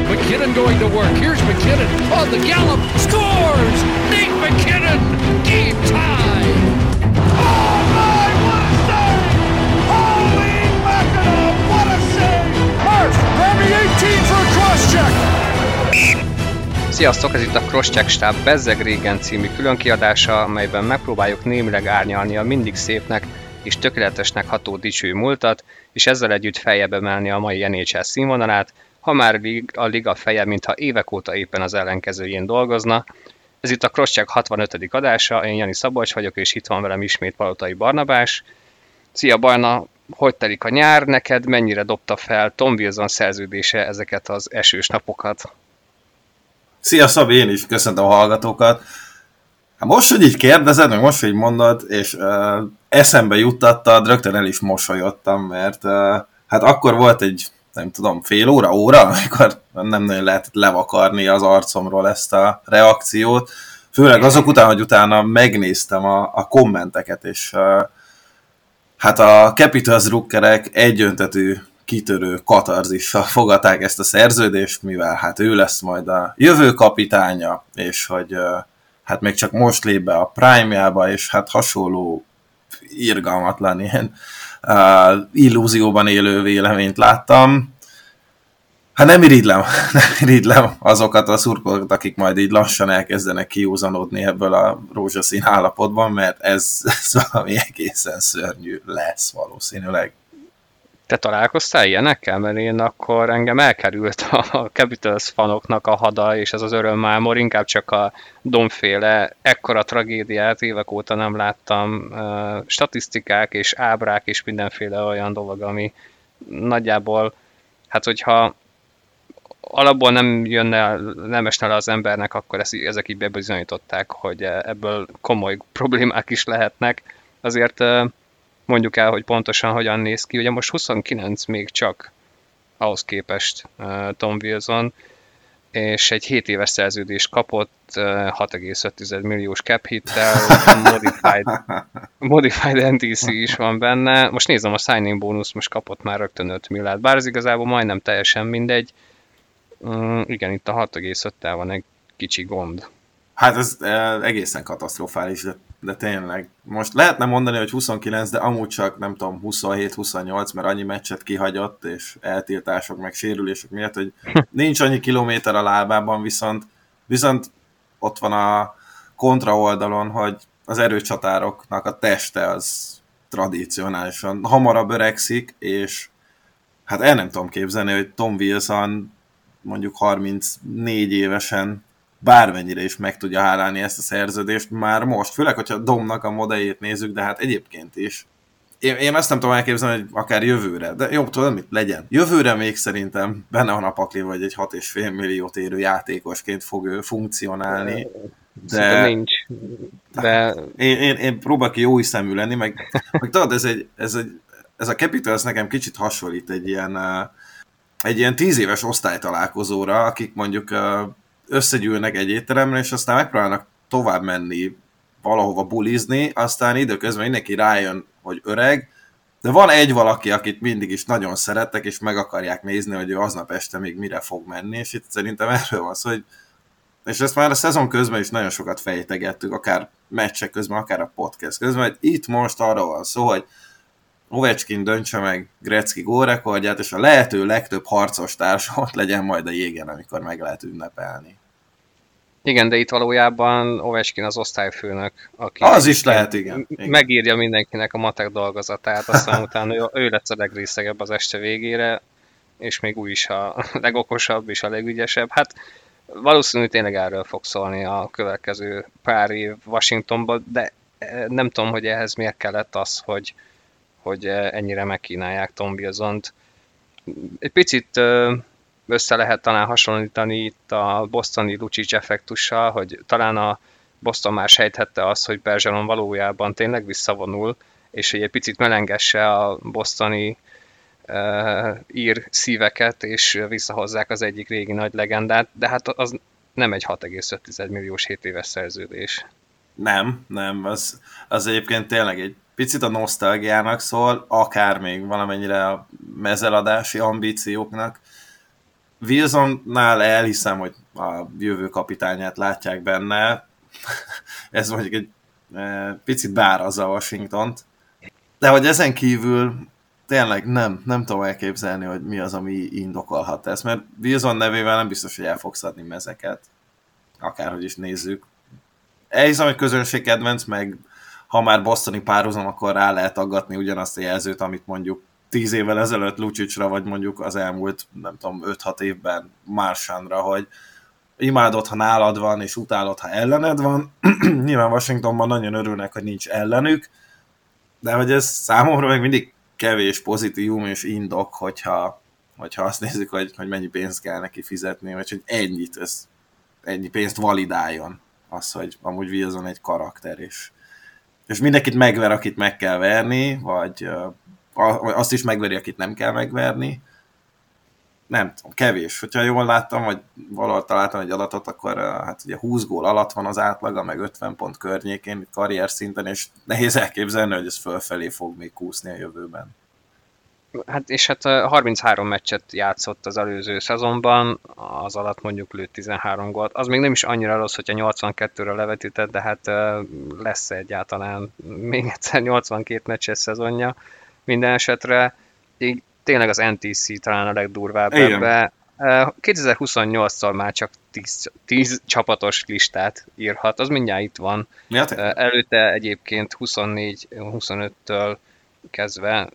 McKinnon going to work. Here's McKinnon on the gallop. Scores! Nate McKinnon! Game tie! Oh my, what a save! Holy mackerel, what a save! Murph, grab me 18 for a cross-check! Sziasztok, ez itt a Crosscheck stáb Bezzeg régen című különkiadása, amelyben megpróbáljuk némileg árnyalni a mindig szépnek és tökéletesnek ható dicső múltat, és ezzel együtt feljebb emelni a mai NHL színvonalát, ha már a liga feje, mintha évek óta éppen az ellenkezőjén dolgozna. Ez itt a Crosscheck 65. adása, én Jani Szabolcs vagyok, és itt van velem ismét Palotai Barnabás. Szia Barna, hogy telik a nyár? Neked mennyire dobta fel Tom Wilson szerződése ezeket az esős napokat? Szia Szabi, én is köszöntöm a hallgatókat. Hát most, hogy így kérdezed, meg most, hogy így mondod, és eszembe juttattad, rögtön el is mosolyodtam, mert hát akkor volt egy, nem tudom, fél óra, amikor nem nagyon lehetett levakarni az arcomról ezt a reakciót. Főleg azok után, hogy utána megnéztem a kommenteket, és hát a Capitals drukkerek egyöntetű kitörő katarzissal fogadták ezt a szerződést, mivel hát ő lesz majd a jövő kapitánya, és hogy hát még csak most lép be a prime-jába, és hát hasonló irgalmatlan ilyen illúzióban élő véleményt láttam. Hát nem irigylem azokat a szurkolókat, akik majd így lassan elkezdenek kiúzanodni ebből a rózsaszín állapotban, mert ez valami egészen szörnyű lesz valószínűleg. Te találkoztál ilyenekkel? Mert én akkor engem elkerült a Capitals fanoknak a hada, és ez az örömmámor, inkább csak a Domféle ekkora tragédiát évek óta nem láttam. Statisztikák és ábrák és mindenféle olyan dolog, ami nagyjából, hát hogyha alapból nem esne le az embernek, akkor ezek így bebizonyították, hogy ebből komoly problémák is lehetnek. Azért mondjuk el, hogy pontosan hogyan néz ki. Ugye most 29 még csak ahhoz képest Tom Wilson, és egy 7 éves szerződést kapott 6,5 milliós cap hittel, modified NTC is van benne. Most nézem, a signing bónusz most kapott már rögtön 5 milliárd, bár ez igazából majdnem teljesen mindegy. Igen, itt a 6,5-tel van egy kicsi gond. Hát ez egészen katasztrofális, de tényleg. Most lehetne mondani, hogy 29, de amúgy csak, nem tudom, 27-28, mert annyi meccset kihagyott, és eltiltások, meg sérülések miatt, hogy nincs annyi kilométer a lábában, viszont ott van a kontra oldalon, hogy az erőcsatároknak a teste az tradicionálisan hamarabb öregszik, és hát el nem tudom képzelni, hogy Tom Wilson mondjuk 34 évesen bármennyire is meg tudja hálálni ezt a szerződést már most, főleg, hogyha Domnak a modelljét nézzük, de hát egyébként is. Én azt nem tudom elképzelni, hogy akár jövőre, de jó, tudom, mit legyen. Jövőre még szerintem benne van a pakliba, hogy egy 6,5 milliót érő játékosként fog ő funkcionálni. De nincs. De... Én próbálok jó hiszemű lenni, meg tudod, ez a Capitals nekem kicsit hasonlít egy ilyen 10 éves osztálytalálkozóra, akik mondjuk összegyűlnek egy étteremre, és aztán megpróbálnak tovább menni valahova bulizni, aztán időközben mindenki rájön, hogy öreg, de van egy valaki, akit mindig is nagyon szerettek, és meg akarják nézni, hogy ő aznap este még mire fog menni, és itt szerintem erről van szó, hogy és ezt már a szezon közben is nagyon sokat fejtegettük, akár meccsek közben, akár a podcast közben, hogy itt most arról van szó, hogy Ovechkin döntse meg Gretzky gólrekordját, és a lehető legtöbb harcos társa ott legyen majd a jégen, amikor meg lehet ünnepelni. Igen, de itt valójában Ovechkin az osztályfőnök, aki az is lehet, igen. Megírja mindenkinek a matek dolgozatát, aztán utána ő lesz a legrészegebb az este végére, és még úgy is a legokosabb és a legügyesebb. Hát valószínűleg tényleg erről fog szólni a következő pár év Washingtonban, de nem tudom, hogy ehhez miért kellett az, hogy ennyire megkínálják Tom Wilsont. Egy picit össze lehet talán hasonlítani itt a bostoni Lucic effektussal, hogy talán a Boston már sejthette azt, hogy Bergeron valójában tényleg visszavonul, és hogy egy picit melengesse a bostoni ír szíveket, és visszahozzák az egyik régi nagy legendát, de hát az nem egy 6,5 milliós 7 éves szerződés. Nem, az egyébként tényleg egy picit a nosztalgiának szól, akár még valamennyire a mezeladási ambícióknak, Wilsonnál elhiszem, hogy a jövő kapitányát látják benne. Ez mondjuk egy picit beárazza Washingtont. De hogy ezen kívül tényleg nem tudom elképzelni, hogy mi az, ami indokolhat ezt, mert Wilson nevével nem biztos, hogy el fogsz adni mezeket. Akárhogy is nézzük. Elhiszem, hogy közönségkedvenc, meg ha már bostoni párhuzam, akkor rá lehet aggatni ugyanazt a jelzőt, amit mondjuk 10 évvel ezelőtt Lucicsra, vagy mondjuk az elmúlt, nem tudom, 5-6 évben Marchandra, hogy imádod, ha nálad van, és utálod, ha ellened van. Nyilván Washingtonban nagyon örülnek, hogy nincs ellenük, de hogy ez számomra még mindig kevés pozitívum és indok, hogyha azt nézzük, hogy mennyi pénzt kell neki fizetni, vagy hogy ennyi pénzt validáljon az, hogy amúgy Wilson egy karakter, és mindenkit megver, akit meg kell verni, vagy azt is megveri, akit nem kell megverni. Nem tudom, kevés. Hogyha jól láttam, vagy valahol találtam egy adatot, akkor hát ugye 20 gól alatt van az átlaga, meg 50 pont környékén, karrier szinten, és nehéz elképzelni, hogy ez fölfelé fog még kúszni a jövőben. Hát és hát 33 meccset játszott az előző szezonban, az alatt mondjuk lőtt 13 gólt. Az még nem is annyira rossz, hogyha 82-re levetített, de hát lesz egyáltalán még egyszer 82 meccses szezonja minden esetre. Így tényleg az NTC talán a legdurvább ebbe. 2028-szal már csak 10 csapatos listát írhat, az mindjárt itt van. Előtte egyébként 24-25-től kezdve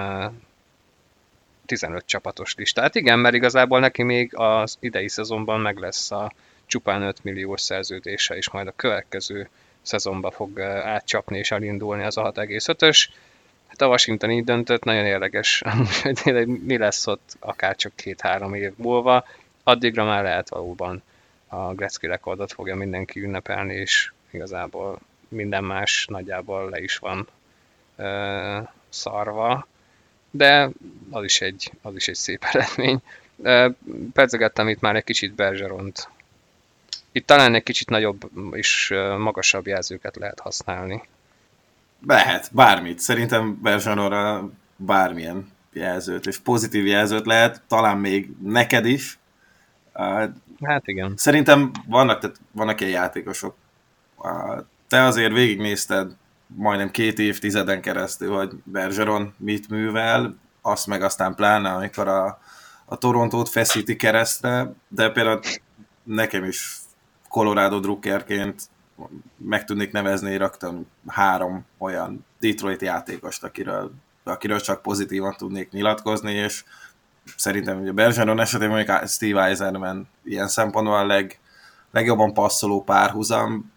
15 csapatos listát. Igen, mert igazából neki még az idei szezonban meg lesz a csupán 5 milliós szerződése, és majd a következő szezonba fog átcsapni és elindulni az a 6,5-ös. Hát a Washington így döntött, nagyon érdekes, hogy mi lesz ott akár csak 2-3 év múlva. Addigra már lehet valóban a Gretzky rekordot fogja mindenki ünnepelni, és igazából minden más nagyjából le is van szarva. De az is egy szép eredmény. Pedzegettem itt már egy kicsit Bergeront. Itt talán egy kicsit nagyobb és magasabb jelzőket lehet használni. Lehet, bármit. Szerintem Bergeronra bármilyen jelzőt, és pozitív jelzőt lehet, talán még neked is. Hát igen. Szerintem vannak ilyen játékosok. Te azért végignézted majdnem 2 évtizeden keresztül, hogy Bergeron mit művel, azt meg aztán pláne, amikor a Torontót feszíti keresztre, de például nekem is Colorado drukkerként meg tudnék nevezni rögtön 3 olyan Detroit játékost, akiről csak pozitívan tudnék nyilatkozni, és szerintem ugye Bergeron esetében mondjuk Steve Yzerman ilyen szempontból a legjobban passzoló párhuzam.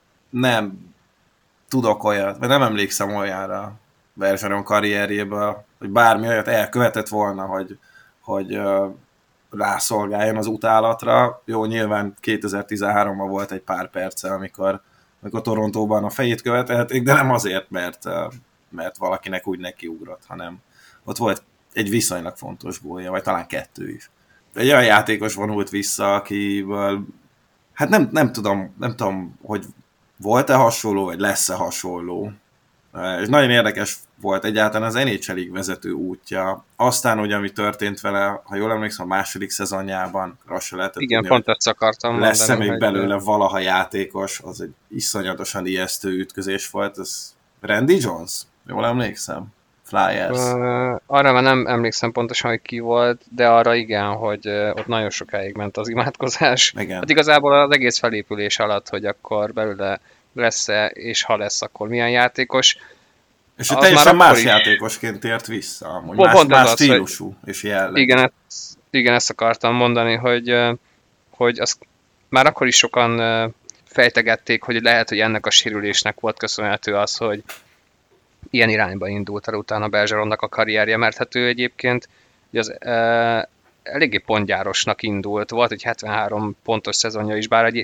Nem tudok olyat, vagy nem emlékszem olyanra Bergeron karrierjéből, hogy bármi olyat elkövetett volna, hogy rászolgáljon az utálatra. Jó, nyilván 2013-ban volt egy pár perce, amikor Torontóban a fejét követelték, de nem azért, mert valakinek úgy nekiugrott, hanem ott volt egy viszonylag fontos gólja, vagy talán 2 is. Egy olyan játékos vonult vissza, akiből hát nem tudom, hogy volt-e hasonló, vagy lesz-e hasonló. És nagyon érdekes volt egyáltalán az NHL-ig vezető útja. Aztán ugye, ami történt vele, ha jól emlékszem, a második szezonjában, azt se lehetett igen, tudni, pont ezt akartam mondani. Lesz-e még belőle valaha játékos, az egy iszonyatosan ijesztő ütközés volt. Ez Randy Jones? Jól emlékszem? Flyers. Arra már nem emlékszem pontosan, hogy ki volt, de arra igen, hogy ott nagyon sokáig ment az imádkozás. Igen. Hát igazából az egész felépülés alatt, hogy akkor belőle lesz-e, és ha lesz, akkor milyen játékos. És ő teljesen más játékosként tért vissza, amúgy más stílusú és jelleg. Igen, ezt akartam mondani, hogy azt már akkor is sokan fejtegették, hogy lehet, hogy ennek a sérülésnek volt köszönhető az, hogy ilyen irányba indult el utána Bergeronnak a karrierje, mert hát ő egyébként az, eléggé pontgyárosnak indult. Volt egy 73 pontos szezonja is, bár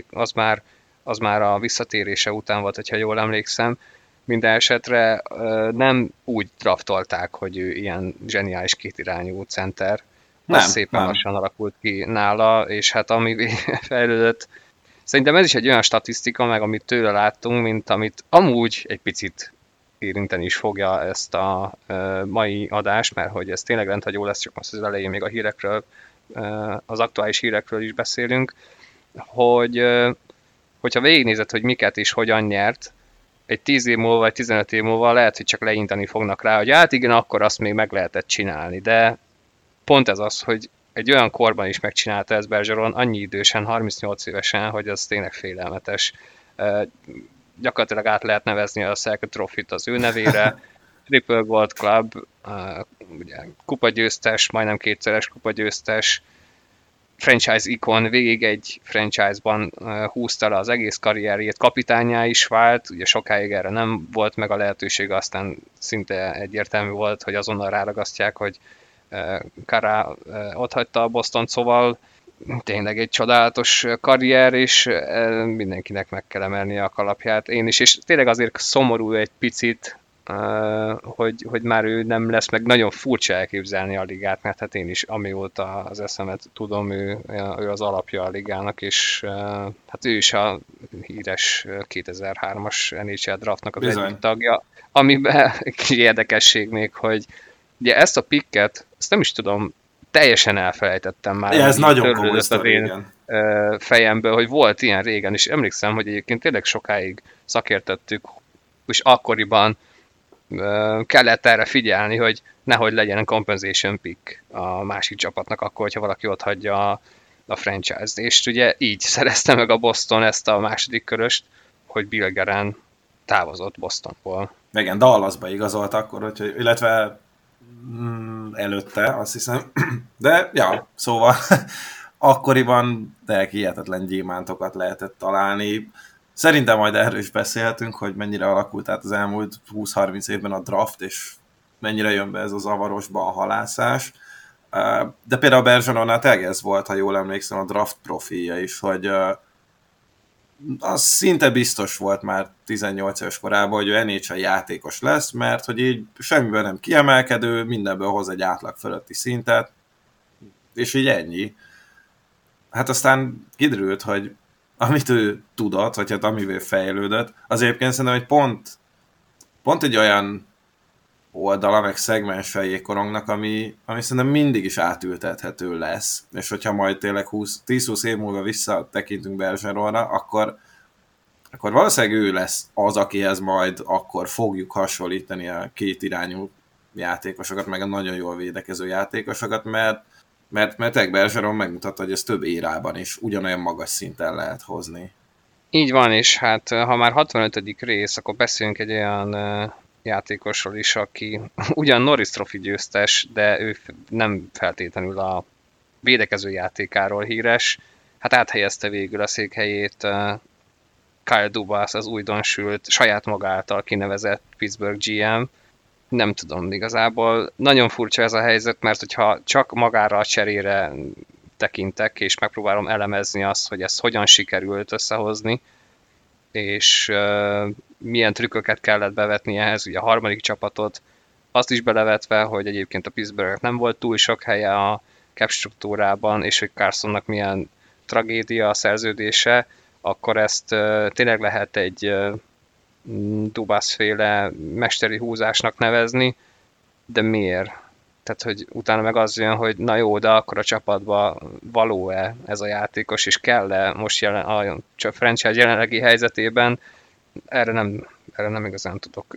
az már a visszatérése után volt, hogyha jól emlékszem. Minden esetre nem úgy draftolták, hogy ő ilyen zseniális kétirányú center. Az szépen lassan alakult ki nála, és hát ami fejlődött. Szerintem ez is egy olyan statisztika, meg amit tőle láttunk, mint amit amúgy egy picit érinteni is fogja ezt a mai adást, mert hogy ez tényleg rendhagyó lesz, csak most az elején még a hírekről az aktuális hírekről is beszélünk, hogyha végignézed, hogy miket is hogyan nyert, egy 10 év múlva, vagy 15 év múlva lehet, hogy csak leintani fognak rá, hogy hát igen, akkor azt még meg lehetett csinálni, de pont ez az, hogy egy olyan korban is megcsinálta ezt Bergeron, annyi idősen, 38 évesen, hogy az tényleg félelmetes. Gyakorlatilag át lehet nevezni a Selke Trophy-t az ő nevére, Triple Gold Club, ugye kupagyőztes, majdnem kétszeres kupagyőztes, franchise ikon, végig egy franchise-ban húzta le az egész karrierjét, kapitánnyá is vált, ugye sokáig erre nem volt meg a lehetőség, aztán szinte egyértelmű volt, hogy azonnal ráragasztják, hogy Kara otthagyta a Bostont, szóval tényleg egy csodálatos karrier, és mindenkinek meg kell emelnie a kalapját. Én is, és tényleg azért szomorú egy picit, hogy már ő nem lesz, meg nagyon furcsa elképzelni a ligát, mert hát én is amióta az eszemet tudom, ő az alapja a ligának, és hát ő is a híres 2003-as NHL draftnak az egyik tagja, amiben érdekesség még, hogy ugye ezt a picket, ezt nem is tudom, teljesen elfelejtettem már. Ja, ez nagyon komoly sztori, fejemből, hogy volt ilyen régen, és emlékszem, hogy egyébként tényleg sokáig szakértettük, és akkoriban kellett erre figyelni, hogy nehogy legyen compensation pick a másik csapatnak akkor, hogyha valaki ott hagyja a franchise-t. És ugye így szerezte meg a Boston ezt a második köröst, hogy Bill Guerin távozott Bostonból. Igen, Dallasba igazolt akkor, illetve előtte, azt hiszem. De, ja, szóval akkoriban de hihetetlen gyémántokat lehetett találni. Szerintem majd erről is beszélhetünk, hogy mennyire alakult át az elmúlt 20-30 évben a draft, és mennyire jön be ez a zavarosba a halászás. De például Bergeronnál tényleg ez volt, ha jól emlékszem, a draft profilja is, hogy az szinte biztos volt már 18 éves korában, hogy ő NHL játékos lesz, mert hogy így semmiből nem kiemelkedő, mindenből hoz egy átlag fölötti szintet, és így ennyi. Hát aztán kiderült, hogy amit ő tudott, vagy hát amivel fejlődött, az egyébként szerintem, hogy pont egy olyan oldala, meg szegmense jégkorongnak, ami szerintem mindig is átültethető lesz, és hogyha majd tényleg 10-20 év múlva visszatekintünk Bergeronra, akkor valószínűleg ő lesz az, akihez majd akkor fogjuk hasonlítani a két irányú játékosokat, meg a nagyon jól védekező játékosokat, mert Bergeron megmutatta, hogy ez több érában is ugyanolyan magas szinten lehet hozni. Így van, és hát ha már 65. rész, akkor beszéljünk egy olyan játékosról is, aki ugyan Norris Trophy győztes, de ő nem feltétlenül a védekező játékáról híres. Hát áthelyezte végül a székhelyét Kyle Dubas, az újdonsült, saját maga által kinevezett Pittsburgh GM. Nem tudom igazából. Nagyon furcsa ez a helyzet, mert hogyha csak magára a cserére tekintek, és megpróbálom elemezni azt, hogy ezt hogyan sikerült összehozni, és milyen trükköket kellett bevetni ehhez, ugye a harmadik csapatot, azt is belevetve, hogy egyébként a Pittsburghnek nem volt túl sok helye a cap struktúrában, és hogy Carsonnak milyen tragédia a szerződése, akkor ezt tényleg lehet egy Dubas-féle mesteri húzásnak nevezni, de miért? Tehát, hogy utána meg az jön, hogy na jó, de akkor a csapatba való-e ez a játékos, és kell-e most a franchise jelenlegi helyzetében, erre nem igazán tudok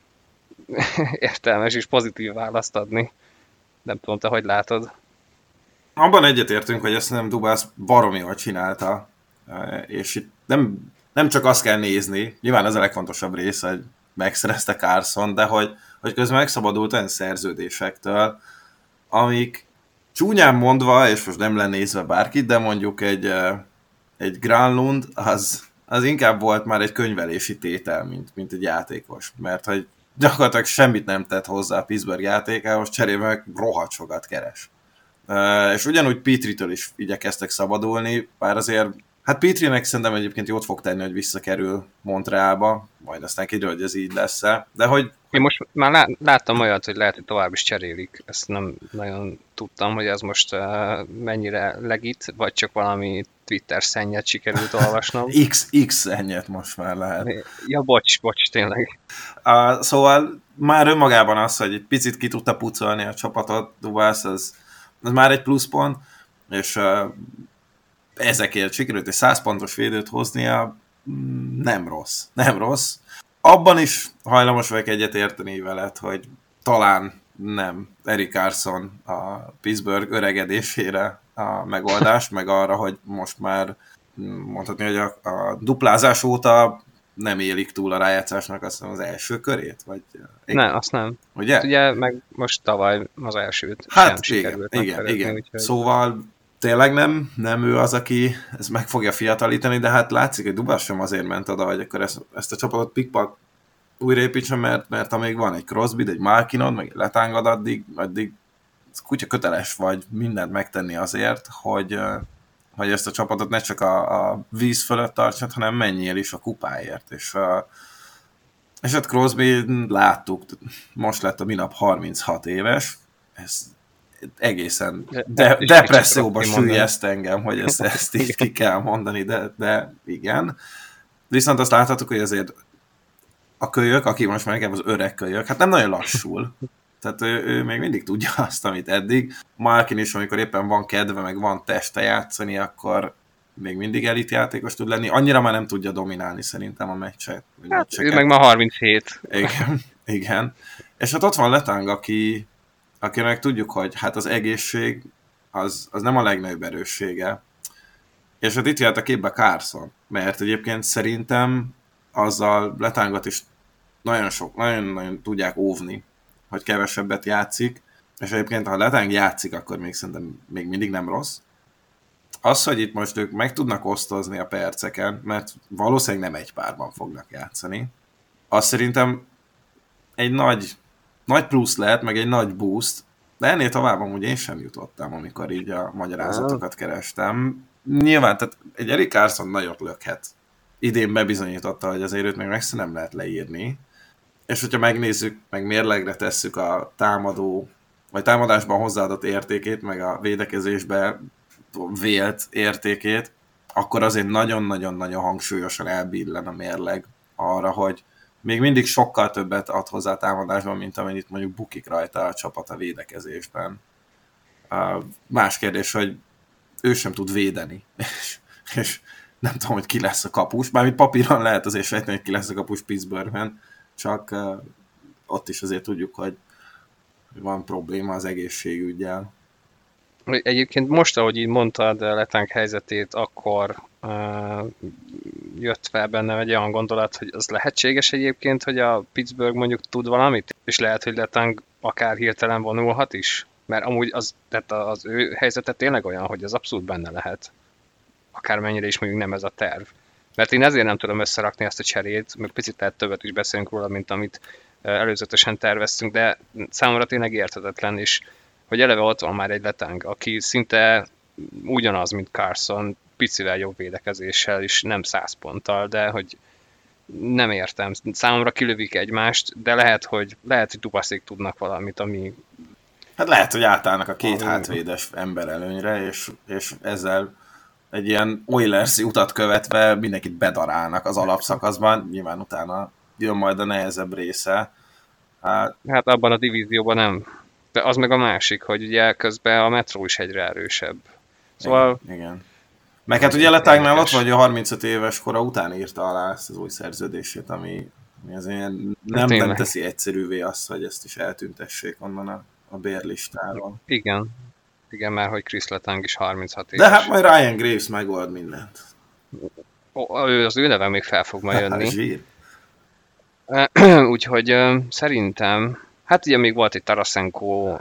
értelmes és pozitív választ adni. Nem tudom, te hogy látod? Abban egyetértünk, hogy ezt nem Dubas baromi jól csinálta, és itt nem csak azt kell nézni, nyilván ez a legfontosabb része, hogy megszerezte Carson, de hogy közben megszabadult olyan szerződésektől, amik csúnyán mondva, és most nem lenézve bárkit, de mondjuk egy Granlund, az inkább volt már egy könyvelési tétel, mint egy játékos, mert hogy gyakorlatilag semmit nem tett hozzá a Pittsburgh játékához, cserébe meg rohadt sokat keres. És ugyanúgy Petrie-től is igyekeztek szabadulni, bár azért, hát Petrie-nek szerintem egyébként jót fog tenni, hogy visszakerül Montrealba, majd aztán kiderül, hogy ez így lesz. De hogy... Én most már láttam olyat, hogy lehet, hogy tovább is cserélik. Ezt nem nagyon tudtam, hogy ez most mennyire legit, vagy csak valami Twitter szennyet sikerült olvasnom. X szennyet most már lehet. Ja, bocs, tényleg. Szóval már önmagában az, hogy egy picit ki tudta pucolni a csapatot, Dubas, az már egy pluszpont, És ezekért sikerült egy 100 pontos védőt hoznia, nem rossz. Nem rossz. Abban is hajlamos vagyok egyet érteni veled, hogy talán nem Erik Karlsson a Pittsburgh öregedésére a megoldás, meg arra, hogy most már mondhatni, hogy a duplázás óta nem élik túl a rájátszásnak azt az első körét? Vagy, nem, azt nem. Ugye? Ugye meg most tavaly az elsőt hát sem sikerült megszerezni. Igen. Úgyhogy... Szóval tényleg nem ő az, aki ezt meg fogja fiatalítani, de hát látszik, hogy Dubas sem azért ment oda, hogy akkor ezt a csapatot pikpak újraépítsen, mert amíg van egy Crosby, egy Malkinod, meg egy Letangad, addig kutya köteles vagy mindent megtenni azért, hogy ezt a csapatot ne csak a víz fölött tartsad, hanem menjél is a kupáért. És hát Crosby láttuk, most lett a minap 36 éves, ez egészen depresszióba süllyeszt engem, hogy ezt így ki kell mondani, de igen. Viszont azt láthatjuk, hogy azért a kölyök, aki most már inkább az öreg kölyök, hát nem nagyon lassul. Tehát ő még mindig tudja azt, amit eddig. Malkin is, amikor éppen van kedve, meg van teste játszani, akkor még mindig elit játékos tud lenni. Annyira már nem tudja dominálni szerintem a meccset. Hát, ő meg ma 37. Igen. És hát ott van Letang, akinek tudjuk, hogy hát az egészség az nem a legnagyobb erőssége. És hát itt jött a képbe Karlsson, mert egyébként szerintem azzal Letangot is nagyon tudják óvni, hogy kevesebbet játszik, és egyébként ha Letang játszik, akkor még szerintem még mindig nem rossz. Az, hogy itt most ők meg tudnak osztozni a perceken, mert valószínűleg nem egy párban fognak játszani, az szerintem egy nagy plusz lehet, meg egy nagy boost, de ennél tovább amúgy én sem jutottam, amikor így a magyarázatokat kerestem. Nyilván, tehát egy Erik Karlsson nagyot lökhet. Idén bebizonyította, hogy azért őt még meg nem lehet leírni. És hogyha megnézzük, meg mérlegre tesszük a támadásban hozzáadott értékét, meg a védekezésben vélt értékét, akkor azért nagyon-nagyon-nagyon hangsúlyosan elbillen a mérleg arra, hogy még mindig sokkal többet ad hozzá a támadásban, mint amennyit mondjuk bukik rajta a csapat a védekezésben. Más kérdés, hogy ő sem tud védeni, és nem tudom, hogy ki lesz a kapus, mármint papíron lehet azért sejteni, hogy ki lesz a kapus Pittsburghben, csak ott is azért tudjuk, hogy van probléma az egészségüggyel. Egyébként most, ahogy így mondtad Letang helyzetét, akkor jött fel bennem egy olyan gondolat, hogy az lehetséges egyébként, hogy a Pittsburgh mondjuk tud valamit, és lehet, hogy Letang akár hirtelen vonulhat is, mert amúgy tehát az ő helyzete tényleg olyan, hogy az abszolút benne lehet. Akármennyire is mondjuk nem ez a terv. Mert én ezért nem tudom összerakni ezt a cserét, meg picit lehet többet is beszélünk róla, mint amit előzetesen terveztünk, de számomra tényleg érthetetlen is, hogy eleve ott van már egy Letang, aki szinte ugyanaz, mint Karlsson, picivel jobb védekezéssel, és nem 100 ponttal, de hogy nem értem. Számomra kilövik egymást, de lehet, hogy Dubaszék tudnak valamit, ami... Hát lehet, hogy átállnak a két hátvédes ember előnyre, és ezzel egy ilyen Oilers-i utat követve mindenkit bedarálnak az alapszakaszban, nyilván utána jön majd a nehezebb része. Hát abban a divízióban nem. De az meg a másik, hogy ugye közben a Metro is egyre erősebb. Szóval... Igen. Meg hát ugye Letangnál ott vagy, a 35 éves kora után írta alá ezt az új szerződését, ami azért nem teszi egyszerűvé azt, hogy ezt is eltüntessék onnan a bérlistáról. Igen, már hogy Chris Letang is 36 éves. De hát majd Ryan Graves megold mindent. Az ő neve még fel fog majd jönni. Zsír. Úgyhogy szerintem, hát ugye még volt egy Tarasenko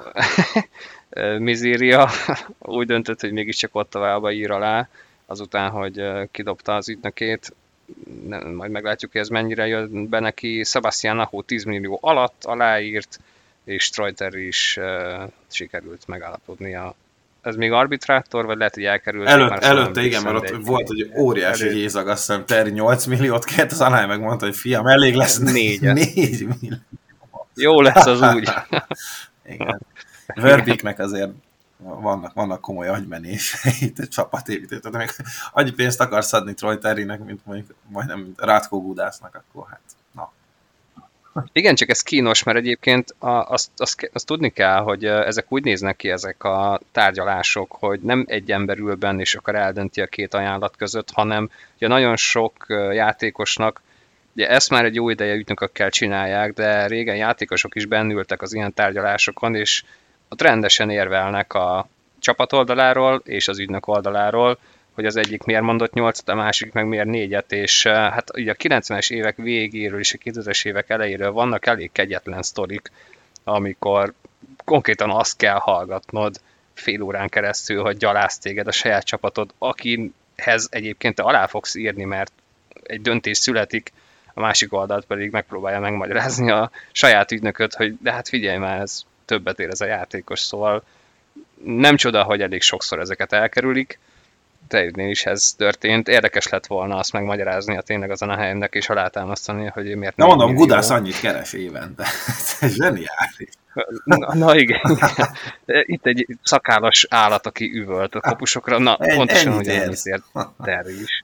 mizéria, úgy döntött, hogy mégiscsak ott tovább ír alá, azután, hogy kidobta az ügynökét. Majd meglátjuk, hogy ez mennyire jön be neki. Sebastian Aho 10 millió alatt aláírt, és Troiter is sikerült megállapodnia. Ez még arbitrátor, vagy lehet, hogy elkerült? Előtte igen, mert ott volt egy óriási hézag, azt hiszem Terry 8 milliót kért, az Alály megmondta, hogy fiam, elég lesz 4 millió. Jó lesz az úgy. Igen. Verbeeknek azért vannak komoly agymenései itt egy csapatépítő. Tehát még annyi pénzt akarsz adni Troy Terrynek, mint mondjuk majdnem Rátko Gudásznak, akkor hát na. Igen, csak ez kínos, mert egyébként azt tudni kell, hogy ezek úgy néznek ki, ezek a tárgyalások, hogy nem egy ember ül benne és akar eldönti a két ajánlat között, hanem ugye nagyon sok játékosnak, ugye ezt már egy jó ideje ügynökökkel csinálják, de régen játékosok is bennültek az ilyen tárgyalásokon, és ott rendesen érvelnek a csapat oldaláról és az ügynök oldaláról, hogy az egyik miért mondott 8-at, a másik meg miért 4-et, és hát ugye a 90-es évek végéről és a 2000-es évek elejéről vannak elég kegyetlen sztorik, amikor konkrétan azt kell hallgatnod fél órán keresztül, hogy gyaláz téged a saját csapatod, akihez egyébként te alá fogsz írni, mert egy döntés születik, a másik oldalt pedig megpróbálja megmagyarázni a saját ügynököt, hogy de hát figyelj már, ez többet ér ez a játékos, szóval nem csoda, hogy elég sokszor ezeket elkerülik. Tejüdnél is ez történt. Érdekes lett volna azt megmagyarázni a tényleg azon a helyemnek, és alátámasztani, hogy miért nem. Na mondom, Gudász annyit keres évente. Ez zseniális. Na igen. Itt egy szakállas állat, aki üvölt a kapusokra. Na, pontosan ugyanannyit ért Terry is.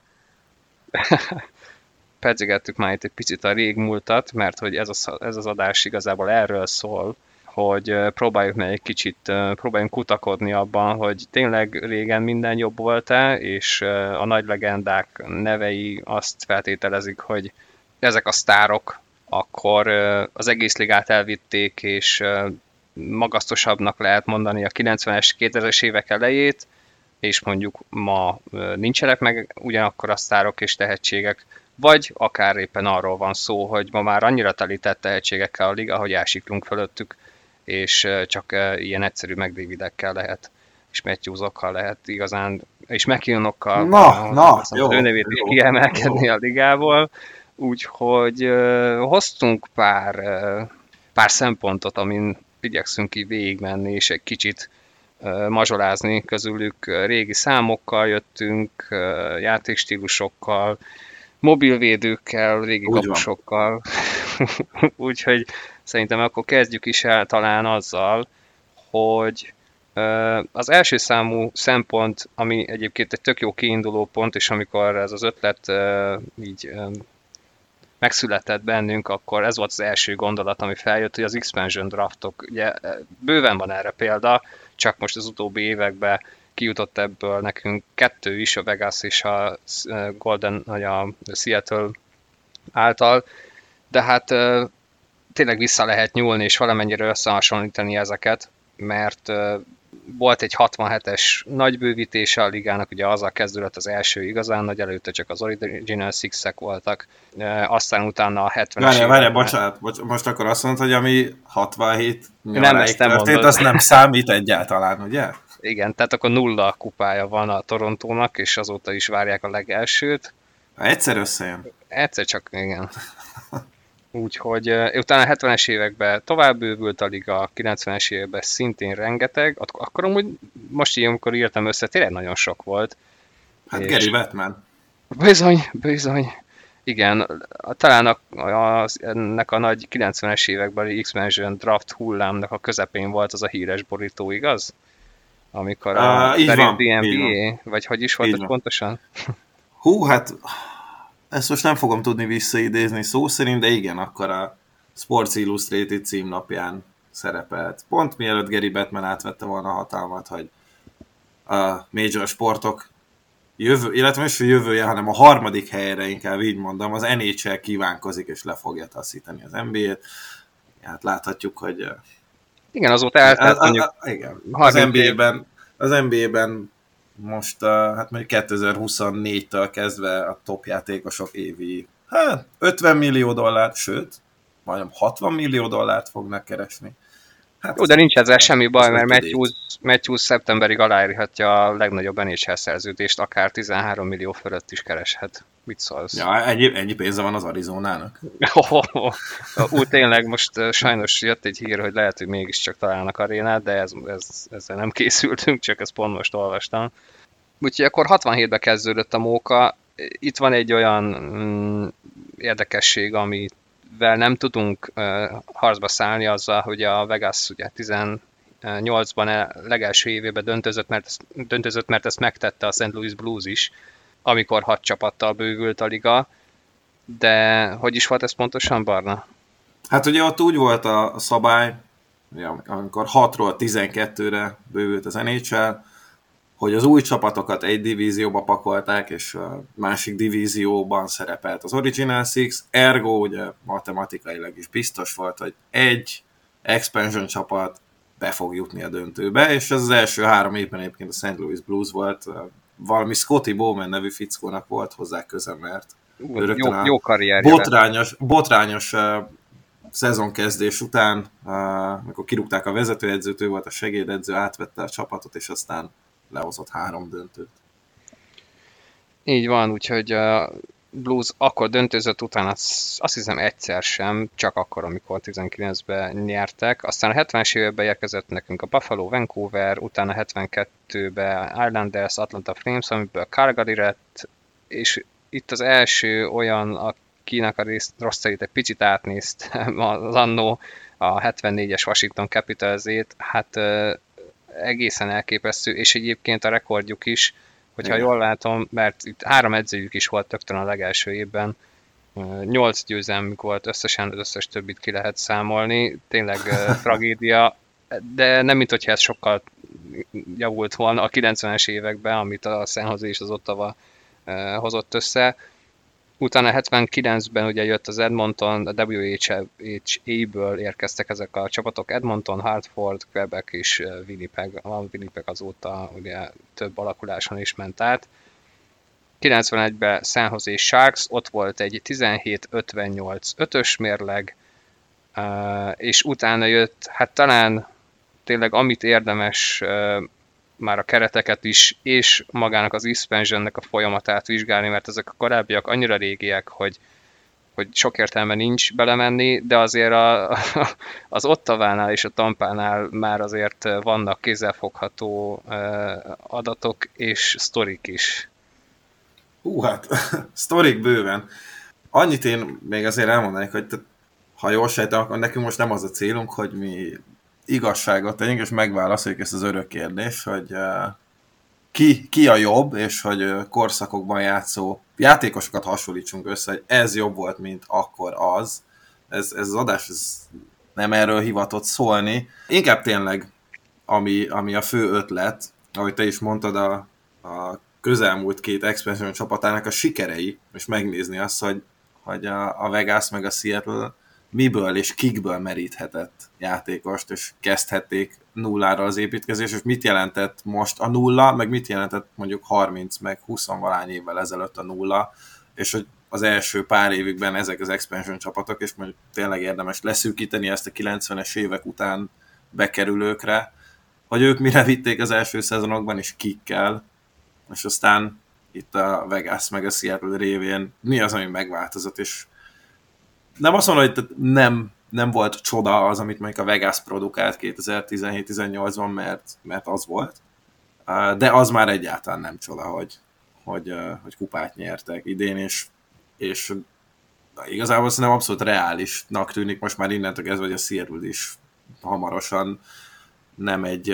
Pedzegettük már itt egy picit a régmúltat, mert hogy ez az adás igazából erről szól, hogy próbáljuk meg egy kicsit, próbáljunk kutakodni abban, hogy tényleg régen minden jobb volt-e, és a nagy legendák nevei azt feltételezik, hogy ezek a sztárok akkor az egész ligát elvitték, és magasztosabbnak lehet mondani a 90-es, 2000-es évek elejét, és mondjuk ma nincsenek meg ugyanakkor a sztárok és tehetségek, vagy akár éppen arról van szó, hogy ma már annyira telített tehetségekkel a liga, hogy elsiklunk fölöttük, és csak ilyen egyszerű McDavidekkel lehet, és Matthewsokkal lehet igazán, és McKinnonokkal jó, ő nevét is kiemelkedni a ligából, úgyhogy hoztunk pár szempontot, amin igyekszünk így végigmenni, és egy kicsit mazsolázni közülük. Régi számokkal jöttünk, játékstílusokkal, mobilvédőkkel, régi kapusokkal, úgyhogy szerintem akkor kezdjük is el talán azzal, hogy az első számú szempont, ami egyébként egy tök jó kiinduló pont, és amikor ez az ötlet így megszületett bennünk, akkor ez volt az első gondolat, ami feljött, hogy az expansion draftok, ugye bőven van erre példa, csak most az utóbbi években kijutott ebből nekünk 2 is, a Vegas és a Golden, vagy a Seattle által, de hát tényleg vissza lehet nyúlni, és valamennyire összehasonlítani ezeket, mert volt egy 67-es nagy bővítése a ligának, ugye azzal kezdődött az első igazán nagy, előtte csak az Original Six-ek voltak, aztán utána a 70-es Várjál, bocsánat, most akkor azt mondod, hogy ami 67 nem ezt történt, azt nem számít egyáltalán, ugye? Igen, tehát akkor 0 kupája van a Torontónak, és azóta is várják a legelsőt. Egyszer összejön. Egyszer csak, igen. Úgyhogy utána a 70-es években tovább bővült a liga, a 90-es években szintén rengeteg, akkor amúgy most így, amikor írtam össze, tényleg nagyon sok volt. Hát Gary Bettman. Bizony. Igen, talán ennek a nagy 90-es évekbeli expansion draft hullámnak a közepén volt az a híres borító, igaz? Amikor a DNBA, vagy hogy is volt ez pontosan? Hú, hát ezt most nem fogom tudni visszaidézni szó szerint, de igen, akkor a Sports Illustrated címlapján szerepelt. Pont mielőtt Gary Bettman átvette volna a hatalmat, hogy a major sportok illetve most a jövője, hanem a harmadik helyre, inkább így mondom, az NHL kívánkozik és le fogja taszítani az NBA-t. Hát láthatjuk, hogy igen, azóta eltelt mondjuk igen. Az NBA-ben most hát mondjuk 2024-től kezdve a top játékosok évi $50 millió, sőt, majdnem $60 millió fognak keresni. Hát jó, de nincs ezzel semmi baj, mert Matthews szeptemberig aláírhatja a legnagyobb NHL szerződést, akár 13 millió fölött is kereshet. Mit szólsz? Ja, ennyi pénze van az Arizonának. Tényleg most sajnos jött egy hír, hogy lehet, hogy mégiscsak találnak arénát, de ezzel nem készültünk, csak ezt pont most olvastam. Úgyhogy akkor 67-ben kezdődött a móka. Itt van egy olyan érdekesség, amivel nem tudunk harcba szállni azzal, hogy a Vegas ugye 18-ban legelső évében döntözött, mert ezt megtette a St. Louis Blues is, amikor 6 csapattal bővült a liga. De hogy is volt ez pontosan, Barna? Hát ugye ott úgy volt a szabály, amikor 6-ról 12-re bővült az NHL, hogy az új csapatokat egy divízióba pakolták, és a másik divízióban szerepelt az Original Six, ergo ugye matematikailag is biztos volt, hogy egy expansion csapat be fog jutni a döntőbe, és ez az első 3 évben egyébként a St. Louis Blues volt, valami Scotty Bowman nevű fickónak volt hozzá köze, mert jó karrierje. Botrányos szezonkezdés után, amikor kirúgták a vezetőedzőt, ő volt a segédedző, átvette a csapatot, és aztán lehozott 3 döntőt. Így van, úgyhogy a Blues akkor döntőzött, utána azt hiszem egyszer sem, csak akkor, amikor 19-ben nyertek. Aztán a 70-es években érkezett nekünk a Buffalo, Vancouver, utána 72-ben Islanders, Atlanta Flames, amiből Calgary lett, és itt az első olyan, akinek a rosterét egy picit átnéztem az annó a 74-es Washington Capitals-ét, hát egészen elképesztő, és egyébként a rekordjuk is, hogyha jól látom, mert itt 3 edzőjük is volt rögtön a legelső évben, 8 győzelmük volt összesen, az összes többit ki lehet számolni, tényleg tragédia, de nem mint hogyha ez sokkal javult volna a 90-es években, amit a San Jose és az Ottawa hozott össze. Utána 79-ben ugye jött az Edmonton, a WHA-ből érkeztek ezek a csapatok, Edmonton, Hartford, Quebec és Winnipeg. A Winnipeg azóta ugye több alakuláson is ment át. 91-ben San Jose Sharks, ott volt egy 17-58-5-ös mérleg, és utána jött, hát talán tényleg amit érdemes már a kereteket is, és magának az expansionnek a folyamatát vizsgálni, mert ezek a korábbiak annyira régiek, hogy sok értelme nincs belemenni, de azért az Ottawánál és a Tampánál már azért vannak kézzelfogható adatok és sztorik is. Hát, sztorik bőven. Annyit én még azért elmondanék, hogy ha jól sejtem, akkor nekünk most nem az a célunk, hogy mi igazságot tegyünk, és megválaszoljuk ezt az örök kérdést, hogy ki a jobb, és hogy korszakokban játszó játékosokat hasonlítsunk össze, hogy ez jobb volt, mint akkor az. Ez az adás ez nem erről hivatott szólni. Inkább tényleg, ami a fő ötlet, ahogy te is mondtad, a közelmúlt 2 expansion csapatának a sikerei, és megnézni azt, hogy a Vegas meg a Seattle miből és kikből meríthetett játékost, és kezdhették nullára az építkezés, és mit jelentett most a nulla, meg mit jelentett mondjuk 30, meg 20-valány évvel ezelőtt a nulla, és hogy az első pár évükben ezek az expansion csapatok, és mondjuk tényleg érdemes leszűkíteni ezt a 90-es évek után bekerülőkre, hogy ők mire vitték az első szezonokban, és kikkel, és aztán itt a Vegas meg a Seattle révén mi az, ami megváltozott, és nem azt mondom, hogy nem volt csoda az, amit mondjuk a Vegas produkált 2017-18-ban, mert az volt, de az már egyáltalán nem csoda, hogy kupát nyertek idén, és igazából szerintem abszolút reálisnak tűnik most már innentől kezdve, hogy a Seattle is hamarosan nem egy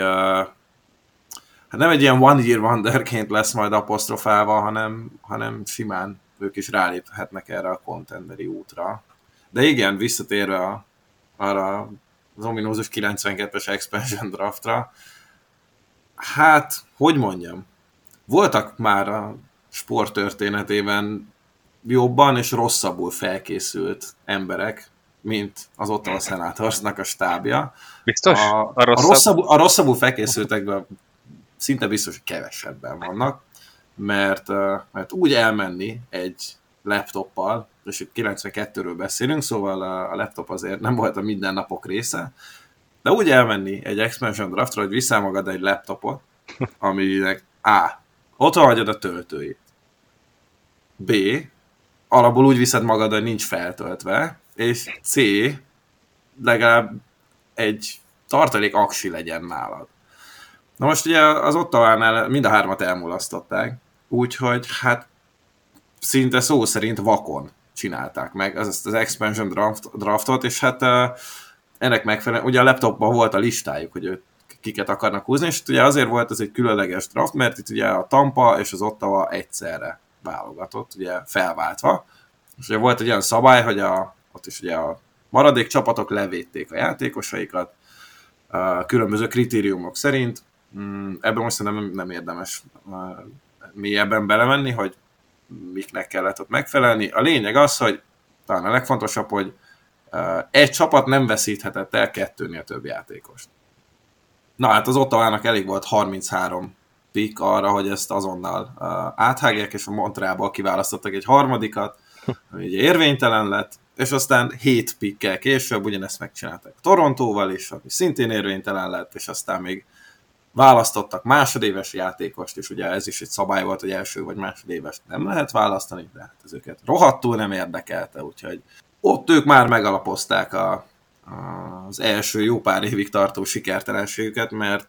ilyen one year wonderként lesz majd apostrofálva, hanem simán ők is ráléphetnek erre a contenderi útra. De igen, visszatérve arra az ominózus 92-es expansion draftra, hát, hogy mondjam, voltak már a sport történetében jobban és rosszabbul felkészült emberek, mint az Ottawa Senatorsnak a stábja. Biztos? A rosszabbul felkészültekben szinte biztos, hogy kevesebben vannak, mert úgy elmenni egy laptoppal, és itt 92-ről beszélünk, szóval a laptop azért nem volt a mindennapok része, de úgy elmenni egy expansion draftra, hogy viszel magad egy laptopot, aminek A. Ott hagyod a töltőjét. B. Alapból úgy viszed magad, hogy nincs feltöltve, és C. legalább egy tartalék aksi legyen nálad. Na most ugye az Ottawánál mind a 3-at elmulasztották, úgyhogy hát szinte szó szerint vakon csinálták meg az expansion draftot, és hát ennek megfelelően, ugye a laptopban volt a listájuk, hogy ők kiket akarnak húzni, és ugye azért volt ez egy különleges draft, mert itt ugye a Tampa és az Ottawa egyszerre válogatott, ugye felváltva, és ugye volt egy olyan szabály, hogy ott is ugye a maradék csapatok levédték a játékosaikat, különböző kritériumok szerint. Ebben most nem érdemes mélyebben belemenni, hogy miknek kellett ott megfelelni. A lényeg az, hogy talán a legfontosabb, hogy egy csapat nem veszíthetett el 2-nél több játékost. Na hát az Ottavának elég volt 33 pick arra, hogy ezt azonnal áthágják, és a Montrealból kiválasztottak egy harmadikat, ami ugye érvénytelen lett, és aztán 7 pickkel később ugyanezt megcsinálták Torontóval is, ami szintén érvénytelen lett, és aztán még választottak másodéves játékost, és ugye ez is egy szabály volt, hogy első vagy másodévest nem lehet választani, de hát ez őket rohadtul nem érdekelte, úgyhogy ott ők már megalapozták az első jó pár évig tartó sikertelenségüket,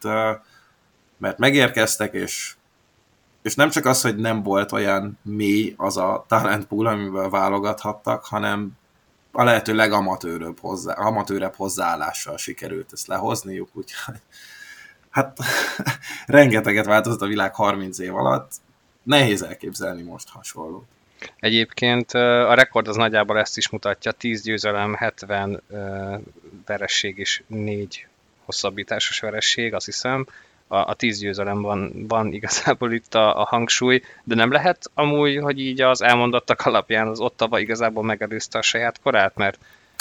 mert megérkeztek, és nem csak az, hogy nem volt olyan mély az a talent pool, amiből válogathattak, hanem a lehető legamatőrebb hozzáállással sikerült ezt lehozniuk, úgyhogy hát rengeteget változott a világ 30 év alatt, nehéz elképzelni most hasonlót. Egyébként a rekord az nagyjából ezt is mutatja, 10 győzelem, 70 veresség és 4 hosszabbításos veresség, azt hiszem. A 10 győzelem van igazából itt a hangsúly, de nem lehet amúgy, hogy így az elmondottak alapján az Ottawa igazából megelőzte a saját korát, mert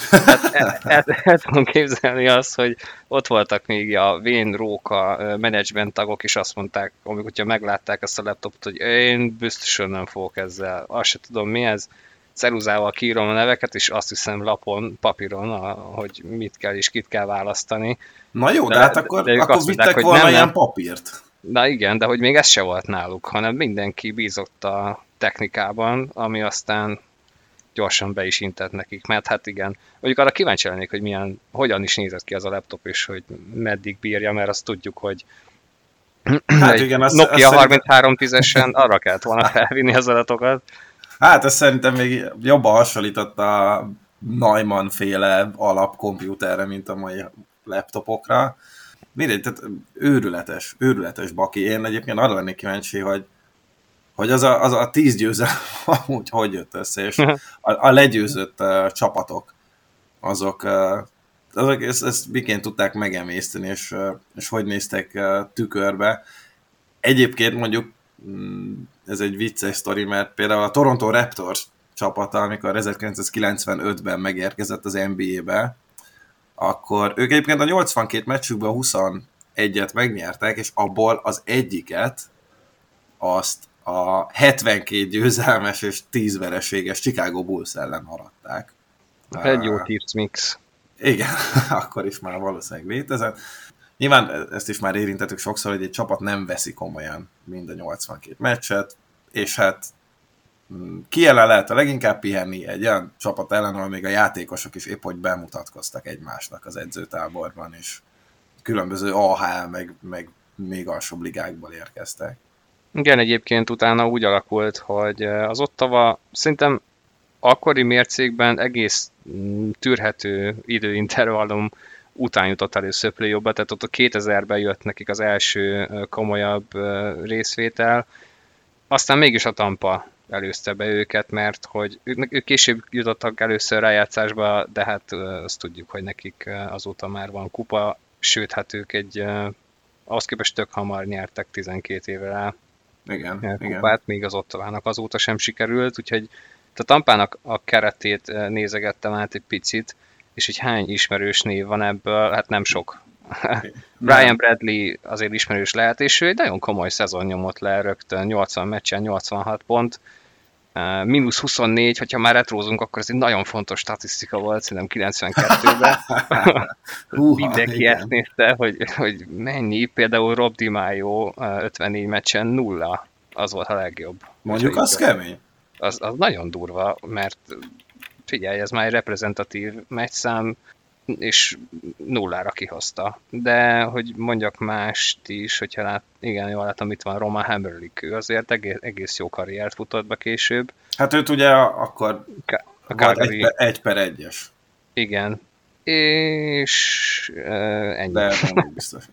el tudom képzelni azt, hogy ott voltak még a Wayne Roka management tagok, és azt mondták, amikor meglátták ezt a laptopot, hogy én biztosan nem fogok ezzel, azt se tudom mi ez, ceruzával kiírom a neveket, és azt hiszem lapon, papíron, hogy mit kell és kit kell választani. Na jó, de hát akkor vittek volna ilyen papírt. Na igen, de hogy még ez se volt náluk, hanem mindenki bízott a technikában, ami aztán gyorsan be is intett nekik, mert hát igen, mondjuk arra kíváncsi lennék, hogy hogyan is nézett ki az a laptop, és hogy meddig bírja, mert azt tudjuk, hogy hát igen, Nokia 3310-esen arra kellett volna felvinni az adatokat. Hát ez szerintem még jobban hasonlított a Neumann féle alapkomputerre, mint a mai laptopokra. Mindegy, tehát őrületes baki. Én egyébként arra lennék kíváncsi, hogy az a 10 győzelem amúgy hogy jött össze, és a legyőzött csapatok, azok ezt miként tudták megemészteni, és hogy néztek tükörbe. Egyébként mondjuk ez egy vicces sztori, mert például a Toronto Raptors csapata, amikor 1995-ben megérkezett az NBA-be, akkor ők egyébként a 82 meccsükből 21-et megnyertek, és abból az egyiket azt a 72 győzelmes és 10 vereséges Chicago Bulls ellen aratták. Egy jó tips mix. Igen, akkor is már valószínűleg létezett. Nyilván ezt is már érintettük sokszor, hogy egy csapat nem veszi komolyan mind a 82 meccset, és hát ki ellen lehet a leginkább pihenni egy olyan csapat ellen, ahol még a játékosok is épp hogy bemutatkoztak egymásnak az edzőtáborban, és különböző AHL meg még alsóbb ligákból érkeztek. Igen, egyébként utána úgy alakult, hogy az Ottawa szerintem akkori mércékben egész tűrhető időintervallum után jutott először play-offba, tehát ott a 2000-ben jött nekik az első komolyabb részvétel, aztán mégis a Tampa előzte be őket, mert hogy ők később jutottak először rájátszásba, de hát azt tudjuk, hogy nekik azóta már van kupa, sőt, hát ők ahhoz képest tök hamar nyertek 12 évre rá kupát, még az Ottavának azóta sem sikerült, úgyhogy a Tampának a keretét nézegettem át egy picit, és hogy hány ismerős név van ebből, hát nem sok. Brian Bradley azért ismerős lehet, és ő egy nagyon komoly szezon nyomott le rögtön, 80 meccsen 86 pont, mínusz 24, hogyha már retrózunk, akkor ez egy nagyon fontos statisztika volt, szerintem 92-ben. Mindenki ezt nézte, hogy mennyi, például Rob DiMaio 54 meccsen 0, az volt a legjobb. Mondjuk az kemény. Az nagyon durva, mert figyelj, ez már egy reprezentatív meccszám, és nullára kihozta. De hogy mondjak mást is, hogyha igen, jól látom, itt van Roman Hammerlik, ő azért egész jó karriert futott be később. Hát őt ugye akkor Calgary 1/1-es. Igen. És ennyi. De nem biztos.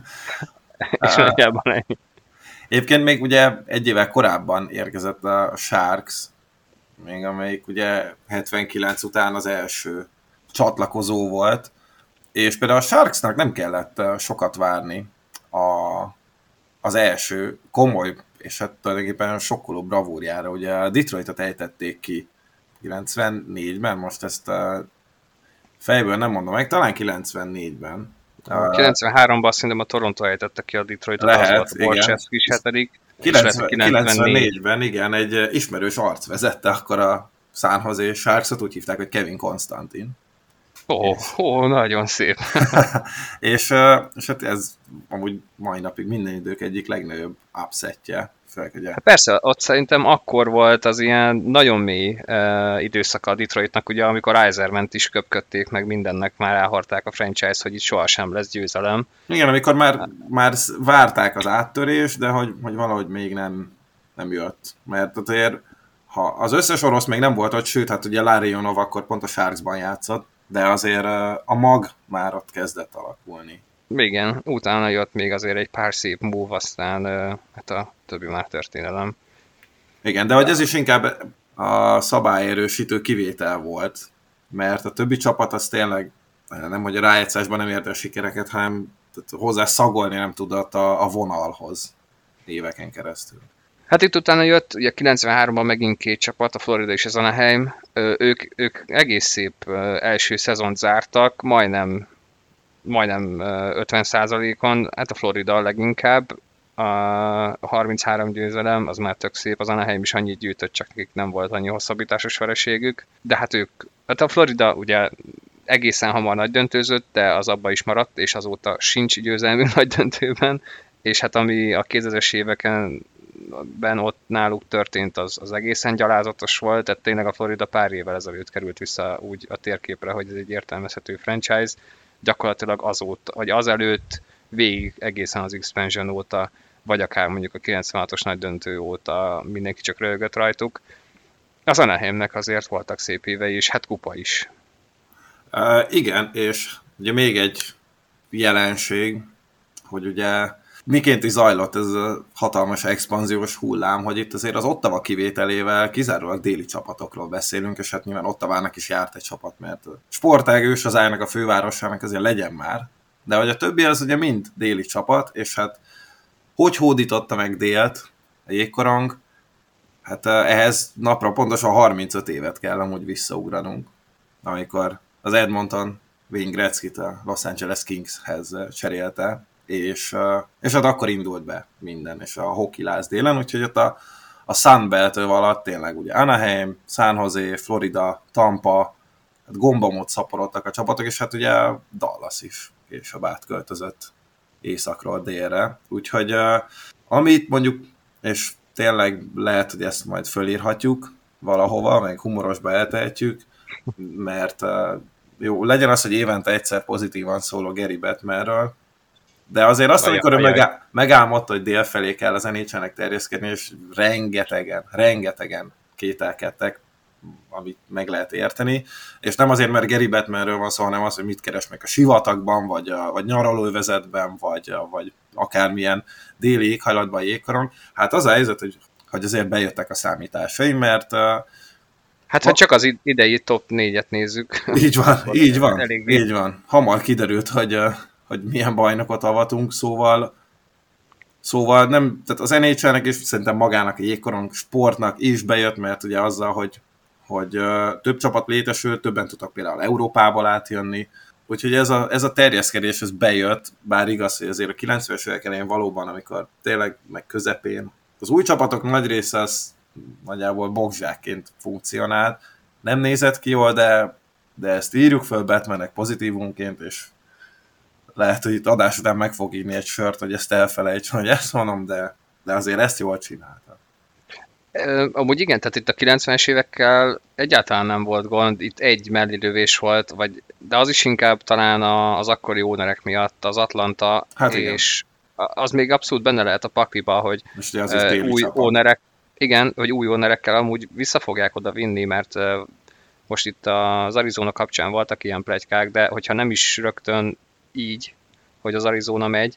És nagyjából ennyi. Egyébként még ugye egy évvel korábban érkezett a Sharks, még amelyik ugye 79 után az első csatlakozó volt, és például a Sharksnak nem kellett sokat várni az első komoly, és hát tulajdonképpen sokkoló bravúrjára. Ugye a Detroitot ejtették ki 94-ben, most ezt fejből nem mondom meg, talán 94-ben. 93-ban szerintem a Toronto ejtette ki a Detroitot, lehet, az volt a Borchester is hetedik. 94-ben, igen, egy ismerős arc vezette akkor a San Jose Sharksot, úgy hívták, hogy Kevin Constantin. Nagyon szép. és hát ez amúgy mai napig minden idők egyik legnagyobb upsetje. Hát persze, ott szerintem akkor volt az ilyen nagyon mély időszaka a Detroitnak, ugye, amikor Yzerment is köpködték, meg mindennek már elharták a franchise, hogy itt sohasem lesz győzelem. Igen, amikor már várták az áttörést, de hogy valahogy még nem jött. Mert azért, ha az összes orosz még nem volt ott, sőt, hát ugye Larionov akkor pont a Sharksban játszott, de azért a mag már ott kezdett alakulni. Igen, utána jött még azért egy pár szép move, aztán hát a többi már történelem. Igen, de hogy ez is inkább a szabályerősítő kivétel volt, mert a többi csapat az tényleg nem, hogy a rájegyszásban nem érte a sikereket, hanem hozzá szagolni nem tudott a vonalhoz éveken keresztül. Hát itt utána jött, ugye 93-ban megint két csapat, a Florida és az Anaheim. Ők egész szép első szezont zártak, majdnem 50%-on, hát a Florida leginkább, a 33 győzelem, az már tök szép, az Anaheim is annyit gyűjtött, csak nekik nem volt annyi hosszabbításos vereségük, de hát a Florida ugye egészen hamar nagy döntőzött, de az abba is maradt, és azóta sincs győzelmű nagy döntőben, és hát ami a 2000-es években ott náluk történt, az egészen gyalázatos volt, tehát tényleg a Florida pár évvel ezelőtt került vissza úgy a térképre, hogy ez egy értelmezhető franchise, gyakorlatilag azóta, vagy azelőtt végig egészen az expansion óta, vagy akár mondjuk a 96-os nagy döntő óta mindenki csak röhögött rajtuk. Az Anaheimnek azért voltak szép évei, és hát kupa is. Igen, és ugye még egy jelenség, hogy ugye miként is zajlott ez a hatalmas expanziós hullám, hogy itt azért az Ottawa kivételével kizárólag déli csapatokról beszélünk, és hát nyilván Ottavának is járt egy csapat, mert sportág őshazájának a fővárosának azért legyen már, de hogy a többi az ugye mind déli csapat, és hát hogy hódította meg délt a jégkorong, hát ehhez napra pontosan 35 évet kell amúgy visszaugranunk, amikor az Edmonton Wayne Gretzkyt a Los Angeles Kingshez cserélte, és hát akkor indult be minden, és a hockey láz délen, úgyhogy ott a Sunbelt-öv alatt tényleg ugye Anaheim, San Jose, Florida, Tampa, hát gombamód szaporodtak a csapatok, és hát ugye Dallas is később átköltözött északról délre, úgyhogy amit mondjuk, és tényleg lehet, hogy ezt majd fölírhatjuk valahova, meg humorosba eltehetjük, mert jó, legyen az, hogy évente egyszer pozitívan szóló Gary Bettmanről, de azért azt, amikor ő megálmodta, hogy délfelé kell az NHL-nek terjeszkedni, és rengetegen kételkedtek, amit meg lehet érteni, és nem azért, mert Gary Bettmanről van szó, hanem az, hogy mit keresnek a sivatagban, vagy nyaralóövezetben, vagy akármilyen déli éghajlatban, jégkorong. Hát az a helyzet, hogy azért bejöttek a számításai, mert hát ha csak az idei top 4-et nézzük. Így van. Hamar kiderült, hogy milyen bajnokot avatunk, szóval nem, tehát az NHL-nek és szerintem magának a jégkorong sportnak is bejött, mert ugye azzal, hogy több csapat létesült, többen tudtak például Európából átjönni, úgyhogy ez a terjeszkedés ez bejött, bár igaz, hogy azért a 90-es évek elején valóban, amikor tényleg meg közepén az új csapatok nagy része az nagyjából boxzsákként funkcionált, nem nézett ki jól, de ezt írjuk föl Batmannek pozitívunként, és lehet, hogy itt adás után meg fog írni egy sört, hogy ezt elfelejtsem, hogy ezt mondom, de azért ezt jól csinálta. Amúgy igen, tehát itt a 90-es évekkel egyáltalán nem volt gond, itt egy mellélövés volt, de az is inkább talán az akkori ownerek miatt, az Atlanta, hát és az még abszolút benne lehet a pakliba, hogy új ownerek, igen, hogy új ownerekkel amúgy vissza fogják oda vinni, mert most itt az Arizona kapcsán voltak ilyen pletykák, de hogyha nem is rögtön így, hogy az Arizona megy,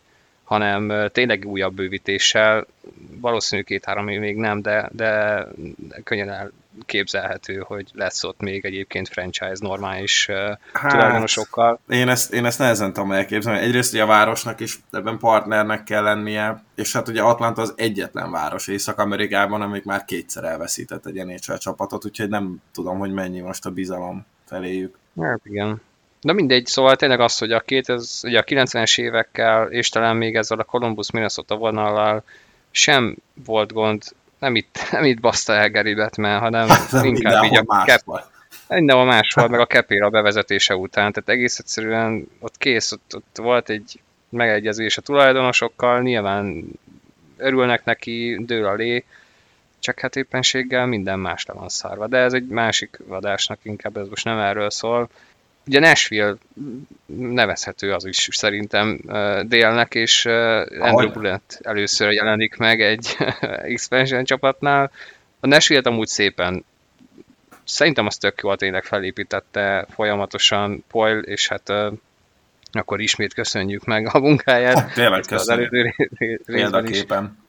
hanem tényleg újabb bővítéssel, valószínű 2-3 év még nem, de könnyen elképzelhető, hogy lesz ott még egyébként franchise normális tulajdonosokkal. Én ezt nehezen tudom elképzelni. Egyrészt ugye a városnak is ebben partnernek kell lennie, és hát ugye Atlanta az egyetlen város Észak-Amerikában, amik már 2-szer elveszített egy NHL csapatot, úgyhogy nem tudom, hogy mennyi most a bizalom feléjük. Hát igen. De mindegy, szóval tényleg az, hogy ugye a 90-es évekkel, és talán még ezzel a Columbus-Minnesota vonallal sem volt gond, nem itt baszta el Gary Bettman, hanem inkább így mindenhol máshol, meg a Capéra bevezetése után. Tehát egész egyszerűen ott kész, ott volt egy megegyezés a tulajdonosokkal, nyilván örülnek neki, dől a lé, csak hát éppenséggel minden más le van szarva. De ez egy másik adásnak, inkább ez most nem erről szól. Ugye Nashville nevezhető az is szerintem délnek, és Andrew Bullet először jelenik meg egy expansion csapatnál. A Nashville-t amúgy szépen, szerintem az tök jól tényleg felépítette folyamatosan Poile, és hát akkor ismét köszönjük meg a munkáját. Tényleg köszönjük. Az előző részben is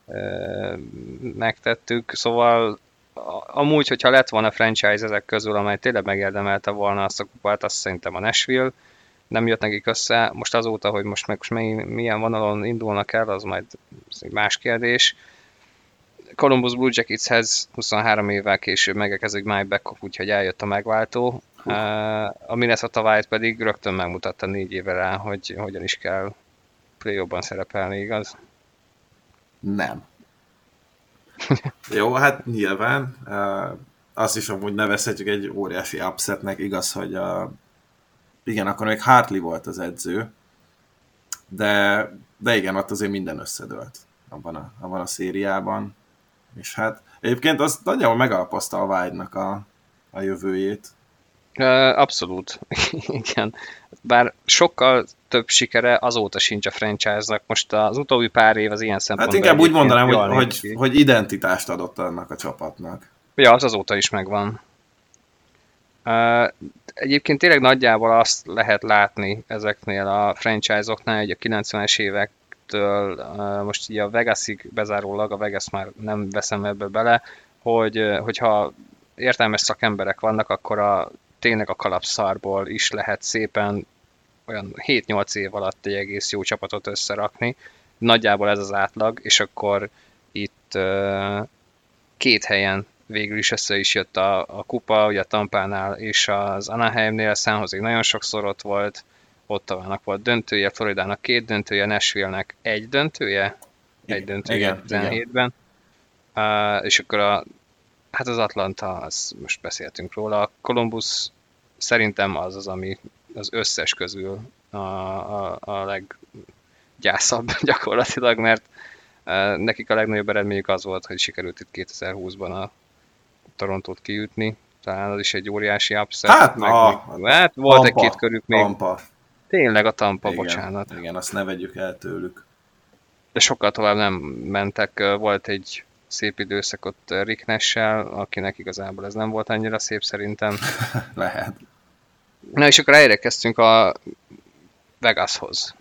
megtettük, szóval amúgy, hogyha lett volna franchise ezek közül, amely tényleg megérdemelte volna azt a kupát, azt szerintem a Nashville. Nem jött nekik össze. Most azóta, hogy most milyen vonalon indulnak el, az majd egy más kérdés. Columbus Blue Jacketshez 23 évvel később megérkezik Mike Babcock, úgyhogy eljött a megváltó. A Minnesota Wild pedig rögtön megmutatta 4 éve rá, hogy hogyan is kell play-offban szerepelni, igaz? Nem. Jó, hát nyilván. Azt is amúgy nevezhetjük egy óriási upsetnek, igaz, hogy igen, akkor még Hartley volt az edző, de igen, ott azért minden összedőlt abban a szériában. És hát egyébként az nagyjából megalapozta a Wild-nak a jövőjét. Abszolút, igen. Bár sokkal több sikere azóta sincs a franchise-nak. Most az utóbbi pár év az ilyen szempontból... Hát inkább úgy mondanám, hogy identitást adott annak a csapatnak. Ja, az azóta is megvan. Egyébként tényleg nagyjából azt lehet látni ezeknél a franchise-oknál, hogy a 90-es évektől most így a Vegasig bezárólag, a Vegas már nem veszem ebbe bele, hogyha értelmes szakemberek vannak, akkor tényleg a kalapszarból is lehet szépen olyan 7-8 év alatt egy egész jó csapatot összerakni. Nagyjából ez az átlag, és akkor itt 2 helyen végül is össze is jött a kupa, ugye a Tampánál és az Anaheimnél, San Jose nagyon sokszor ott volt, Ottavának volt döntője, Floridának 2 döntője, Nashville-nek 1 döntője, egy döntője 17-ben, és akkor hát az Atlanta, most beszéltünk róla, a Columbus szerintem az, ami az összes közül a leggyászabb gyakorlatilag, mert nekik a legnagyobb eredményük az volt, hogy sikerült itt 2020-ban a Torontót kiütni, talán az is egy óriási upset. Hát volt egy-két körük még. Tampa. Tényleg a Tampa, igen, bocsánat. Igen, azt ne vegyük el tőlük. De sokkal tovább nem mentek. Volt egy szép időszak ott Rick Nash-sel, akinek igazából ez nem volt annyira szép szerintem. Lehet. Na és akkor elérkeztünk a Vegashoz.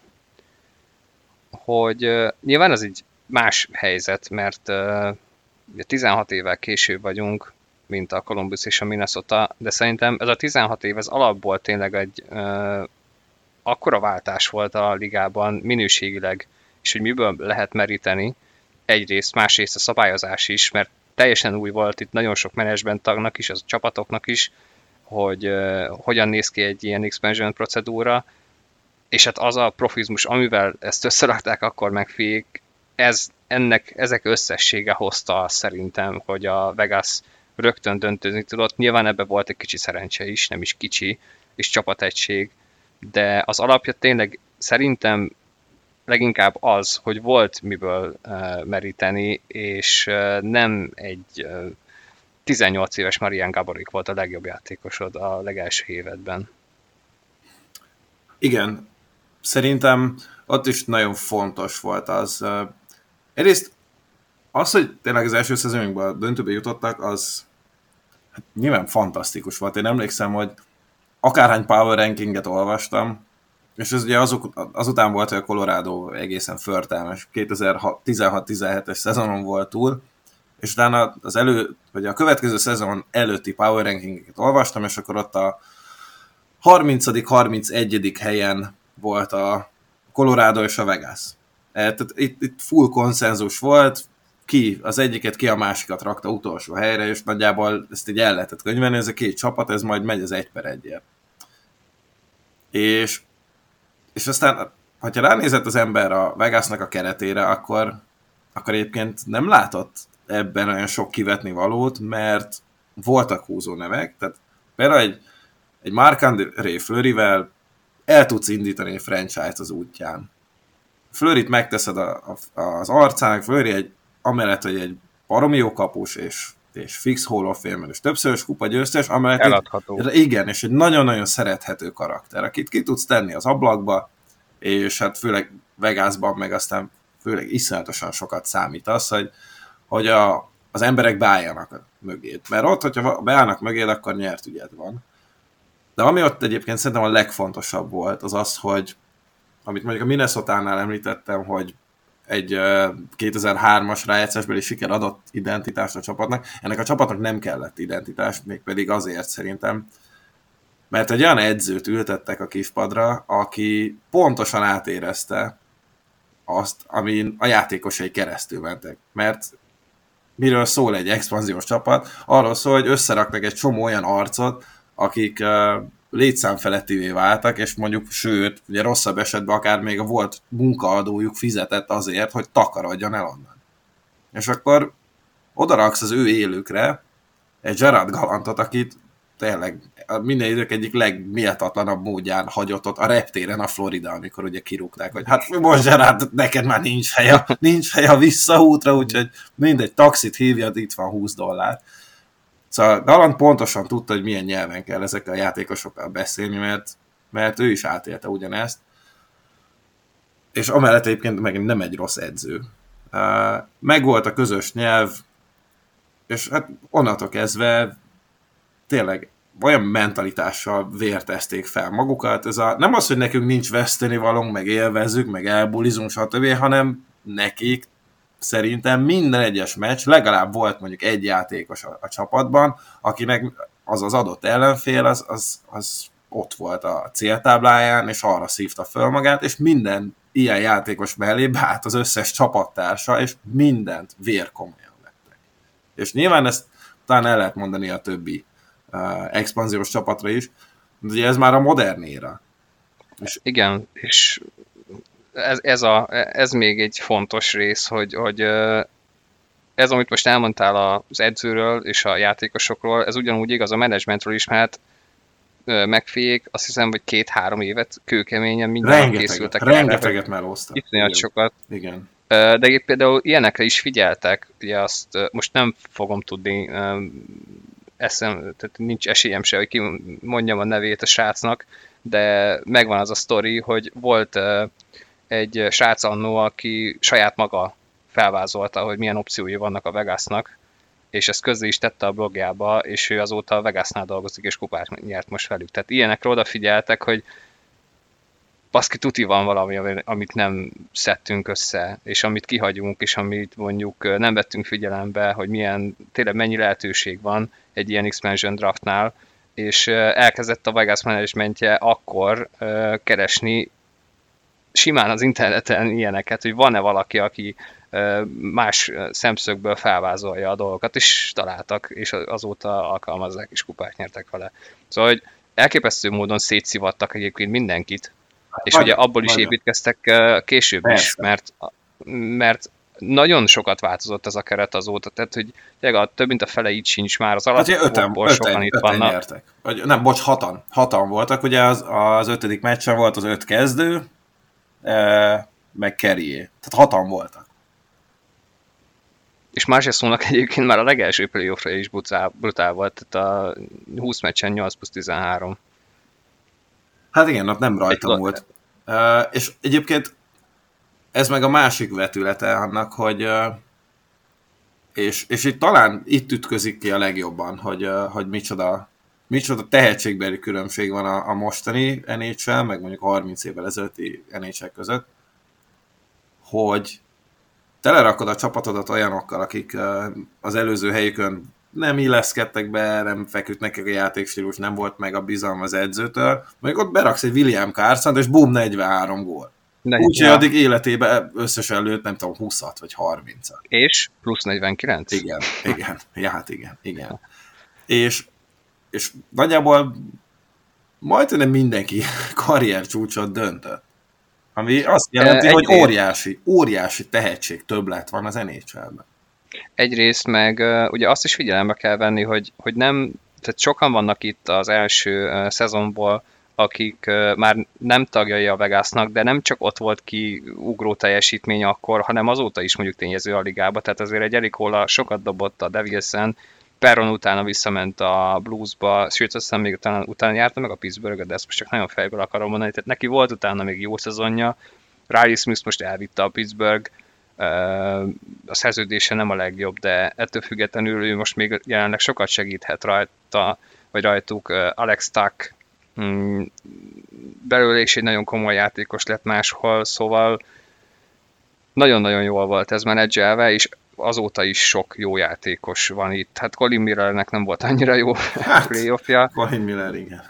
Hogy nyilván az egy más helyzet, mert 16 évvel később vagyunk, mint a Columbus és a Minnesota, de szerintem ez a 16 év, ez alapból tényleg egy akkora váltás volt a ligában minőségileg, és hogy miből lehet meríteni, egyrészt, másrészt a szabályozás is, mert teljesen új volt itt nagyon sok menedzsment tagnak is, az a csapatoknak is, hogy hogyan néz ki egy ilyen expansion procedúra, és hát az a profizmus, amivel ezt összerakták akkor meg fiék, ezek összessége hozta szerintem, hogy a Vegas rögtön döntözni tudott. Nyilván ebben volt egy kicsi szerencse is, nem is kicsi, és csapategység, de az alapja tényleg szerintem leginkább az, hogy volt miből meríteni, és nem egy 18 éves Marian Gaborik volt a legjobb játékosod a legelső évedben. Igen, szerintem ott is nagyon fontos volt az. Egyrészt az, hogy tényleg az első szezonunkban döntőbe jutottak, az hát nyilván fantasztikus volt. Én emlékszem, hogy akárhány power rankinget olvastam, és ez ugye azután volt, hogy a Colorado egészen förtelmes, 2016-17-es szezonon volt túl, és utána vagy a következő szezon előtti power rankingeket olvastam, és akkor ott a 30.-31. helyen volt a Colorado és a Vegas. Tehát itt full konszenzus volt, ki az egyiket, ki a másikat rakta utolsó helyre, és nagyjából ezt így el lehetett könyvelni, ez a két csapat, ez majd megy az 1/1-ért. És aztán, ha ránézett az ember a Vegasnak a keretére, akkor egyébként nem látott ebben olyan sok kivetni valót, mert voltak húzó nevek, tehát például egy Marc-André Fleuryvel el tudsz indítani egy franchise-t az útján. Fleuryt megteszed az arcának, Fleury amellett, hogy egy baromi jó kapus, és fix Hall of Famer, és többszörös kupa győztes, amellett eladható. Igen, és egy nagyon-nagyon szerethető karakter, akit ki tudsz tenni az ablakba, és hát főleg Vegasban, meg aztán főleg iszonyatosan sokat számít az, hogy az emberek beálljanak mögét. Mert ott, hogyha beállnak mögéd, akkor nyert ügyed van. De ami ott egyébként szerintem a legfontosabb volt, az, hogy amit mondjuk a Minnesota-nál említettem, hogy egy 2003-as rájátszásbeli siker adott identitást a csapatnak. Ennek a csapatnak nem kellett identitást, mégpedig azért szerintem, mert egy olyan edzőt ültettek a kispadra, aki pontosan átérezte azt, amin a játékosai keresztül mentek. Mert miről szól egy expanziós csapat? Arról szól, hogy összeraknak egy csomó olyan arcot, akik létszámfelettivé váltak, és mondjuk, sőt, ugye rosszabb esetben akár még a volt munkaadójuk fizetett azért, hogy takarodjon el onnan. És akkor odaraksz az ő élükre egy Gerard Gallantot, akit tényleg minden idők egyik legméltatlanabb módján hagyott ott a reptéren a Florida, amikor ugye kirúgták, hogy hát most Gerard, neked már nincs hely a visszaútra, úgyhogy mindegy, taxit hívjad, itt van $20. Szóval Gallant pontosan tudta, hogy milyen nyelven kell ezekkel a játékosokkal beszélni, mert ő is átélte ugyanezt. És amellett egyébként meg nem egy rossz edző. Megvolt a közös nyelv, és hát onnantól kezdve tényleg olyan mentalitással vértezték fel magukat. Nem az, hogy nekünk nincs vesztenivalónk, meg élvezzük, meg elbulizunk, stb., hanem nekik szerintem minden egyes meccs legalább volt mondjuk egy játékos a csapatban, akinek az adott ellenfél, az ott volt a céltábláján, és arra szívta föl magát, és minden ilyen játékos mellé beállt az összes csapattársa, és mindent vérkomolyan vettek. És nyilván ezt talán el lehet mondani a többi expanziós csapatra is, de ugye ez már a modern éra. Igen, és ez még egy fontos rész, hogy ez, amit most elmondtál az edzőről és a játékosokról, ez ugyanúgy igaz a menedzsmentről is, mert megfiék, azt hiszem, hogy 2-3 évet kőkeményen minden készültek. Rengeteget melóztak. Iszonyat sokat. Igen. De például ilyenekre is figyeltek, ugye azt most nem fogom tudni, tehát nincs esélyem se, hogy mondjam a nevét a srácnak, de megvan az a sztori, hogy volt egy srác annó, aki saját maga felvázolta, hogy milyen opciói vannak a Vegasnak, és ezt közzé is tette a blogjába, és ő azóta a Vegasnál dolgozik, és kupát nyert most velük. Tehát ilyenekre odafigyeltek, hogy baszki, tuti van valami, amit nem szedtünk össze, és amit kihagyunk, és amit mondjuk nem vettünk figyelembe, hogy tényleg mennyi lehetőség van egy ilyen expansion draftnál, és elkezdett a Vegas managementje akkor keresni simán az interneten ilyeneket, hogy van-e valaki, aki más szemszögből felvázolja a dolgokat, és találtak, és azóta alkalmazzák, és kupát nyertek vele. Szóval, hogy elképesztő módon szétszivattak egyébként mindenkit, és ugye abból is építkeztek később is, mert nagyon sokat változott ez a keret azóta, tehát hogy több mint a fele így sincs már, az alapból sokan itt vannak. Nyertek. Nem, bocs, hatan voltak, ugye az 5. meccsen volt az 5 kezdő, meg Carrier. Tehát 6 voltak. És másrészt szólnak egyébként már a legelső playoffra is brutál volt, tehát a 20 meccsen 8+13. Hát igen, ott nem rajtam volt. És egyébként ez meg a másik vetülete annak, hogy és itt talán itt ütközik ki a legjobban, hogy micsoda micsoda tehetségbeli különbség van a mostani NHL, meg mondjuk 30 évvel ezelőtti NHL között, hogy telerakod a csapatodat olyanokkal, akik az előző helyükön nem illeszkedtek be, nem feküdt nekik a játékstílus, nem volt meg a bizalom az edzőtől, mondjuk ott beraksz egy William Carlsont, és bum, 43 gól. Úgyhogy addig életében összesen lőtt, nem tudom, 20-at vagy 30-at. És plusz 49? Igen. Ja, hát igen. És nagyjából majdnem mindenki karrier csúcsot döntött. Ami azt jelenti, hogy óriási tehetség többlet van az NHL-ben. Egyrészt meg ugye azt is figyelembe kell venni, hogy nem, tehát sokan vannak itt az első szezonból, akik már nem tagjai a Vegasnak, de nem csak ott volt ki ugró teljesítmény akkor, hanem azóta is mondjuk tényező a ligába, tehát azért egy Erik Haula sokat dobott a Devilsen, Perron utána visszament a Bluesba, sőt aztán még utána járta meg a Pittsburgh-et, de ezt most csak nagyon fejből akarom mondani, tehát neki volt utána még jó szezonja, Riley Smith most elvitte a Pittsburgh, a szerződése nem a legjobb, de ettől függetlenül ő most még jelenleg sokat segíthet rajta, vagy rajtuk. Alex Tuch belőle is egy nagyon komoly játékos lett máshol, szóval nagyon-nagyon jól volt ez menedzselve, és azóta is sok jó játékos van itt. Hát Colin Millernek nem volt annyira jó playoffja. Colin Miller, igen.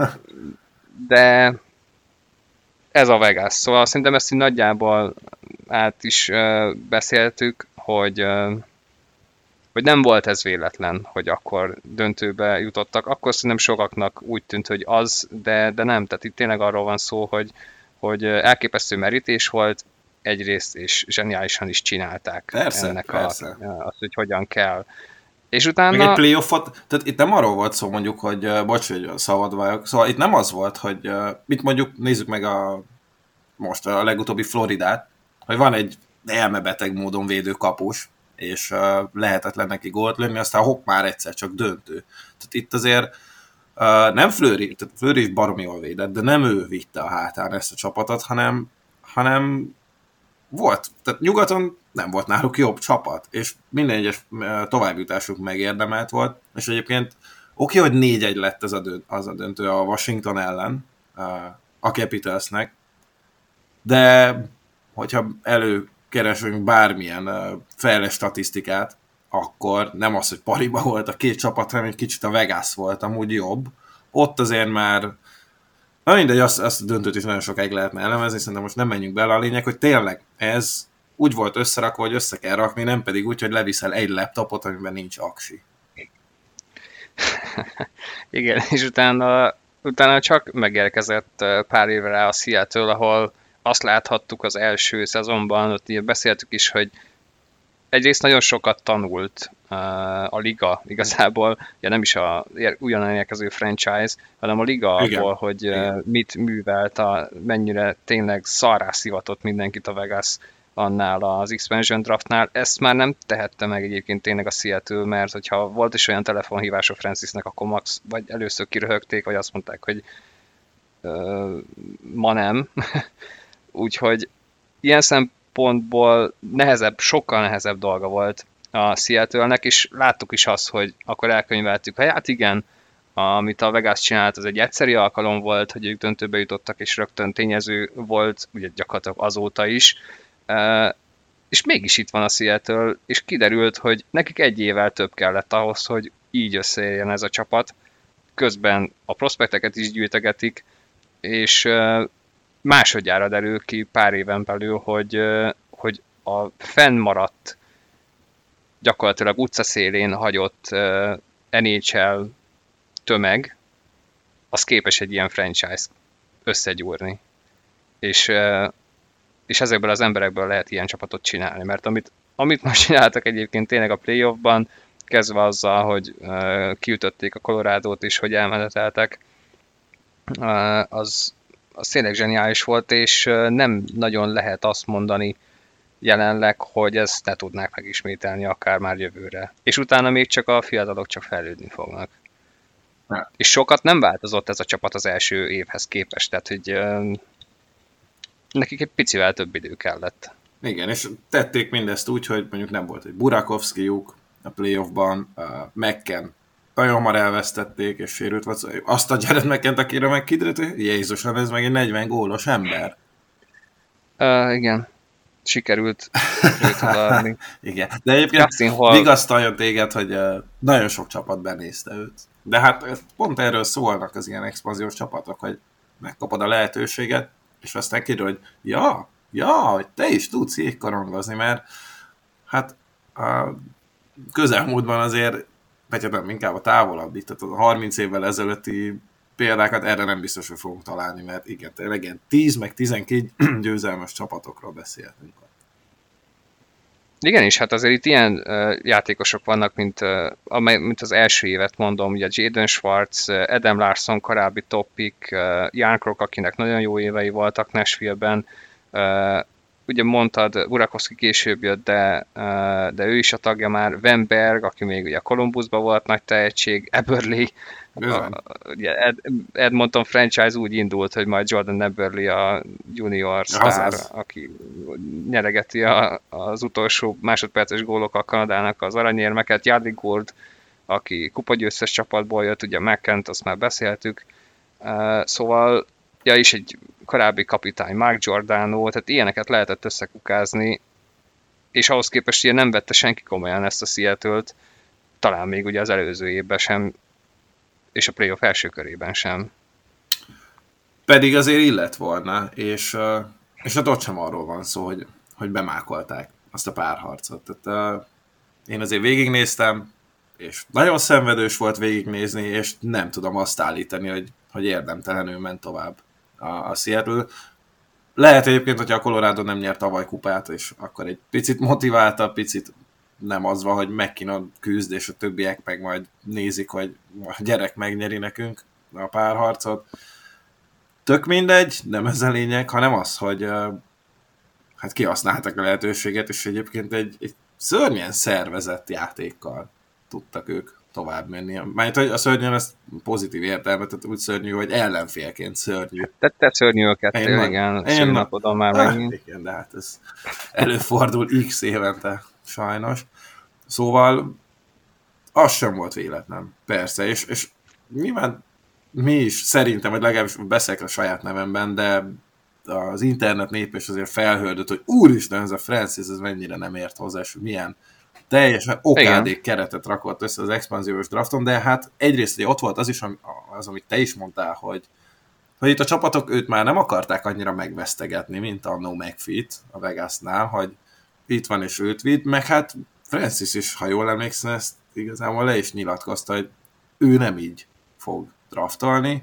De ez a Vegas. Szóval szerintem ezt így nagyjából át is beszéltük, hogy nem volt ez véletlen, hogy akkor döntőbe jutottak. Akkor szerintem sokaknak úgy tűnt, hogy az, de nem. Tehát itt tényleg arról van szó, hogy elképesztő merítés volt egyrészt, és zseniálisan is csinálták persze, ennek persze. Azt, hogy hogyan kell. És utána... Még egy playoffot, tehát itt nem arról volt szó mondjuk, hogy bocs, hogy szabad vagyok, szóval itt nem az volt, hogy mit mondjuk, nézzük meg most a legutóbbi Floridát, hogy van egy elmebeteg módon védő kapus, és lehetetlen neki gólt lőni, aztán hopp, már egyszer csak döntő. Tehát itt azért nem Fleury, tehát Fleury is baromi jól védett, de nem ő vitte a hátán ezt a csapatot, hanem volt, tehát nyugaton nem volt náluk jobb csapat, és minden egyes továbbjutásuk megérdemelt volt, és egyébként oké, hogy 4-1 lett az a döntő a Washington ellen, a Capitalsnek, de hogyha előkeresünk bármilyen fejlett statisztikát, akkor nem az, hogy pariba volt a két csapat, hanem egy kicsit a Vegas volt amúgy jobb. Ott azért már na mindegy, azt a döntőt is nagyon sokáig lehetne elemezni, szerintem most nem menjünk bele, a lényeg, hogy tényleg ez úgy volt összerakva, hogy össze kell rakni, nem pedig úgy, hogy leviszel egy laptopot, amiben nincs aksi. Igen, és utána csak megérkezett pár évre rá a Seattle, ahol azt láthattuk az első szezonban, ott így beszéltük is, hogy egyrészt nagyon sokat tanult a liga igazából, ugye nem is ugyanan érkező franchise, hanem a liga abból, hogy mit művelt, mennyire tényleg szarrá szivatott mindenkit a Vegas annál az expansion draftnál. Ezt már nem tehette meg egyébként tényleg a Seattle, mert hogyha volt is olyan telefonhívás a Francisnek, akkor max vagy először kiröhögték, vagy azt mondták, hogy ma nem. Úgyhogy ilyen szempontból sokkal nehezebb dolga volt a Seattle-nek, és láttuk is azt, hogy akkor elkönyveltük, hogy hát igen, amit a Vegas csinált, az egy egyszeri alkalom volt, hogy ők döntőbe jutottak, és rögtön tényező volt, ugye gyakorlatilag azóta is, és mégis itt van a Seattle, és kiderült, hogy nekik egy évvel több kellett ahhoz, hogy így összeérjen ez a csapat, közben a prospekteket is gyűjtegetik, és másodjára derül ki pár éven belül, hogy a fennmaradt, gyakorlatilag utcaszélén hagyott NHL tömeg, az képes egy ilyen franchise összegyúrni. És ezekből az emberekből lehet ilyen csapatot csinálni, mert amit most csináltak egyébként tényleg a playoffban, kezdve azzal, hogy kiütötték a Colorado-t is, hogy elmeneteltek, az tényleg zseniális volt, és nem nagyon lehet azt mondani jelenleg, hogy ezt ne tudnák megismételni akár már jövőre. És utána még csak a fiatalok csak fejlődni fognak. Ja. És sokat nem változott ez a csapat az első évhez képest, tehát hogy nekik egy picivel több idő kellett. Igen, és tették mindezt úgy, hogy mondjuk nem volt egy Burakovszkijuk a playoffban, McCann nagyon hamar elvesztették, és sérült volt. Azt a Jared McKent, akire meg kiderült, hogy Jézusom, ez meg egy 40 gólos ember. Igen. Sikerült őt odaadni. Igen, de egyébként vigasztaljon téged, hogy nagyon sok csapat benézte őt. De hát pont erről szólnak az ilyen expanziós csapatok, hogy megkapod a lehetőséget, és aztán kiderül, hogy hogy te is tudsz jégkorongozni, mert hát a közelmúltban azért, vagy nem, inkább a távolabbi, tehát a 30 évvel ezelőtti példákat erre nem biztos, hogy fogunk találni, mert igen, tényleg 10 meg 12 győzelmes csapatokról beszéltünk. Igen, és hát azért itt ilyen játékosok vannak, mint az első évet mondom, ugye Jaden Schwartz, Adam Larson korábbi top pick, Jan Krok, akinek nagyon jó évei voltak Nashville-ben, ugye mondtad, Burakovsky később jött, de ő is a tagja már, Van Berg, aki még ugye a Columbusban volt nagy tehetség, Eberle, ugye Edmonton franchise úgy indult, hogy majd Jordan Eberle a junior sztár, aki nyeregeti az utolsó másodperces gólokkal Kanadának az aranyérmeket, Yardley Gould, aki kupagyőztes csapatból jött, ugye McKent, azt már beszéltük, szóval és egy korábbi kapitány, Mark Giordano, tehát ilyeneket lehetett összekukázni, és ahhoz képest ilyen nem vette senki komolyan ezt a Seattle-t, talán még ugye az előző évben sem, és a playoff első körében sem. Pedig azért illet volna, és hát ott sem arról van szó, hogy bemákolták azt a párharcot. Tehát én azért végignéztem, és nagyon szenvedős volt végignézni, és nem tudom azt állítani, hogy érdemtelenül ment tovább a Seattle. Lehet egyébként, hogyha a Colorado nem nyert tavaly kupát, és akkor egy picit motiválta, picit nem az van, hogy McKinnon küzd, és a többiek meg majd nézik, hogy a gyerek megnyeri nekünk a párharcot. Tök mindegy, nem ez a lényeg, hanem az, hogy hát kihasználtak a lehetőséget, és egyébként egy szörnyen szervezett játékkal tudtak ők tovább menni. Mert a szörnyen ez pozitív értelmet, tehát úgy szörnyű, hogy ellenfélként szörnyű. Te szörnyű őket, igen, szőnapodon már megint. Igen, de hát ez előfordul x évente, sajnos. Szóval az sem volt véletlen, persze, és nyilván mi is szerintem, vagy legalábbis beszélek a saját nevemben, de az internet nép is azért felhördött, hogy úristen, ez a Francis, ez mennyire nem ért hozzá, és milyen teljesen okádék keretet rakott össze az expanziós drafton, de hát egyrészt ugye ott volt az is, amit te is mondtál, hogy itt a csapatok őt már nem akarták annyira megvesztegetni, mint annó McPhee-t a Vegasnál, hogy itt van és őt vitt, meg hát Francis is, ha jól emlékszem, ezt igazából le is nyilatkozta, hogy ő nem így fog draftolni,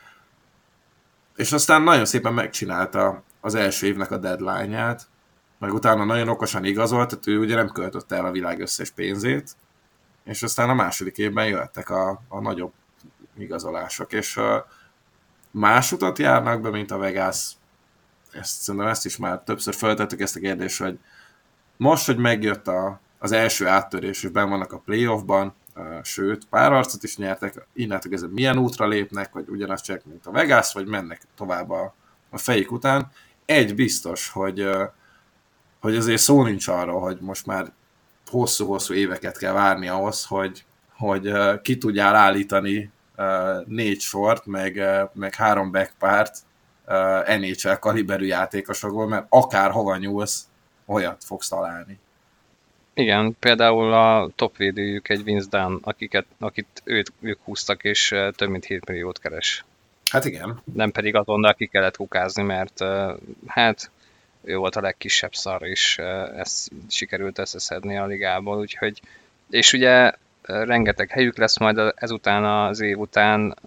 és aztán nagyon szépen megcsinálta az első évnek a deadline-ját, meg utána nagyon okosan igazolt, tehát ő ugye nem költötte el a világ összes pénzét, és aztán a második évben jöttek a nagyobb igazolások, és más utat járnak be, mint a Vegas. Szerintem ezt is már többször feltettük ezt a kérdést, hogy most, hogy megjött az első áttörés, és benn vannak a playoffban, sőt, párharcot is nyertek, innentől kezdve milyen útra lépnek, vagy ugyanazt csak, mint a Vegas, vagy mennek tovább a fejük után. Egy biztos, hogy azért szó nincs arról, hogy most már hosszú-hosszú éveket kell várni ahhoz, hogy ki tudjál állítani 4 sort, meg 3 backpárt NHL kaliberű játékosokból, mert akárhova nyúlsz, olyat fogsz találni. Igen, például a topvédőjük egy Vince Dunn, akit ők húztak, és több mint 7 milliót keres. Hát igen. Nem pedig azonnal ki kellett kukázni, mert hát ő volt a legkisebb szar, és ezt sikerült összeszedni a ligából, úgyhogy, és ugye rengeteg helyük lesz majd ezután az év után,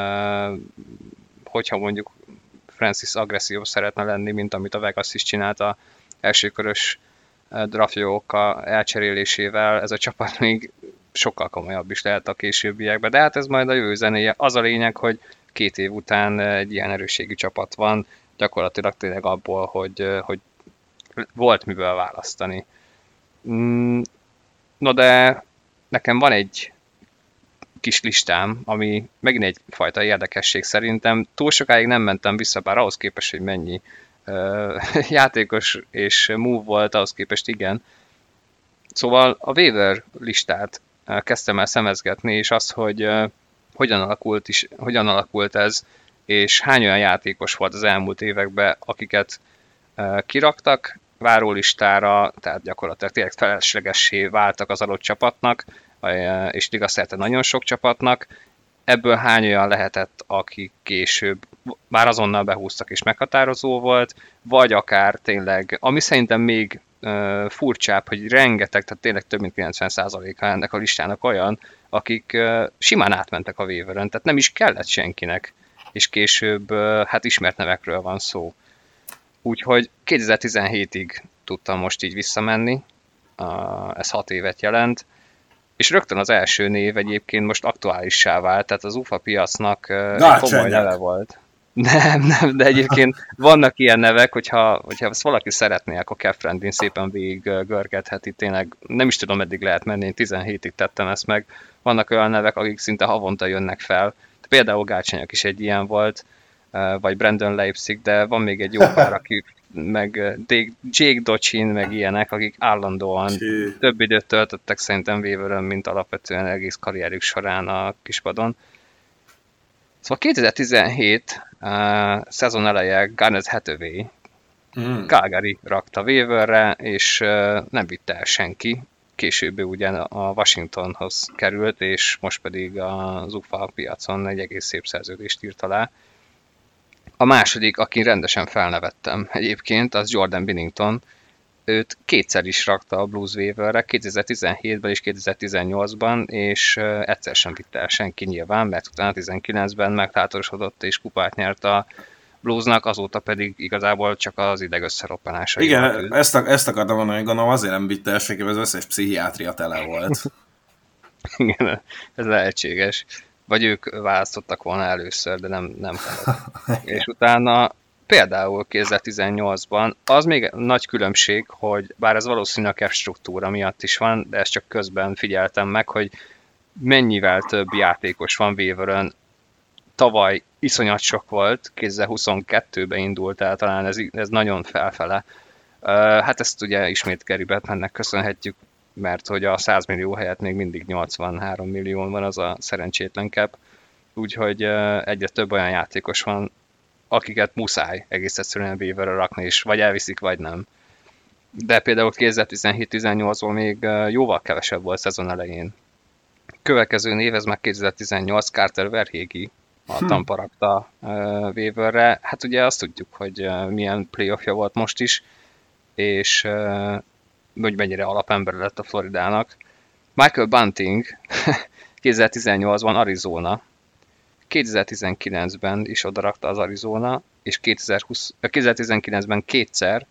hogyha mondjuk Francis agresszív szeretne lenni, mint amit a Vegas is csinálta elsőkörös draftjókkal elcserélésével, ez a csapat még sokkal komolyabb is lehet a későbbiekben, de hát ez majd a jövő zenéje. Az a lényeg, hogy 2 év után egy ilyen erősségű csapat van, gyakorlatilag tényleg abból, hogy volt miből választani. No de nekem van egy kis listám, ami megint egyfajta érdekesség szerintem. Túl sokáig nem mentem vissza, bár ahhoz képest, hogy mennyi játékos és move volt, ahhoz képest igen. Szóval a waiver listát kezdtem el szemezgetni, és az, hogy hogyan alakult ez, és hány olyan játékos volt az elmúlt években, akiket kiraktak várólistára, tehát gyakorlatilag tényleg feleslegessé váltak az adott csapatnak, és ligaszerte nagyon sok csapatnak. Ebből hány olyan lehetett, akik később már azonnal behúztak és meghatározó volt, vagy akár tényleg, ami szerintem még furcsább, hogy rengeteg, tehát tényleg több mint 90%-a ennek a listának olyan, akik simán átmentek a waiveren, tehát nem is kellett senkinek, és később hát ismert nevekről van szó. Úgyhogy 2017-ig tudtam most így visszamenni, ez 6 évet jelent, és rögtön az első név egyébként most aktuálissá vált, tehát az UFA piacnak egy komoly neve volt. Nem, de egyébként vannak ilyen nevek, hogyha ezt valaki szeretné, akkor Capfriendin szépen végig görgetheti, tényleg nem is tudom, meddig lehet menni, én 17-ig tettem ezt meg. Vannak olyan nevek, akik szinte havonta jönnek fel. Például Gácsanyak is egy ilyen volt, vagy Brandon Leipzig, de van még egy jó pár, aki meg Jake Dochin, meg ilyenek, akik állandóan több időt töltöttek szerintem waiveren, mint alapvetően egész karrierük során a kispadon. Szóval 2017 szezon eleje Garnet Hathaway Calgary rakta waiverre, és nem vitte el senki. Később ugyan a Washingtonhoz került, és most pedig az UFA piacon egy egész szép szerződést írt alá. A második, akin rendesen felnevettem egyébként, az Jordan Binnington. Őt kétszer is rakta a Blues waiverre, 2017-ben és 2018-ban, és egyszer sem vitte el senki nyilván, mert utána 19-ben meglátorosodott és kupát nyert a Bluesnak, azóta pedig igazából csak az ideg összeroppanása. Igen, ezt akartam mondani, hogy gondolom azért nem vitte el senki, mert az összes pszichiátria tele volt. Igen, ez lehetséges. Vagy ők választottak volna először, de nem kellett. És utána például 2018-ban az még nagy különbség, hogy bár ez valószínűleg a struktúra miatt is van, de ezt csak közben figyeltem meg, hogy mennyivel több játékos van waiveren. Tavaly iszonyat sok volt, 2022-ben indult el, talán ez nagyon felfele. Hát ezt ugye ismét Gary Bettmannek köszönhetjük, mert hogy a 100 millió helyett még mindig 83 millió van az a szerencsétlen cap. Úgyhogy egyre több olyan játékos van, akiket muszáj egész egyszerűen waiverre rakni, és vagy elviszik, vagy nem. De például 2017-18-ból még jóval kevesebb volt szezon elején. Következő név, ez már 2018, Carter Verhaeghe a Tampa rakta waiverre. Hát ugye azt tudjuk, hogy milyen playoffja volt most is, és hogy mennyire alapember lett a Floridának. Michael Bunting 2018-ban Arizona, 2019-ben is odarakta az Arizona, és 2019-ben kétszer,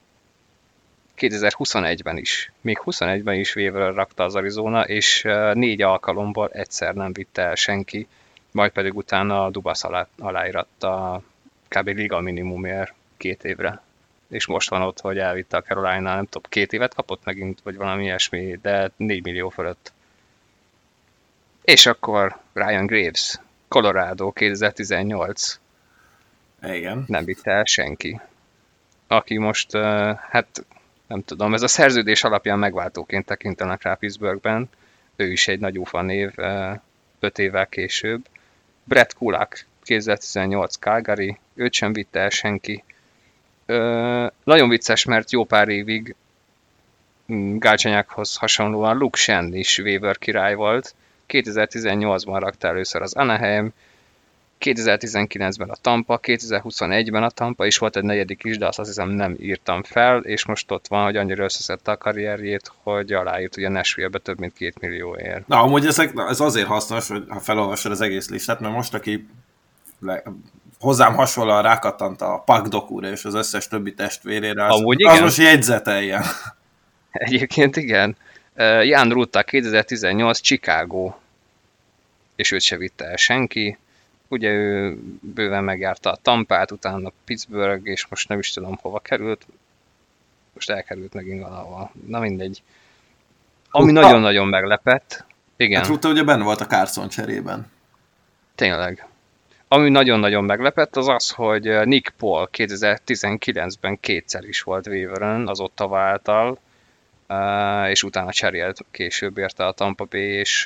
2021-ben is. Még 21-ben is waiverre rakta az Arizona, és 4 alkalomból egyszer nem vitte el senki, majd pedig utána a Dubas aláíratta kb. Liga minimumért 2 évre. És most van ott, hogy elvitte a Carolina, nem tudom, 2 évet kapott megint, vagy valami ilyesmi, de 4 millió fölött. És akkor Ryan Graves, Colorado 2018. Igen. Nem vitte el senki. Aki most, hát nem tudom, ez a szerződés alapján megváltóként tekintenek rá Pittsburghben. Ő is egy nagy UFA név, 5 évvel később. Brett Kulak 2018 Calgary, őt sem vitte el senki. Nagyon vicces, mert jó pár évig Gácsanyákhoz hasonlóan Luke Shen is waiver király volt. 2018-ban rakta először az Anaheim, 2019-ben a Tampa, 2021-ben a Tampa, és volt egy negyedik is, de azt hiszem nem írtam fel, és most ott van, hogy annyira összeszedte a karrierjét, hogy aláírt ugye Nashville-be több mint 2 millióért. Na, amúgy ez azért hasznos, hogy ha felolvasod az egész listát, mert most, aki hozzám hasonlóan rákattant a Puck Dokura és az összes többi testvérére, az most jegyzeteljen. Egyébként igen. Jan Rutta 2018 Chicago, és őt se vitte el senki. Ugye ő bőven megjárta a Tampát, utána Pittsburgh, és most nem is tudom hova került. Most elkerült megint valahol. Na mindegy. Ami nagyon-nagyon meglepett. Igen. Hát Rutta ugye benne volt a Carson cserében. Tényleg. Ami nagyon-nagyon meglepett, az az, hogy Nick Paul 2019-ben kétszer is volt waiveren az Ottawa által, és utána cserélt később érte a Tampa Bay,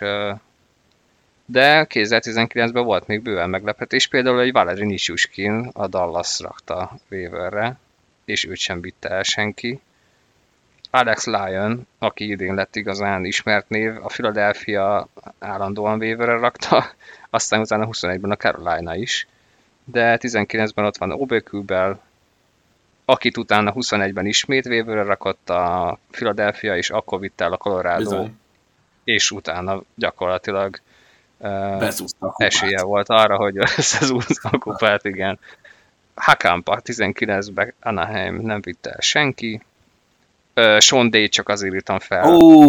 de 2019-ben volt még bőven meglepetés, például egy Valeri Nichushkin a Dallas rakta waiverre, és őt sem vitte el senki. Alex Lyon, aki idén lett igazán ismert név, a Philadelphia állandóan waiverre rakta, aztán utána 21-ben a Carolina is, de 19-ben ott van Obe Kubel, akit utána 21-ben ismét waiverre rakott a Philadelphia, és akkor vitt el a Colorado, Bizony. és utána gyakorlatilag Bezúzta a kupát. esélye volt arra, hogy összezúzza a kupát, igen. Hakampa 19-ben Anaheim nem vitte el senki. Sean Day csak azért írtam fel,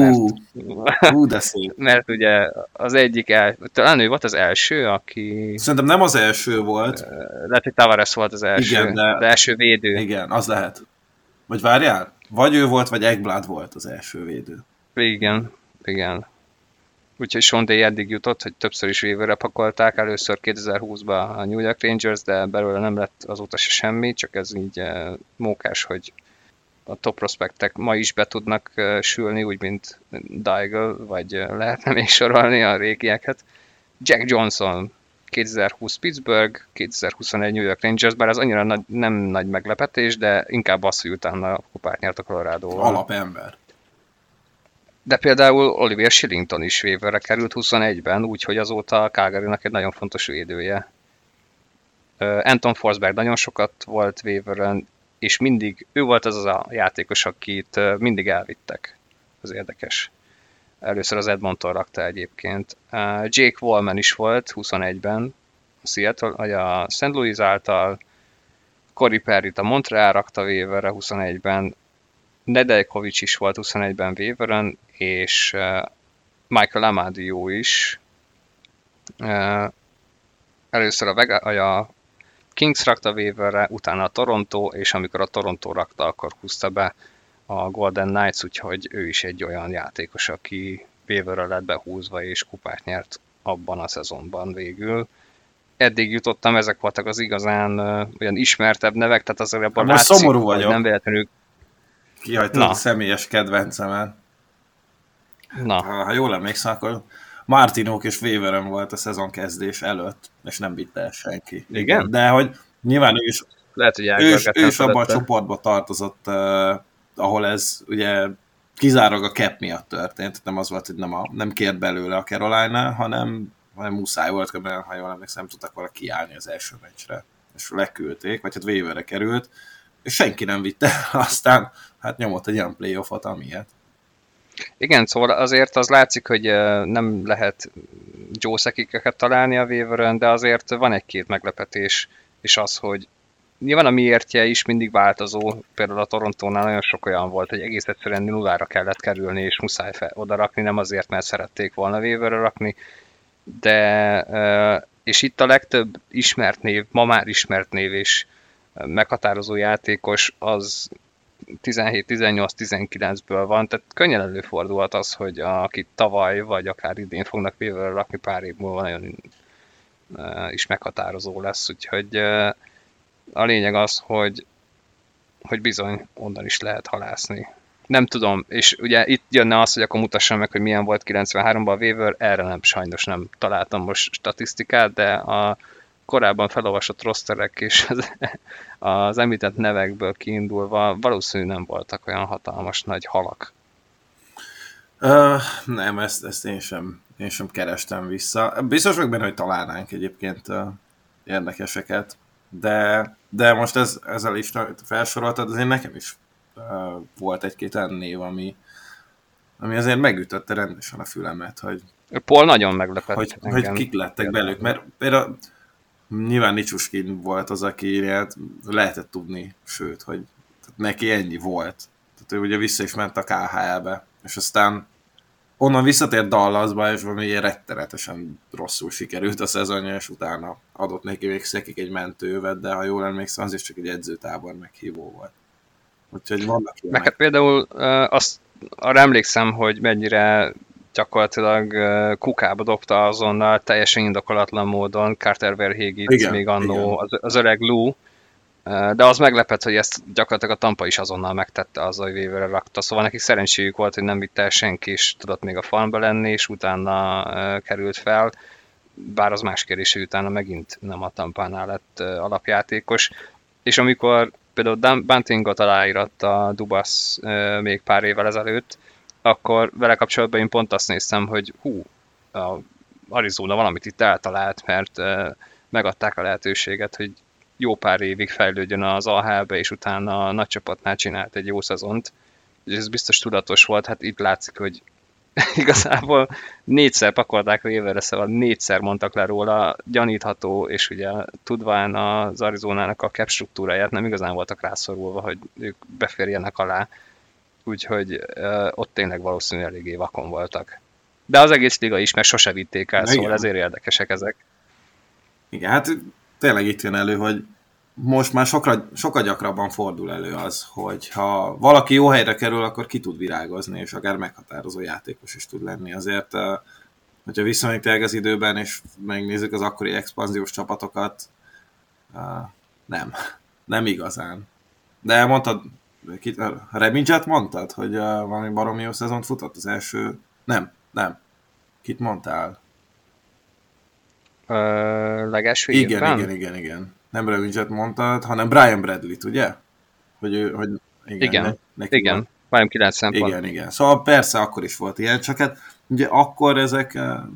De szép. mert ugye az egyik, talán ő volt az első, aki... Szerintem nem az első volt. Lehet, hogy Tavares volt az első, Igen, de... az első védő. Igen, az lehet. Vagy várjál? Vagy ő volt, vagy Ekblad volt az első védő. Igen. Úgyhogy Sean Day eddig jutott, hogy többször is waiverre pakolták, először 2020-ban a New York Rangers, de belőle nem lett azóta se semmi, csak ez így mókás, hogy a top prospektek ma is be tudnak sülni, úgy mint Daigle, vagy lehetne még sorolni a régieket. Jack Johnson 2020 Pittsburgh, 2021 New York Rangers, bár az annyira nem nagy meglepetés, de inkább az, hogy utána kupát nyert a Colorado-val. Alapember. De például Oliver Shillington is waiverre került 21-ben, úgyhogy azóta a Calgarynak egy nagyon fontos védője. Anton Forsberg nagyon sokat volt waiveren, és mindig ő volt az a játékos, akit mindig elvittek. Az érdekes. Először az Edmonton rakta egyébként. Jake Wallman is volt 21-ben a Seattle, a St. Louis által. Corey Perryt a Montreal rakta waiverre 21-ben. Nedeljkovic is volt 21-ben waiveren, és Michael Amadio is. Először a Kings rakta waiverre, utána a Toronto, és amikor a Toronto rakta, akkor húzta be a Golden Knights, úgyhogy ő is egy olyan játékos, aki waiverre lett behúzva, és kupát nyert abban a szezonban végül. Eddig jutottam, ezek voltak az igazán olyan ismertebb nevek, tehát azért abban látszik, szomorú vagyok. Nem véletlenül kihagytad a személyes kedvencemet. Na. Ha jól emlékszem, akkor Martinók és waiveren volt a szezon kezdés előtt, és nem vitte el senki. Igen? De hogy nyilván ő is, lehet, hogy ő is abban a csoportban tartozott, ahol ez ugye kizárólag a cap miatt történt. Nem az volt, hogy nem kért belőle a Carolina, hanem muszáj volt, mert ha jól emlékszem, tudtak volna kiállni az első meccsre. És leküldték, vagy hát waiverre került, és senki nem vitte, aztán hát nyomott egy olyan playoffot, amilyet. Igen, szóval azért az látszik, hogy nem lehet Joe Sakic-eket találni a waiveren, de azért van egy-két meglepetés, és az, hogy nyilván a miértje is mindig változó, például a Torontónál nagyon sok olyan volt, hogy egész egyszerűen nullára kellett kerülni, és muszáj oda rakni, nem azért, mert szerették volna waiverre rakni, de és itt a legtöbb ismert név, ma már ismert név és meghatározó játékos az 17, 18, 19-ből van, tehát könnyen előfordulhat az, hogy akit tavaly, vagy akár idén fognak waiverre rakni, pár év múlva nagyon is meghatározó lesz, úgyhogy a lényeg az, hogy bizony onnan is lehet halászni. Nem tudom, és ugye itt jönne az, hogy akkor mutassam meg, hogy milyen volt 93-ban a waiver, erre sajnos nem találtam most statisztikát, de a korábban felolvasott rosterek és az említett nevekből kiindulva valószínűleg nem voltak olyan hatalmas nagy halak. Nem, ezt én sem kerestem vissza. Biztos vagyok benne, hogy találnánk egyébként érdekeseket, de most ez a lista felsoroltad, azért nekem is volt egy-két olyan név, ami azért megütötte rendesen a fülemet, hogy Paul nagyon meglepett. Hogy kik lettek belőlük, mert például nyilván Nichushkin volt az, aki lehetett tudni, sőt, hogy neki ennyi volt. Tehát ő ugye vissza is ment a KHL-be, és aztán onnan visszatért Dallasba, és valami rettenetesen rosszul sikerült a szezonja, és utána adott neki még Sakic egy mentővet, de ha jól emlékszem, az is csak egy edzőtábor meghívó volt. Úgyhogy vannak ilyenek. Meg hát például arra emlékszem, hogy mennyire gyakorlatilag kukába dobta azonnal teljesen indokolatlan módon Carter Verhaeghe-t, még annó az öreg Lou, De az meglepett, hogy ezt gyakorlatilag a Tampa is azonnal megtette azzal, hogy waiverre rakta. Szóval nekik szerencséjük volt, hogy nem vitte el senki, és tudott még a farmba lenni, és utána került fel. Bár az más kérdés, hogy utána megint nem a Tampánál lett alapjátékos. És amikor például Buntingot aláíratta Dubas még pár évvel ezelőtt, akkor vele kapcsolatban én pont azt néztem, hogy a Arizona valamit itt eltalált, mert megadták a lehetőséget, hogy jó pár évig fejlődjön az AHL-be, és utána a nagy csapatnál csinált egy jó szezont, és ez biztos tudatos volt, hát itt látszik, hogy igazából 4-szer pakolták Waiverre, szóval 4-szer mondtak le róla, gyanítható, és ugye tudván az Arizonának a cap struktúráját nem igazán voltak rászorulva, hogy ők beférjenek alá, úgyhogy ott tényleg valószínűleg eléggé vakon voltak. De az egész liga is, mert sose vitték el, szóval ezért érdekesek ezek. Igen, hát tényleg itt jön elő, hogy most már sokkal gyakrabban fordul elő az, hogy ha valaki jó helyre kerül, akkor ki tud virágozni, és akár meghatározó játékos is tud lenni. Azért, hogyha visszamegyünk az időben, és megnézzük az akkori expanziós csapatokat, nem igazán. De mondtad, Remigent mondtad, hogy valami baromi jó szezont futott az első? Nem. Kit mondtál? Legelső évben? Igen. Nem Remigent mondtad, hanem Brian Bradley-t, ugye? Igen. Valami 90 pont. Igen. Szóval persze akkor is volt ilyen, csak hát ugye akkor ezek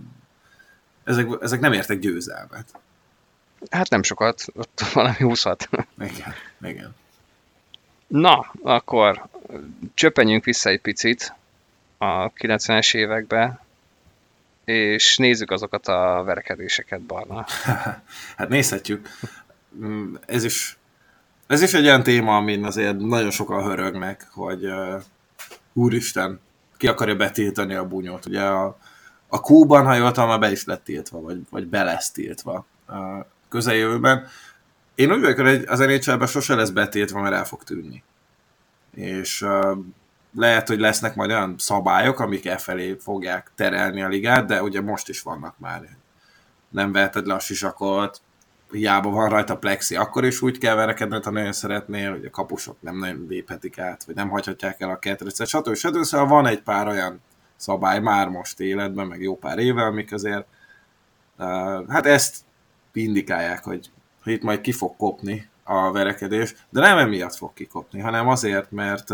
nem értek győzelmet. Hát nem sokat, ott valami 20-at. Igen. Na, akkor csöppenjünk vissza egy picit a 90-es évekbe, és nézzük azokat a verekedéseket, Barna. Hát nézhetjük. Ez is egy olyan téma, amin azért nagyon sokan hörögnek, hogy úristen, ki akarja betiltani a bunyót. Ugye a Q-ban, ha jól tudom, már be is lett tiltva, vagy be lesz tiltva a közeljövőben. Én úgy vagyok, hogy az NHL-ben sose lesz betiltva, mert el fog tűnni. És lehet, hogy lesznek majd olyan szabályok, amik elfelé fogják terelni a ligát, de ugye most is vannak már. Nem veheted le a sisakot, hiába van rajta plexi, akkor is úgy kell verekedned, ha nagyon szeretnél, hogy a kapusok nem nagyon léphetik át, vagy nem hagyhatják el a ketrecet, stb. Szóval van egy pár olyan szabály már most életben, meg jó pár éve, amik azért hát ezt indikálják, hogy itt majd ki fog kopni a verekedés, de nem emiatt fog kikopni, hanem azért, mert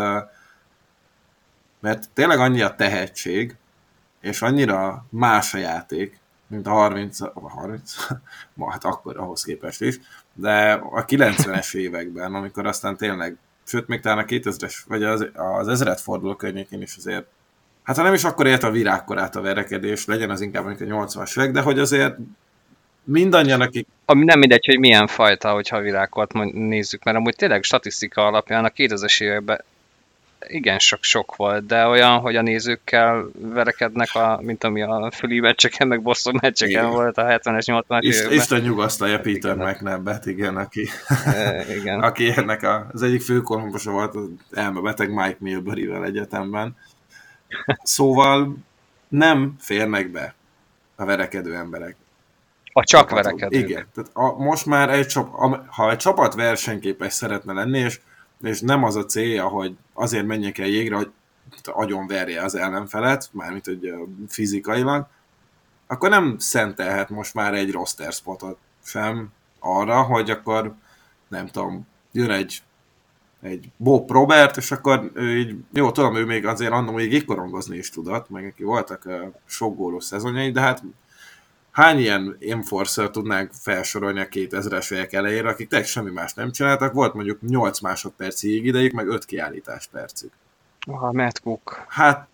tényleg annyi a tehetség, és annyira más a játék, mint a 30, hát akkor ahhoz képest is, de a 90-es években, amikor aztán tényleg, sőt még talán a 2000-es, vagy az 1000-et forduló környékén is azért, hát ha nem is akkor ért a virágkorát a verekedés, legyen az inkább mondjuk a 80-as évek, de hogy azért mindannyian, akik... Ami nem mindegy, hogy milyen fajta, hogyha virágkort nézzük, mert amúgy tényleg statisztika alapján a 2000-es években igen sok volt, de olyan, hogy a nézőkkel verekednek, mint ami a Philly meccseken, meg Boston meccseken volt a 70-es, 80-as években. Isten nyugasztalja Peter McNabbet, igen, aki ennek az egyik főkolombosa volt, az elmebeteg Mike Milbury-vel egyetemben. Szóval nem férnek be a verekedő emberek. A csak verekedők. Igen, tehát most már ha egy csapat versenyképes szeretne lenni, és nem az a célja, hogy azért menjek el jégre, hogy agyonverje az ellenfelet, mármint hogy fizikailag, akkor nem szentelhet most már egy roster spotot sem arra, hogy akkor nem tudom, jön egy Bob Robert, és akkor így, jó, tudom, ő még azért annól még jégkorongozni is tudott, meg neki voltak sok gólos szezonjai, de hát hány ilyen enforcer tudnánk felsorolni a 2000-es évek elejére, akik tényleg semmi más nem csináltak, volt mondjuk 8 másodperci jégidejük, meg 5 kiállítás percük. Matt Cook. Hát,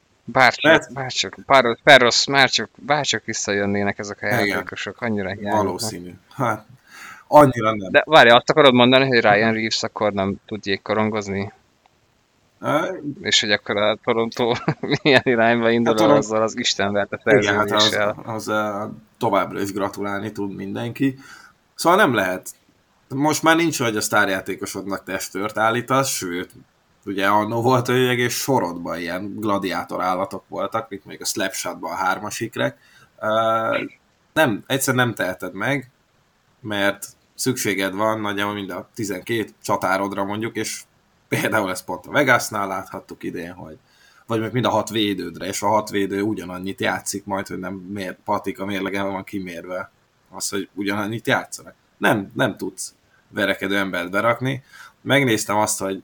bárcsak visszajönnének ezek a játékosok, annyira hiányoznak. Valószínű. Hát, annyira nem. De várj, azt akarod mondani, hogy Ryan Reeves akkor nem tud jégkorongozni? És hogy akkor a Toronto milyen irányba indul azzal az istenverte szerződéssel. Igen, hát az továbbra is gratulálni tud mindenki. Szóval nem lehet. Most már nincs, hogy a sztárjátékosodnak testőrt állítasz, sőt, ugye annó volt, hogy egész sorodban ilyen gladiátor állatok voltak, mint még a slapshotban a 3-as ikrek. Egyszer nem teheted meg, mert szükséged van nagyjából mind a 12 csatárodra mondjuk, és például ezt pont a Vegasnál láthattuk idén, hogy vagy meg mind a 6 védődre, és a 6 védő ugyanannyit játszik majd, hogy nem patika mérlegen van kimérve az, hogy ugyanannyit játszanak. Nem tudsz verekedő embert berakni. Megnéztem azt, hogy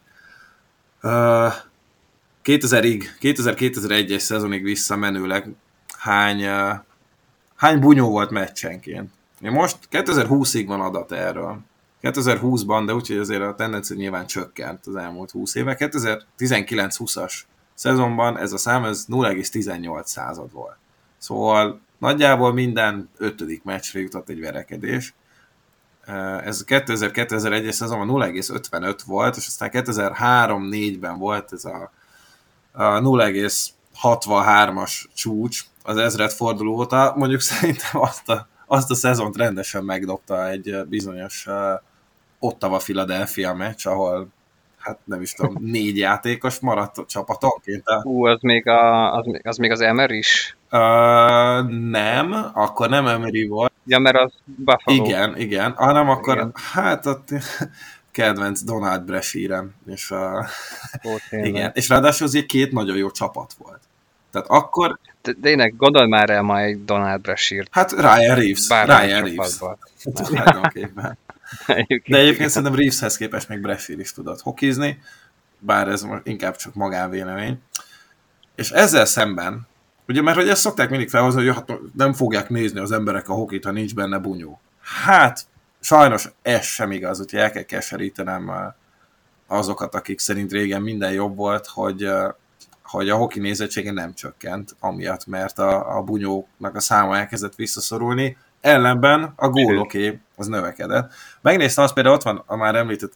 2000-2001-es szezonig visszamenőleg hány bunyó volt meccsenként. Most 2020-ig van adat erről. 2020-ban, de úgyhogy azért a tendencia nyilván csökkent az elmúlt 20 éve. 2019-20-as szezonban ez a szám 0,18 volt. Szóval nagyjából minden 5. meccsre jutott egy verekedés. Ez 2000-2001-es szezonban 0,55 volt, és aztán 2003-4-ben volt ez a 0,63-as csúcs az ezredforduló óta. Mondjuk szerintem azt a szezont rendesen megdobta egy bizonyos Ottawa-Philadelphia meccs, ahol hát nem is tudom, 4 játékos maradt a csapatonként. Az még az Emer is? Nem, akkor nem Emery volt. Ja, mert az Buffalo. Igen, hanem akkor, igen. Hát a kedvenc Donald Brashear-em, és igen, és ráadásul azért 2 nagyon jó csapat volt. Tehát akkor... De gondolj már el ma egy Donald Brashear. Hát Ryan Reeves. Tulajdonképpen. De egyébként szerintem Reeveshez képest még Brashear is tudott hokizni, bár ez inkább csak magánvélemény. És ezzel szemben, ugye, mert hogy ezt szokták mindig felhozni, hogy hát nem fogják nézni az emberek a hokit, ha nincs benne bunyó. Hát, sajnos ez sem igaz, úgyhogy el kell keserítenem azokat, akik szerint régen minden jobb volt, hogy a hoki nézettsége nem csökkent, amiatt, mert a bunyóknak a száma elkezdett visszaszorulni. Ellenben a góloké az növekedett. Megnéztem, azt például ott van a már említett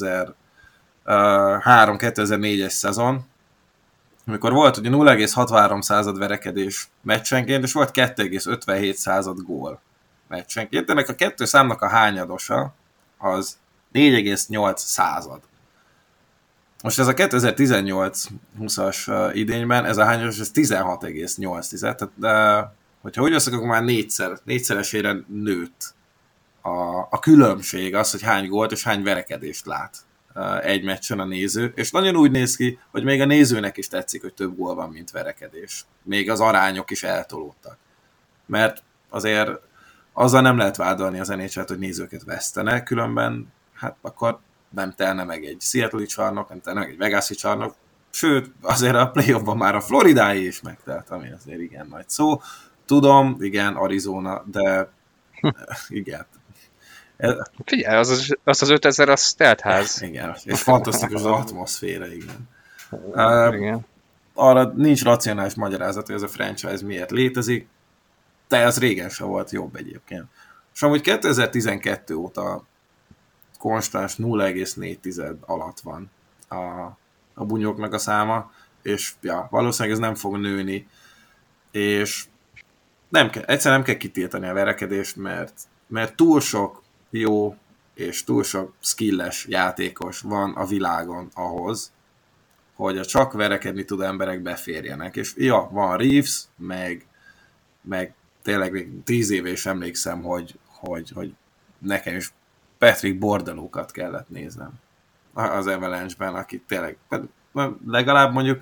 2003-2004-es szezon, amikor volt ugye 0,63 verekedés meccsenként, és volt 2,57 gól meccsenként. Ennek a 2 számnak a hányadosa az 4,8. Most ez a 2018-20-as idényben, ez a hányados, ez 16,8. Tehát hogyha úgy veszek, akkor már négyszeresére nőtt a különbség, az, hogy hány gólt és hány verekedést lát egy meccsen a néző, és nagyon úgy néz ki, hogy még a nézőnek is tetszik, hogy több gól van, mint verekedés. Még az arányok is eltolódtak. Mert azért azzal nem lehet vádolni az NHL-t, hogy nézőket vesztenek, különben hát akkor nem telne meg egy Seattle-i csarnok, nem telne meg egy Vegas-i csarnok, sőt, azért a playoffban már a Floridái is megtelt, ami azért igen nagy szó. Tudom, igen, Arizona, de igen. Figyelj, az 5000 az teltház. Igen, és fantasztikus az atmoszféra, igen. Igen. Arra nincs racionális magyarázat, hogy ez a franchise miért létezik, de ez régen sem volt jobb egyébként. És amúgy 2012 óta konstans 0,4 alatt van a bunyóknak a száma, és ja, valószínűleg ez nem fog nőni, és egyszerűen nem kell kitiltani a verekedést, mert túl sok jó és túl sok skilles játékos van a világon ahhoz, hogy a csak verekedni tud emberek beférjenek. És ja, van Reeves, meg tényleg még 10 éve is emlékszem, hogy nekem is Patrick Bordelókat kellett néznem az Avalanche-ben, aki tényleg legalább mondjuk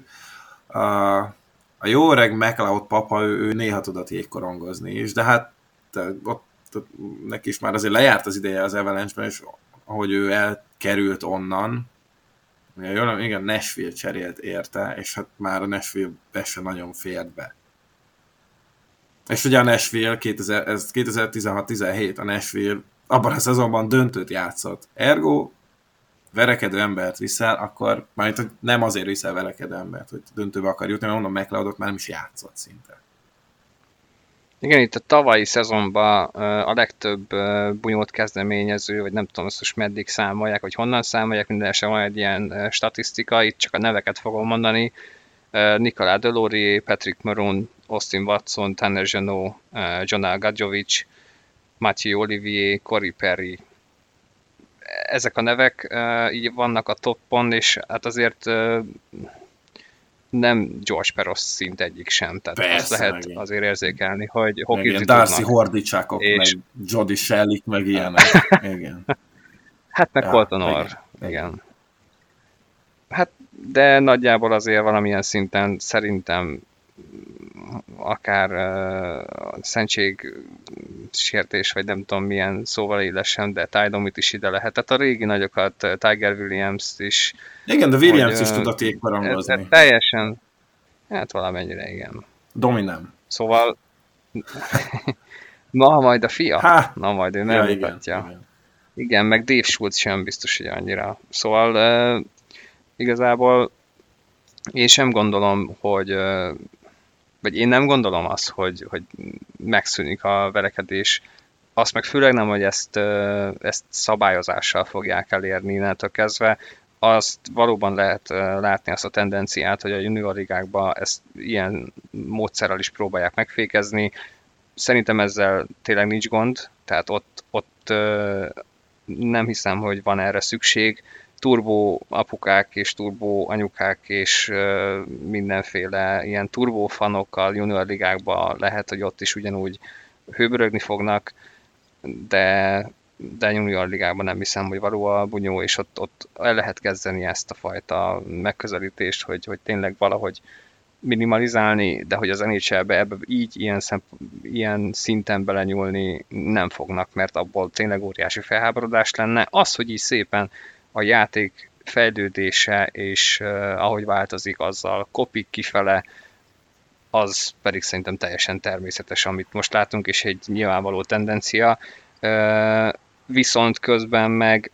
a jó öreg McLeod papa, ő néha tudott jégkorongozni is, de hát ott neki is már azért lejárt az ideje az Avalanche-ben, és ahogy ő elkerült onnan, igen, Nashville cserélt érte, és hát már a Nashville-be se nagyon fért be. És ugye a Nashville 2016-17, a Nashville abban a szezonban döntőt játszott. Ergo verekedő embert viszel, akkor majd nem azért viszel verekedő embert, hogy döntőbe akar jutni, mert mondom, McLeodot már nem is játszott szinte. Igen, itt a tavalyi szezonban a legtöbb bunyót kezdeményező, vagy nem tudom, azt most meddig számolják, vagy honnan számolják, minden esetben van egy ilyen statisztika, itt csak a neveket fogom mondani. Nicolas Deslauriers, Patrick Maroon, Austin Watson, Tanner Jeannot, Jonah Gadjovic, Mathieu Olivier, Corey Perry. Ezek a nevek így vannak a toppon, és hát azért nem George Peros szint egyik sem, tehát Persze, azt lehet megint. azért érzékelni, hogy hokizni Igen, tudnak. Darcy Hordicsákok, És- meg Jody Shellick, meg ilyenek. Igen. Hát meg Ja, Colton Orr, igen. igen. Hát, de nagyjából azért valamilyen szinten szerintem akár szentségsértés, vagy nem tudom milyen szóval élesen, de Ty Domit is ide lehet. Tehát a régi nagyokat, Tiger Williams is. Igen, de Williams hogy, is tudott jégkorongozni. ez teljesen, hát valamennyire igen. Domi nem. Szóval, na majd a fia? Há! Na majd ő Ja, nem igen, mutatja. igen. Igen, meg Dave Schultz sem biztos, hogy annyira. Szóval igazából én sem gondolom, hogy vagy én nem gondolom azt, hogy megszűnik a verekedés. Azt meg főleg nem, hogy ezt szabályozással fogják elérni innentől kezdve. Azt valóban lehet látni azt a tendenciát, hogy a junior ligákban ezt ilyen módszerrel is próbálják megfékezni. Szerintem ezzel tényleg nincs gond, tehát ott nem hiszem, hogy van erre szükség. Turbo apukák és turbo anyukák és mindenféle ilyen turbo fanokkal junior ligákban lehet, hogy ott is ugyanúgy hőbörögni fognak, de junior ligában nem hiszem, hogy való a bunyó, és ott el lehet kezdeni ezt a fajta megközelítést, hogy tényleg valahogy minimalizálni, de hogy az NHL-be ebbe így ilyen szinten belenyúlni nem fognak, mert abból tényleg óriási felháborodás lenne. Az, hogy így szépen a játék fejlődése és ahogy változik, azzal kopik kifele, az pedig szerintem teljesen természetes, amit most látunk, és egy nyilvánvaló tendencia. Viszont közben meg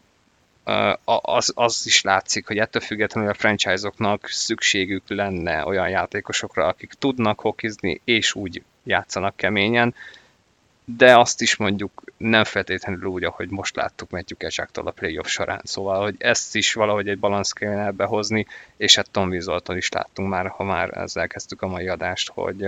az is látszik, hogy ettől függetlenül a franchise-oknak szükségük lenne olyan játékosokra, akik tudnak hokizni, és úgy játszanak keményen, de azt is mondjuk nem feltétlenül úgy, ahogy most láttuk Matthew Tkachuk-tól a playoff során. Szóval, hogy ezt is valahogy egy balansz kellene behozni, és hát Tom Wiesoltól is láttunk már, ha már ezzel kezdtük a mai adást, hogy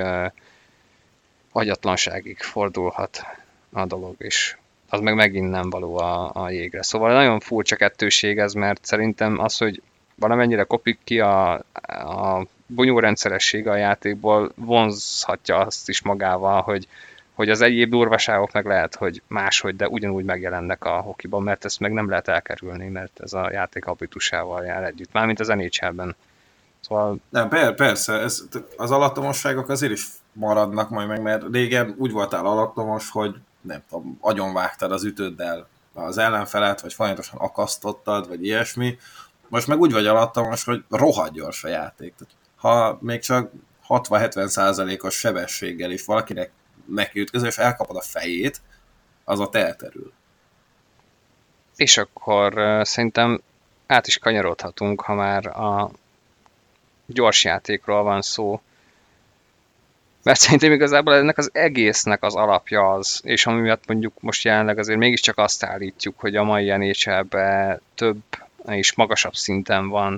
agyatlanságig fordulhat a dolog, és az meg megint nem való a jégre. Szóval nagyon furcsa kettőség ez, mert szerintem az, hogy valamennyire kopik ki a bunyórendszeressége a játékból, vonzhatja azt is magával, hogy az egyéb durvaságok meg lehet, hogy máshogy, de ugyanúgy megjelennek a hokiban, mert ezt meg nem lehet elkerülni, mert ez a játék habitusával jár együtt, mármint az NHL-ben. Szóval... Nem, persze, az alattomosságok azért is maradnak majd meg, mert régen úgy voltál alattomos, hogy nem tudom, agyonvágtad az ütőddel az ellenfelet, vagy folyamatosan akasztottad, vagy ilyesmi. Most meg úgy vagy alattomos, hogy rohadt gyors a játék. Tehát, ha még csak 60-70%-os sebességgel is valakinek nekiütközöl, és elkapod a fejét, az ott elterül. És akkor szerintem át is kanyarodhatunk, ha már a gyors játékról van szó. Mert szerintem igazából ennek az egésznek az alapja az, és ami miatt mondjuk most jelenleg azért mégiscsak azt állítjuk, hogy a mai NHL-ben több és magasabb szinten van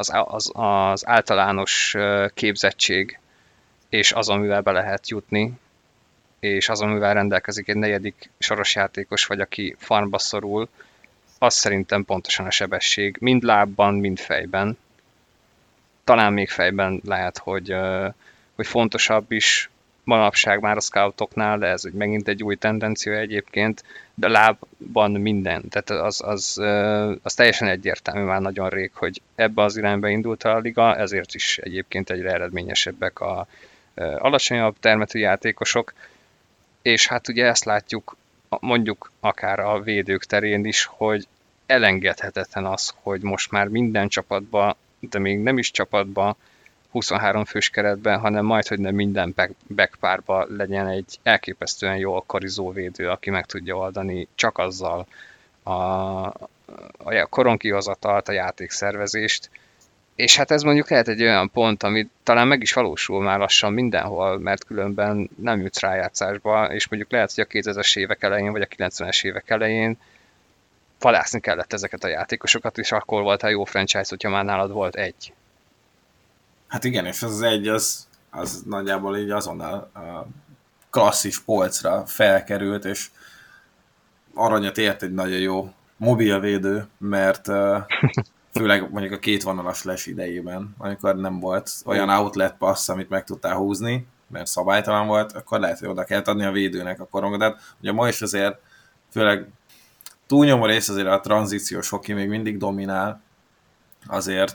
az általános képzettség, és az, amivel be lehet jutni, és az, amivel rendelkezik egy negyedik soros játékos, vagy aki farmba szorul, az szerintem pontosan a sebesség, mind lábban, mind fejben. Talán még fejben lehet, hogy fontosabb is manapság már a scoutoknál, de ez megint egy új tendencia egyébként, de lábban minden. Tehát az teljesen egyértelmű már nagyon rég, hogy ebbe az irányba indult a liga, ezért is egyébként egyre eredményesebbek a alacsonyabb termetű játékosok, és hát ugye ezt látjuk mondjuk akár a védők terén is, hogy elengedhetetlen az, hogy most már minden csapatba, de még nem is csapatba, 23 fős keretben, hanem majd, hogy nem minden backpárba legyen egy elképesztően jól karizó védő, aki meg tudja oldani csak azzal a koronkihozatalt, a játékszervezést. És hát ez mondjuk lehet egy olyan pont, ami talán meg is valósul már lassan mindenhol, mert különben nem jutsz rájátszásba, és mondjuk lehet, hogy a 2000-es évek elején, vagy a 90-es évek elején vadászni kellett ezeket a játékosokat, és akkor volt a jó franchise, hogyha már nálad volt egy. Hát igen, és az egy, az nagyjából így azonnal a klasszis polcra felkerült, és aranyat ért egy nagyon jó mobilvédő, mert főleg mondjuk a két vonalas les idejében, amikor nem volt olyan outlet passz, amit meg tudtál húzni, mert szabálytalan volt, akkor lehet, hogy oda kellett adni a védőnek a korongodat. Ugye ma is azért, főleg túlnyomó rész azért a tranzíciós hoki még mindig dominál, azért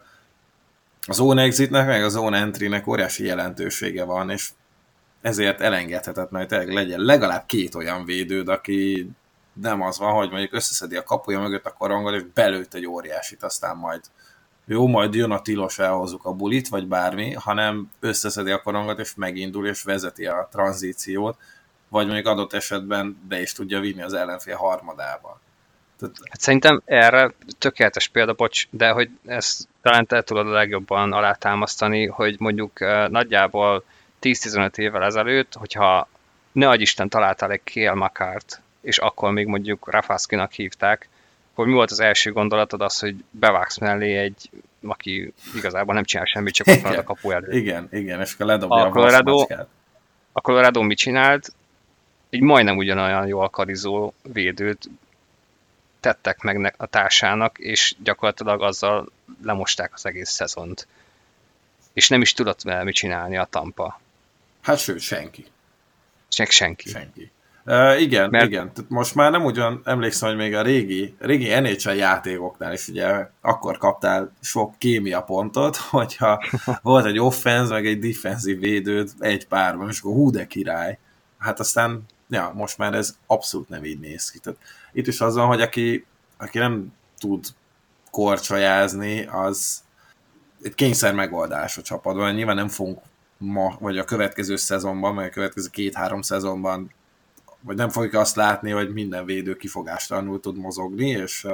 a zone exitnek, meg a zone entrynek óriási jelentősége van, és ezért elengedhetetlen, hogy tényleg legyen legalább két olyan védőd, aki nem az van, hogy mondjuk összeszedi a kapuja mögött a korongot, és belőtt egy óriásit, aztán majd jön a tilos, elhozzuk a bulit, vagy bármi, hanem összeszedi a korongot, és megindul, és vezeti a tranzíciót, vagy mondjuk adott esetben be is tudja vinni az ellenfél harmadába. Hát szerintem erre tökéletes példa, bocs, de hogy ezt talán te tudod a legjobban alátámasztani, hogy mondjuk nagyjából 10-15 évvel ezelőtt, hogyha ne adj Isten találtál egy Cale Makart, és akkor még mondjuk Rafalskinak hívták, akkor mi volt az első gondolatod az, hogy bevágsz mellé egy, aki igazából nem csinál semmit, csak ott van a kapu előtt. Igen, és akkor ledobja a vasszmacskát. A Colorado mit csinált? Egy majdnem ugyanolyan jól karizó védőt tettek meg a társának, és gyakorlatilag azzal lemosták az egész szezont. És nem is tudott vele mit csinálni a Tampa. Hát sőt, senki. Senki. Igen. Tehát most már nem ugyan emlékszem, hogy még a régi NHL játékoknál is ugye akkor kaptál sok kémia pontot, hogyha volt egy offense, meg egy defensive védőd egy párban, és akkor hú de király. Hát aztán, most már ez abszolút nem így néz ki. Tehát itt is az van, hogy aki nem tud korcsolyázni, az egy kényszer megoldás a csapatban. Nyilván nem fogunk ma, vagy a következő szezonban, vagy a következő 2-3 szezonban, vagy nem fogjuk azt látni, hogy minden védő kifogástalanul tud mozogni,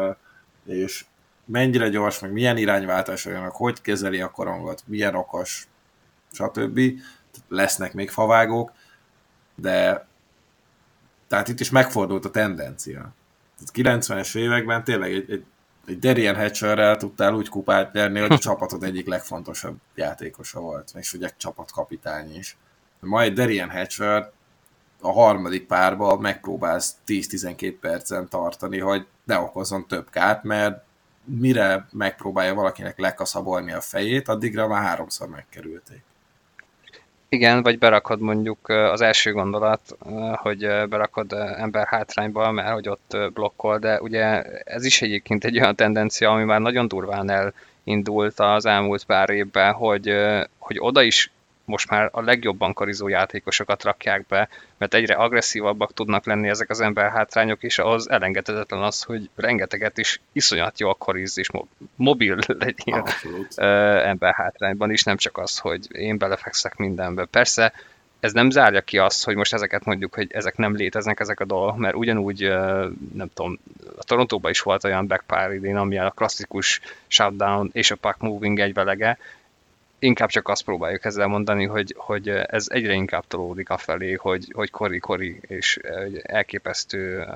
és mennyire gyors, meg milyen irányváltásra jönnek, hogy kezeli a korongot, milyen okos, stb. Lesznek még favágók, de tehát itt is megfordult a tendencia. 90-es években tényleg egy Derian Hatcherrel tudtál úgy kupát nyerni, hogy a csapatod egyik legfontosabb játékosa volt, és ugye csapatkapitány is. Ma egy Derian Hatcher a harmadik párban megpróbálsz 10-12 percen tartani, hogy ne okozzon több kárt, mert mire megpróbálja valakinek lekaszabolni a fejét, addigra már 3-szor megkerülték. Igen, vagy berakod mondjuk az első gondolat, hogy berakod ember hátrányba, mert hogy ott blokkol, de ugye ez is egyébként egy olyan tendencia, ami már nagyon durván elindult az elmúlt pár évben, hogy oda is most már a legjobban karizó játékosokat rakják be, mert egyre agresszívabbak tudnak lenni ezek az emberhátrányok, és ahhoz elengedhetetlen az, hogy rengeteget is iszonyat jól kariz, és mobil legyen emberhátrányban is, nem csak az, hogy én belefekszek mindenbe. Persze ez nem zárja ki azt, hogy most ezeket mondjuk, hogy ezek nem léteznek, ezek a dolgok, mert ugyanúgy, nem tudom, a Torontóban is volt olyan backpár idén, ami a klasszikus shutdown és a puck moving egyvelege. Inkább csak azt próbáljuk ezzel mondani, hogy ez egyre inkább tolódik afelé, hogy kori és elképesztő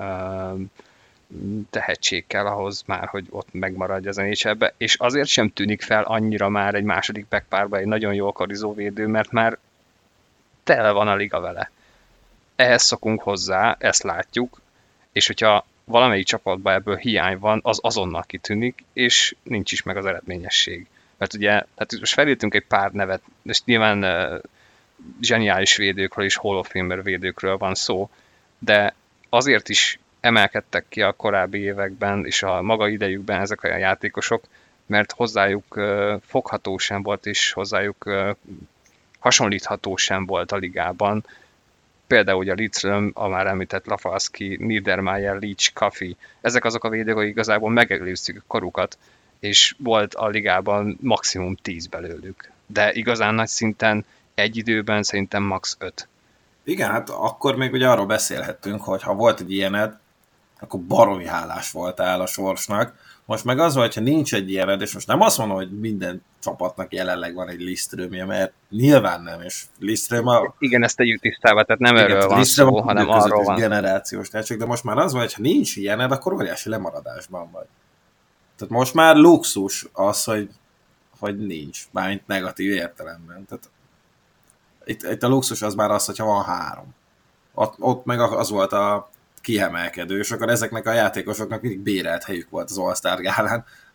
tehetség kell ahhoz már, hogy ott megmaradj az NHL-be, és azért sem tűnik fel annyira már egy második backpárba egy nagyon jól karizó védő, mert már tele van a liga vele. Ehhez szokunk hozzá, ezt látjuk, és hogyha valamelyik csapatban ebből hiány van, az azonnal kitűnik, és nincs is meg az eredményesség. Mert ugye, hát most felírtunk egy pár nevet, és nyilván zseniális védőkről és Hall of Famer védőkről van szó, de azért is emelkedtek ki a korábbi években és a maga idejükben ezek a játékosok, mert hozzájuk fogható sem volt, és hozzájuk hasonlítható sem volt a ligában. Például ugye a Lidström, a már említett Rafalski, Niedermayer, Leach, Coffey, ezek azok a védők, akik igazából megelőztük a korukat, és volt a ligában maximum 10 belőlük. De igazán nagy szinten egy időben szerintem max 5. Igen, hát akkor még ugye arról beszélhettünk, hogy ha volt egy ilyened, akkor baromi hálás voltál a sorsnak. Most meg az, hogyha nincs egy ilyened, és most nem azt mondom, hogy minden csapatnak jelenleg van egy Lidströmje, mert nyilván nem, és Lidström Igen, ezt tegyük tisztába, tehát nem erről van szó, hanem arról van. Generációs tehetség, de most már az van, hogyha nincs ilyened, akkor óriási lemaradásban vagy. Tehát most már luxus az, hogy nincs, bármint negatív értelemben. Tehát itt a luxus az már az, hogyha van 3. Ott meg az volt a kiemelkedő, és akkor ezeknek a játékosoknak mindig bérelt helyük volt az All-Star gálán,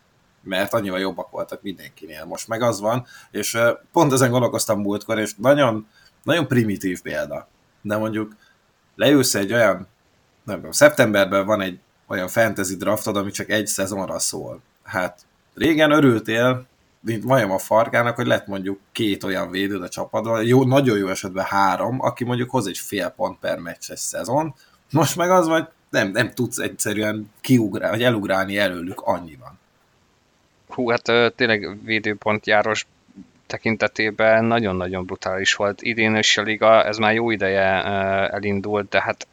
mert annyival jobbak voltak mindenkinél. Most meg az van, és pont ezen gondolkoztam múltkor, és nagyon, nagyon primitív példa. De mondjuk leülsz egy olyan, nem tudom, szeptemberben van egy olyan fantasy draftod, ami csak egy szezonra szól. Hát régen örültél, mint majom a farkának, hogy lett mondjuk 2 olyan védőd a csapatban, jó, nagyon jó esetben 3, aki mondjuk hoz egy fél pont per meccses szezon. Most meg az vagy, nem tudsz egyszerűen kiugrálni, vagy elugrálni előlük, annyiban. Hú, hát tényleg védőpontjáros tekintetében nagyon-nagyon brutális volt. Idén is a liga, ez már jó ideje elindult, de hát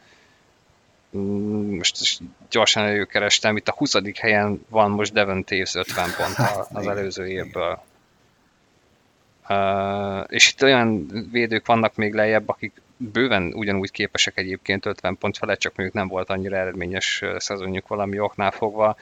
most gyorsan előkerestem, itt a 20. helyen van most Devon Toews 50 ponttal az előző évből. És itt olyan védők vannak még lejjebb, akik bőven ugyanúgy képesek egyébként 50 pont felett, csak mondjuk nem volt annyira eredményes szezonjuk valami oknál fogva.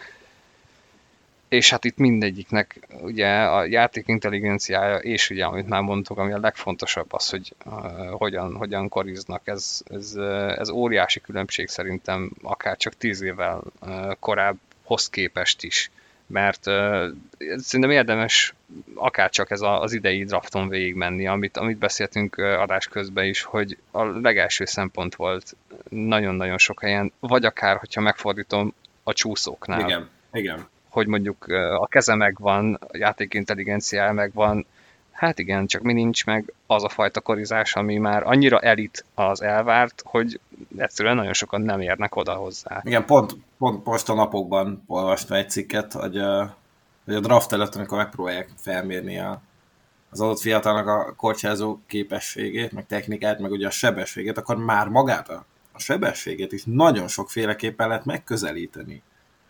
És hát itt mindegyiknek ugye a játék intelligenciája, és ugye, amit már mondtuk, ami a legfontosabb az, hogy hogyan koriznak. Ez óriási különbség szerintem, akár csak 10 évvel korábbhoz képest is. Mert szerintem érdemes akár csak ez az idei drafton végigmenni, amit beszéltünk adás közben is, hogy a legelső szempont volt nagyon-nagyon sok helyen, vagy akár, hogyha megfordítom, a csúszóknál. Igen. Hogy mondjuk a keze megvan, a játékintelligenciája megvan, hát igen, csak mi nincs meg az a fajta korizás, ami már annyira elit az elvárt, hogy egyszerűen nagyon sokan nem érnek oda hozzá. Igen, pont most a napokban olvastam egy cikket, hogy a draft előtt, amikor megpróbálják felmérni az adott fiatalnak a korcsázó képességét, meg technikát, meg ugye a sebességét, akkor már magát a sebességét is nagyon sokféleképpen lehet megközelíteni.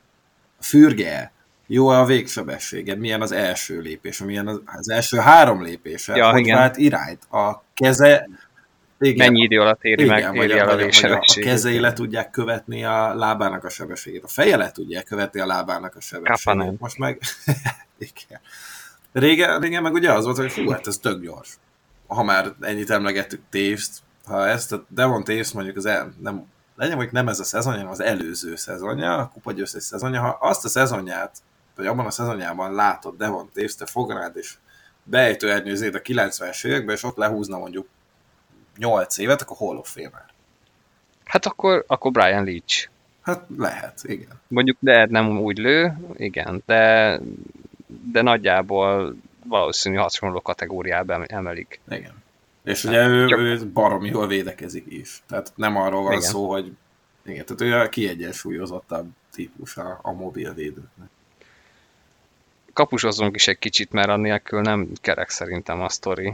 Fürge, jó a végsebessége, milyen az első lépés, milyen az első 3 lépése, hogy vált irányt, a keze... Igen, mennyi idő alatt éri el a végsebességet. A kezei le tudják követni a lábának a sebességét, a feje le tudják követni a lábának a sebességét. Kapanen. Most meg... Igen. Régen meg ugye az volt, hogy fú, hát ez tök gyors. Ha már ennyit emlegettük Toews-t, ha ezt a Devon Toews mondjuk legyen mondjuk nem ez a szezonja, hanem az előző szezonja, a kupagyőztes szezonja, ha azt a szezonját, vagy abban a szezonjában látod Devon Toews, te fognád és beejtőernyőznéd a 90-es években, és ott lehúzna mondjuk 8 évet, akkor Hall of Famer. Hát akkor Brian Leach. Hát lehet, igen. Mondjuk, de nem úgy lő, igen, de nagyjából valószínű hasonló kategóriába emelik. Igen. És ugye ő baromi jól védekezik is. Tehát nem arról van szó, hogy igen, tehát ő a kiegyensúlyozottabb típus a mobil védőknek. Kapusozzunk is egy kicsit, mert annélkül nem kerek szerintem a sztori.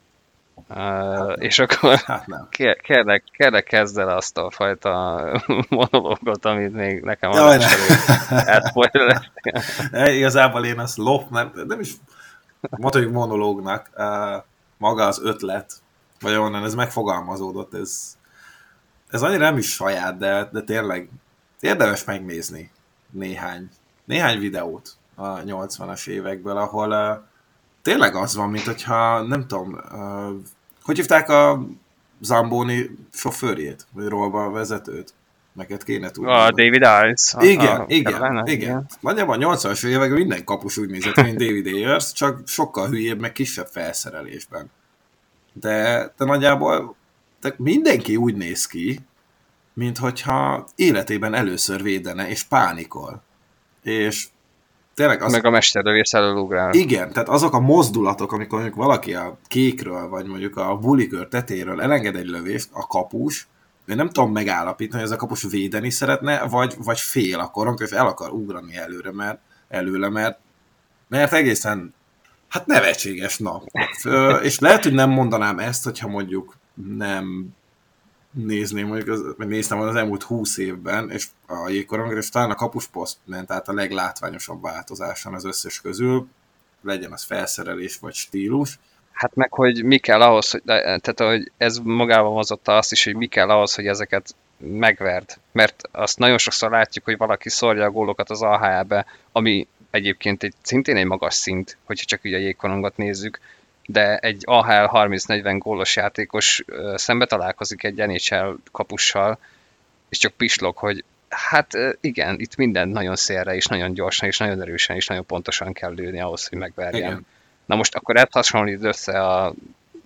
És akkor kérlek kezd el azt a fajta monológot, amit még nekem elszpoilereztél. Igazából én azt nem is mondjuk monológnak, maga az ötlet, vagy onnan ez megfogalmazódott, ez annyira nem is saját, de tényleg érdemes megnézni néhány videót a 80-as évekből, ahol tényleg az van, mint hogyha, nem tudom, hogy hívták a Zamboni sofőrjét, vagy Rolba vezetőt? Neked kéne tudni. David Ayres. Igen. Nagyjából a 80-as években minden kapus úgy nézett, mint David Ayres, csak sokkal hülyébb, meg kisebb felszerelésben. De nagyjából mindenki úgy néz ki, mint hogyha életében először védene, és pánikol. És tényleg meg a mesterlövész előugrál. Igen, tehát azok a mozdulatok, amikor mondjuk valaki a kékről, vagy mondjuk a bulikör tetéről elenged egy lövést, a kapus, én nem tudom megállapítani, hogy ez a kapus védeni szeretne, vagy fél a korongtól, és el akar ugrani előle, mert egészen nevetséges nap. És lehet, hogy nem mondanám ezt, hogyha mondjuk nem nézném, vagy néztem az elmúlt 20 évben, és a jégkorongra, és talán a kapusposzt ment át a leglátványosabb változáson az összes közül, legyen az felszerelés vagy stílus. Hát meg, hogy mi kell ahhoz, hogy ez magában hozotta azt is, hogy mi kell ahhoz, hogy ezeket megverd. Mert azt nagyon sokszor látjuk, hogy valaki szórja a gólokat az AHL-be, ami egyébként szintén egy magas szint, hogyha csak ugye a jégkorongot nézzük, de egy AHL 30-40 gólos játékos szembe találkozik egy NHL kapussal, és csak pislog, hogy Hát igen, itt minden nagyon szélre, és nagyon gyorsan, és nagyon erősen, és nagyon pontosan kell lőni ahhoz, hogy megverjen. Igen. Na most akkor ezt hasonlít össze a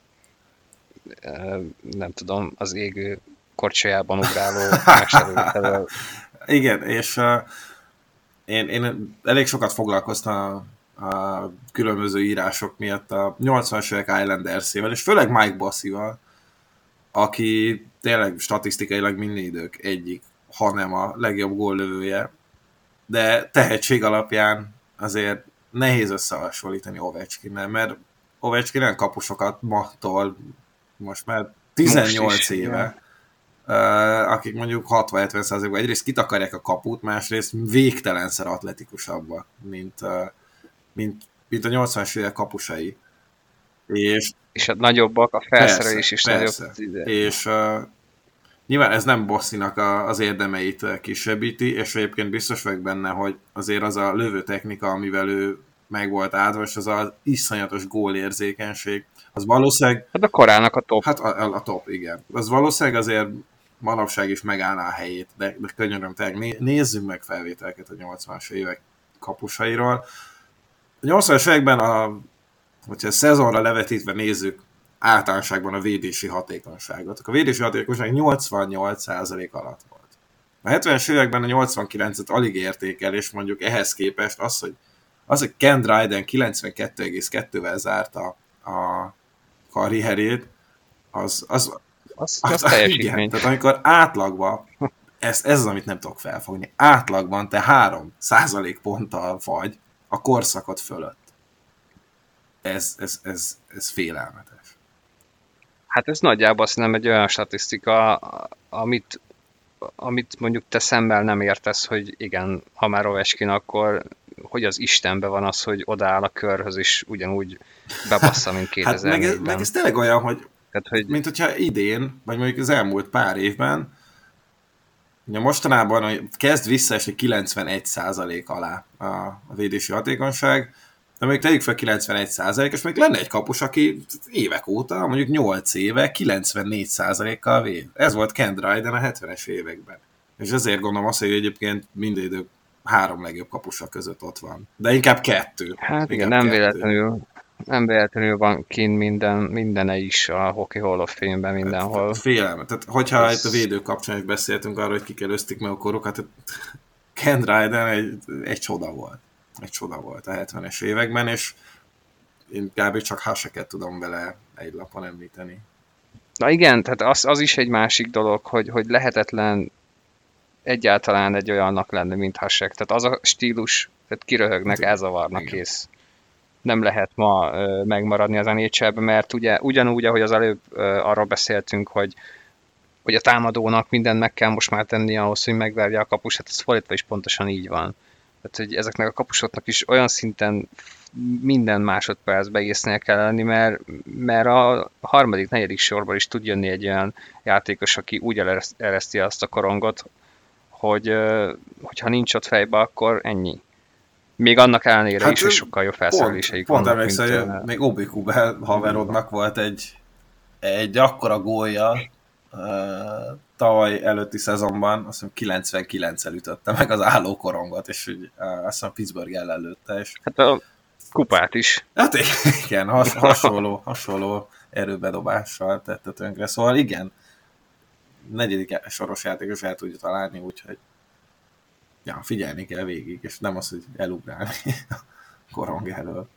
nem tudom, az égő korcsolyában ugráló mesterővel. Igen, és én elég sokat foglalkoztam a különböző írások miatt a 80-as évek Islanders-ével, és főleg Mike Bossy-val, aki tényleg statisztikailag minden idők egyik, hanem a legjobb góllövője, de tehetség alapján azért nehéz összehasonlítani Ovechkinnel, mert Ovechkin kapusokat matol most már 18 éve, akik mondjuk 60-70%-ban egyrészt kitakarják a kaput, másrészt végtelenszer atletikusabbak, mint a 80-as évek kapusai. És a nagyobbak, a felszerelés is nagyobb. És nyilván ez nem Bossinak az érdemeit kisebbíti, és egyébként biztos vagyok benne, hogy azért az a lövő technika, amivel ő meg volt áldva, és az az iszonyatos gólérzékenység, az valószínűleg... Hát a korának a top. Hát a top, igen. Az valószínűleg azért manapság is megállná a helyét, de könyöröm, tehát nézzünk meg felvételeket a 80-as évek kapusairól. A 80-as években, hogyha a szezonra levetítve nézzük általánosságban a védési hatékonyságot, a védési hatékonyság 88% alatt volt. A 70-es években a 89-et alig érték el, és mondjuk ehhez képest hogy Ken Dryden 92,2-vel zárta a karrierét, az igen, tehát amikor átlagban, ez az, amit nem tudok felfogni, átlagban te 3% ponttal vagy a korszakot fölött. Ez félelmetes. Hát ez nagyjából azt nem egy olyan statisztika, amit mondjuk te szemmel nem értesz, hogy igen, ha már Ovechkin, akkor hogy az Istenben van az, hogy odaáll a körhöz, és ugyanúgy bebassza, mint 2004-ben. Hát meg ez tényleg olyan, hogy mint hogyha idén, vagy mondjuk az elmúlt pár évben, ugye mostanában kezd visszaesni 91% alá a védési hatékonyság, de még tegyük fel 91%, és még lenne egy kapus, aki évek óta, mondjuk 8 éve 94%-kal véd. Ez volt Ken Dryden a 70-es években. És ezért gondolom azt, hogy egyébként minden idő 3 legjobb kapusa között ott van. De inkább 2. Hát igen, nem véletlenül van kint mindene is a Hockey Hall of Fame-ben mindenhol. Félelme. Tehát, hogyha itt a védő kapcsán is beszéltünk arról, hogy kik előzték meg a korokat, Ken Dryden egy csoda volt. Egy csoda volt a 70-es években, és én kb. Csak Haseket tudom vele egy lapon említeni. Na igen, tehát az is egy másik dolog, hogy lehetetlen egyáltalán egy olyannak lenni, mint Hasek. Tehát az a stílus, tehát kiröhögnek, elzavarnak, kész. Nem lehet ma megmaradni az NHL-ben, mert ugye ugyanúgy, ahogy az előbb arról beszéltünk, hogy a támadónak mindent meg kell most már tenni ahhoz, hogy megverje a kapus, hát ez fordítva is pontosan így van. Tehát, hogy ezeknek a kapusoknak is olyan szinten minden másodpercben észnél kell lenni, mert a harmadik, negyedik sorban is tud jönni egy olyan játékos, aki úgy ereszti azt a korongot, hogyha nincs ott fejbe, akkor ennyi. Még annak ellenére is, hogy sokkal jobb felszereléseik vannak. Pont emlékszem, hogy még Obi Kubel haverodnak volt egy akkora gólja tavaly előtti szezonban, azt hiszem 99-el ütötte meg az álló korongot, és azt hiszem Pittsburgh ellen lőtte. És... Hát a kupát is. Hát igen, hasonló erőbedobással tette tönkre. Szóval igen, negyedik soros játékos el tudja találni, úgyhogy figyelni kell végig, és nem az, hogy elugrálni a korong elől.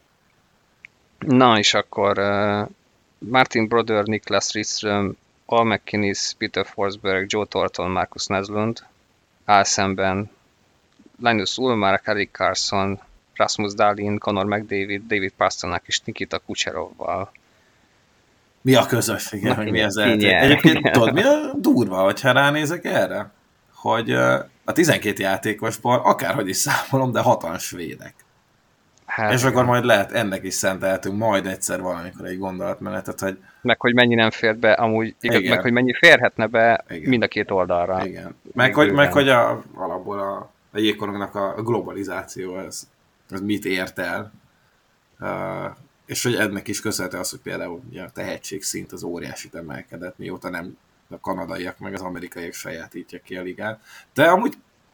Na, és akkor Martin Brodeur, Niklas Lidström, Paul McInnes, Peter Forsberg, Joe Thornton, Marcus Naslund, áll szemben Linus Ullmark, Erik Karlsson, Rasmus Dahlin, Connor McDavid, David Pastrnak és Nikita Kucherovval. Mi a közös? Igen, hogy mi az eltérés? Egyébként tudod, mi a durva, hogyha ránézek erre? Hogy a 12 játékosból, akárhogy is számolom, de 6-an svédek. Hát, és akkor majd lehet ennek is szenteltünk majd egyszer valamikor egy gondolatmenetet, hogy... Meg hogy mennyi nem fért be, amúgy, meg hogy mennyi férhetne be mind a két oldalra. Igen. Meg hogy alapból a jégkorongnak a globalizáció, ez mit ért el. És hogy ennek is köszönhető az, hogy például a tehetségszint az óriásit emelkedett, mióta nem a kanadaiak meg az amerikaiak sajátítják ki a ligát. De amúgy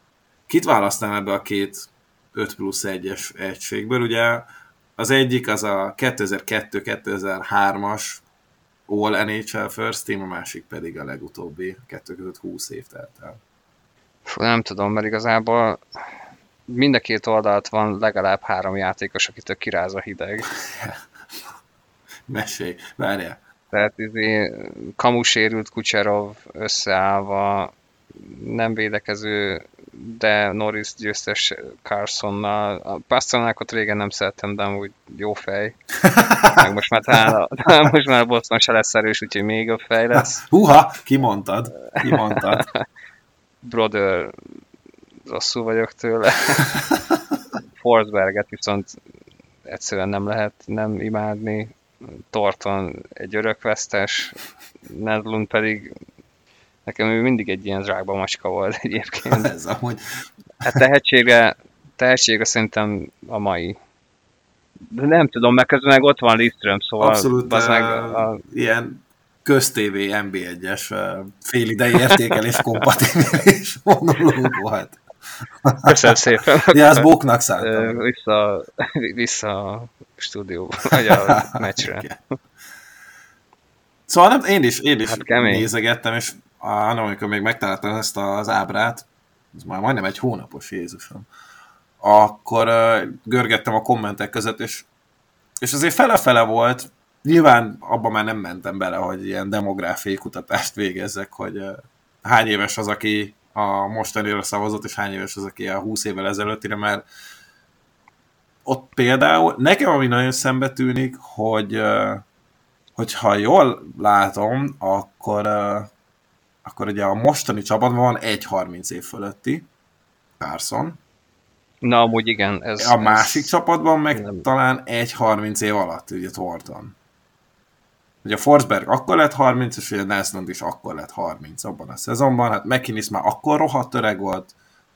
Kit választnám ebbe a két 5+1-es egységből? Ugye az egyik az a 2002-2003-as All NHL First Team, a másik pedig a legutóbbi, 2 között 20 év telt el. Nem tudom, mert igazából mind a két oldalt van legalább 3 játékos, akitől kiráz a hideg. Mesélj, várjál. Tehát kamusérült Kucherov összeállva, nem védekező, de Norris győztes Carsonnal. A Pasternakot régen nem szerettem, de amúgy jó fej. Meg most már a Boston se lesz erős, úgyhogy még jobb fej lesz. Húha, kimondtad. Brother, rosszul vagyok tőle. Forsberget viszont egyszerűen nem lehet nem imádni. Thornton egy örökvesztes, Nedlund pedig nekem ő mindig egy ilyen zsákba macska volt egyébként. Ez amúgy... Hát tehetségre szerintem a mai. De nem tudom, mert közben meg ott van Lidström, szóval... Abszolút ilyen köztévé NB1-es félidei értékelés kompatibilis monológ volt. Köszönöm szépen. Ja, az bóknak szántam. Vissza a stúdióba, vagy a meccsre. Szóval én is hát nézegettem, és amikor még megtaláltam ezt az ábrát, ez már majdnem egy hónapos, Jézusom, akkor görgettem a kommentek között, és azért fele-fele volt, nyilván abban már nem mentem bele, hogy ilyen demográfiai kutatást végezzek, hogy hány éves az, aki a mostanira szavazott, és hány éves az, aki a 20 évvel ezelőttire, mert ott például nekem ami nagyon szembe tűnik, hogy ha jól látom, akkor ugye a mostani csapatban van egy 30 év fölötti, Carson. Na, amúgy igen. A másik csapatban meg nem. Talán egy 30 év alatt, ugye Thornton. Ugye a Forsberg akkor lett 30, és ugye Nesland is akkor lett 30 abban a szezonban. Hát McInnes már akkor rohadt öreg volt.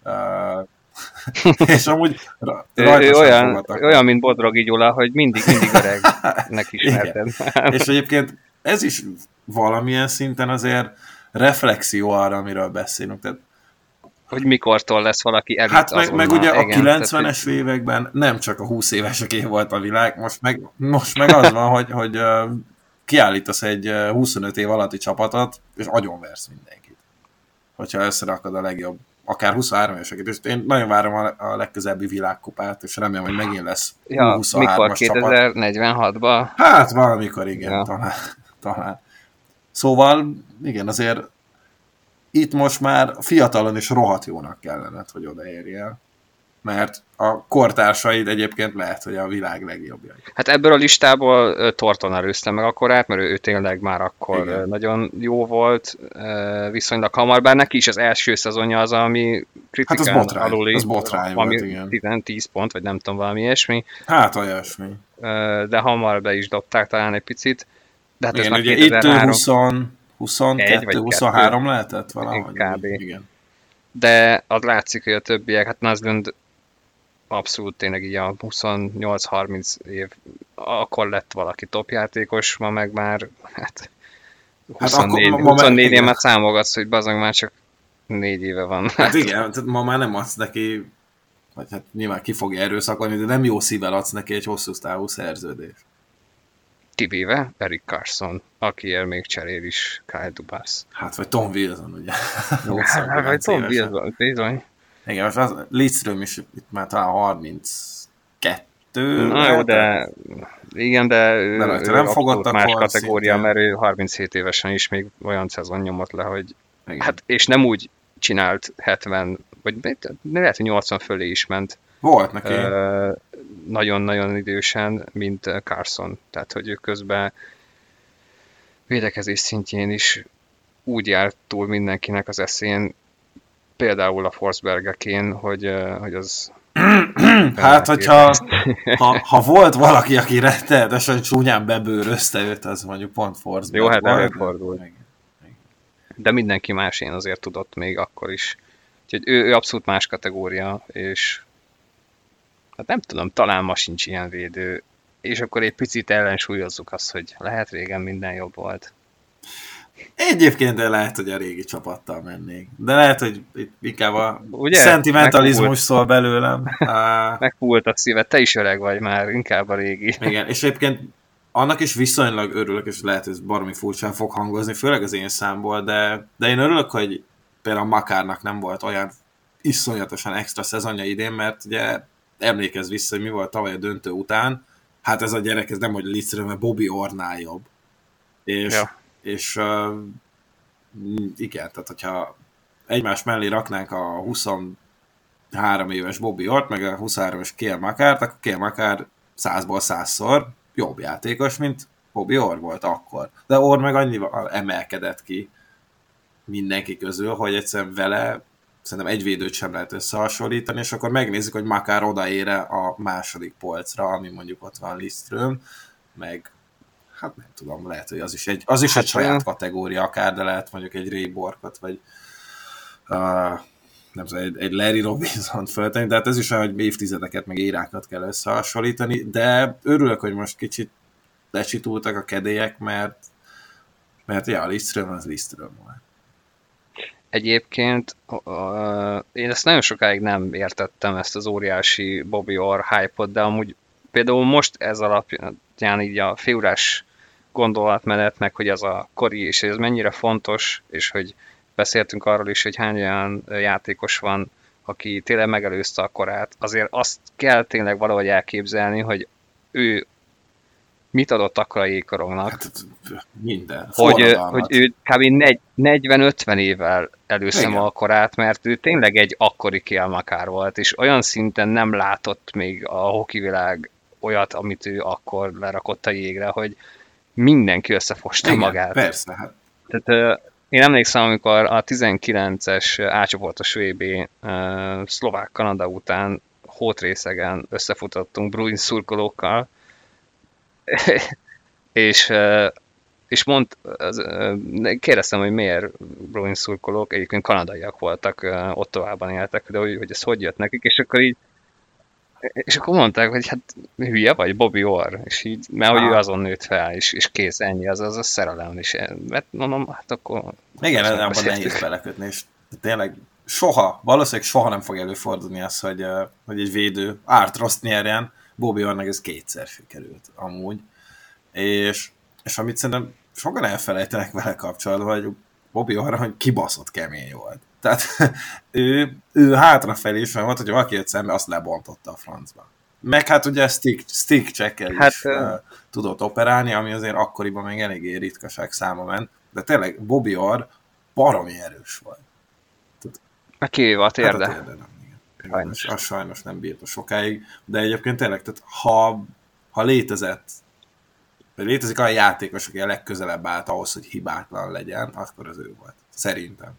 És amúgy olyan, mint Bodrogi Gyula, hogy mindig öregnek ismerted. És egyébként ez is valamilyen szinten azért reflexió arra, amiről beszélünk. Tehát, hogy mikortól lesz valaki elit hát meg ugye a 90-es években nem csak a 20 éveseké volt a világ, most meg az van, hogy kiállítasz egy 25 év alatti csapatot, és agyonversz mindenkit. Hogyha összerakod a legjobb, akár 23 éveseket. És én nagyon várom a legközelebbi világkupát, és remélem, hogy megint lesz 23-as csapat. 2046-ban? Hát valamikor igen, ja. Talán. Szóval, igen, azért itt most már fiatalon is rohadt jónak kellene, hogy odaérjél. Mert a kortársaid egyébként lehet, hogy a világ legjobbja. Hát ebből a listából Thornton előzte meg a korát, mert ő tényleg már akkor igen. Nagyon jó volt, viszonylag hamar, bár neki is az első szezonja az, ami kritikán aluli. Az botrány volt, igen. 10 pont, vagy nem tudom, valami ilyesmi. Hát olyasmi. De hamar be is dobták talán egy picit. De hát igen, ez ugye itt 22-23 lehetett valahogy. Kb. Igen. De az látszik, hogy a többiek, hát Naslund abszolút tényleg így a 28-30 év, akkor lett valaki topjátékos, ma meg már, hát 24 év már számogatsz, hogy bazag már csak 4 éve van. Hát igen, tehát ma már nem adsz neki, vagy hát nyilván ki fogja erőszakolni, de nem jó szívvel adsz neki egy hosszú távú szerződést. Kivéve Erik Carson, akiért még cserél is Kyle Dubas. Hát, vagy Tom Wilson, ugye? Vagy Tom Wilson, bizony. Igen, most az Lidström is itt már talán 32. Na jó, de igen, de ő nem fogadtak más kategória, mert ő 37 évesen is még olyan szezon nyomott le, hogy hát, és nem úgy csinált 70, vagy lehet, hogy 80 fölé is ment. Volt neki. Nagyon-nagyon idősen, mint Carson. Tehát, hogy ő közben védekezés szintjén is úgy járt túl mindenkinek az eszén, például a Forsbergekén, hogy az... Hát, hogyha ha volt valaki, aki rettenetesen csúnyán bebőrözte őt, az mondjuk pont Forsberg. Jó, hát előfordul. De mindenki más én azért tudott még akkor is. Úgyhogy ő abszolút más kategória, és hát nem tudom, talán ma sincs ilyen védő, és akkor egy picit ellensúlyozzuk azt, hogy lehet régen minden jobb volt. Egyébként lehet, hogy a régi csapattal mennék. De lehet, hogy itt inkább a Ugye? szentimentalizmus szól belőlem. Megfúlt a szíved, te is öreg vagy már, inkább a régi. Igen, és egyébként annak is viszonylag örülök, és lehet, hogy ez baromi furcsán fog hangozni, főleg az én számból, de én örülök, hogy például Makárnak nem volt olyan iszonyatosan extra szezonja idén, mert ugye emlékezz vissza, hogy mi volt tavaly a döntő után, hát ez a gyerek, ez nem, hogy Lidström, mert Bobby Orrnál jobb. És igen, tehát hogyha egymás mellé raknánk a 23 éves Bobby Orrt, meg a 23 éves Cale Makárt, akkor Cale Makár 100-ból 100-szor jobb játékos, mint Bobby Orr volt akkor. De Orr meg annyival emelkedett ki mindenki közül, hogy egyszerűen vele szerintem egy védőt sem lehet összehasonlítani, és akkor megnézzük, hogy Makár odaére a második polcra, ami mondjuk ott van Lidström, meg hát nem tudom, lehet, hogy az is egy saját kategória akár, de lehet mondjuk egy Ray Borkot, vagy nem tudom, egy Larry Robinson föltenni, de hát ez is olyan, hogy évtizedeket, meg érákat kell összehasonlítani, de örülök, hogy most kicsit lecsitultak a kedélyek, mert ja, a Lidström az Lidström volt. Egyébként én ezt nagyon sokáig nem értettem, ezt az óriási Bobby Orr hype-ot, de amúgy például most ez alapján így a félórás gondolatmenet, meg hogy az a kori, és ez mennyire fontos, és hogy beszéltünk arról is, hogy hány olyan játékos van, aki tényleg megelőzte a korát, azért azt kell tényleg valahogy elképzelni, hogy ő mit adott akkor a jégkorongnak. Hát minden. Hogy ő kb. 40-50 évvel előszem a korát, mert ő tényleg egy akkori Cale Makar volt, és olyan szinten nem látott még a hokivilág olyat, amit ő akkor lerakott a jégre, hogy mindenki összefosta magát. Persze, hát. Tehát én emlékszem, amikor a 19-es A-csoportos VB szlovák-Kanada után hótrészegen összefutottunk Bruins szurkolókkal, és kérdeztem, hogy miért Bruins szurkolók, egyébként kanadaiak voltak, Ottawában éltek, de hogy ez hogy jött nekik, és akkor mondták, hogy hát hülye vagy, Bobby Orr, és így, mert hogy ő azon nőtt fel, és kész, ennyi, az a szerelem is. Mert mondom, hát akkor... Igen, abban nehéz belekötni, és tényleg valószínűleg soha nem fog előfordulni az, hogy egy védő Art-Rost nyerjen, Bobby Orrnak ez kétszer sikerült amúgy. És amit szerintem sokan elfelejtenek vele kapcsolatban, hogy Bobby Orr, hogy kibaszott kemény volt. Tehát ő hátrafelé is volt, hogy valaki jött szembe, azt lebontotta a francba. Meg hát ugye stick check-el is tudott operálni, ami azért akkoriban még eléggé ritkaság száma ment. De tényleg Bobby Orr baromi erős volt. Meg kivéve a térde. Hát a térde nem, igen. Sajnos nem bírta sokáig, de egyébként tényleg, tehát ha létezik olyan játékos, aki a legközelebb állt ahhoz, hogy hibátlan legyen, akkor az ő volt. Szerintem.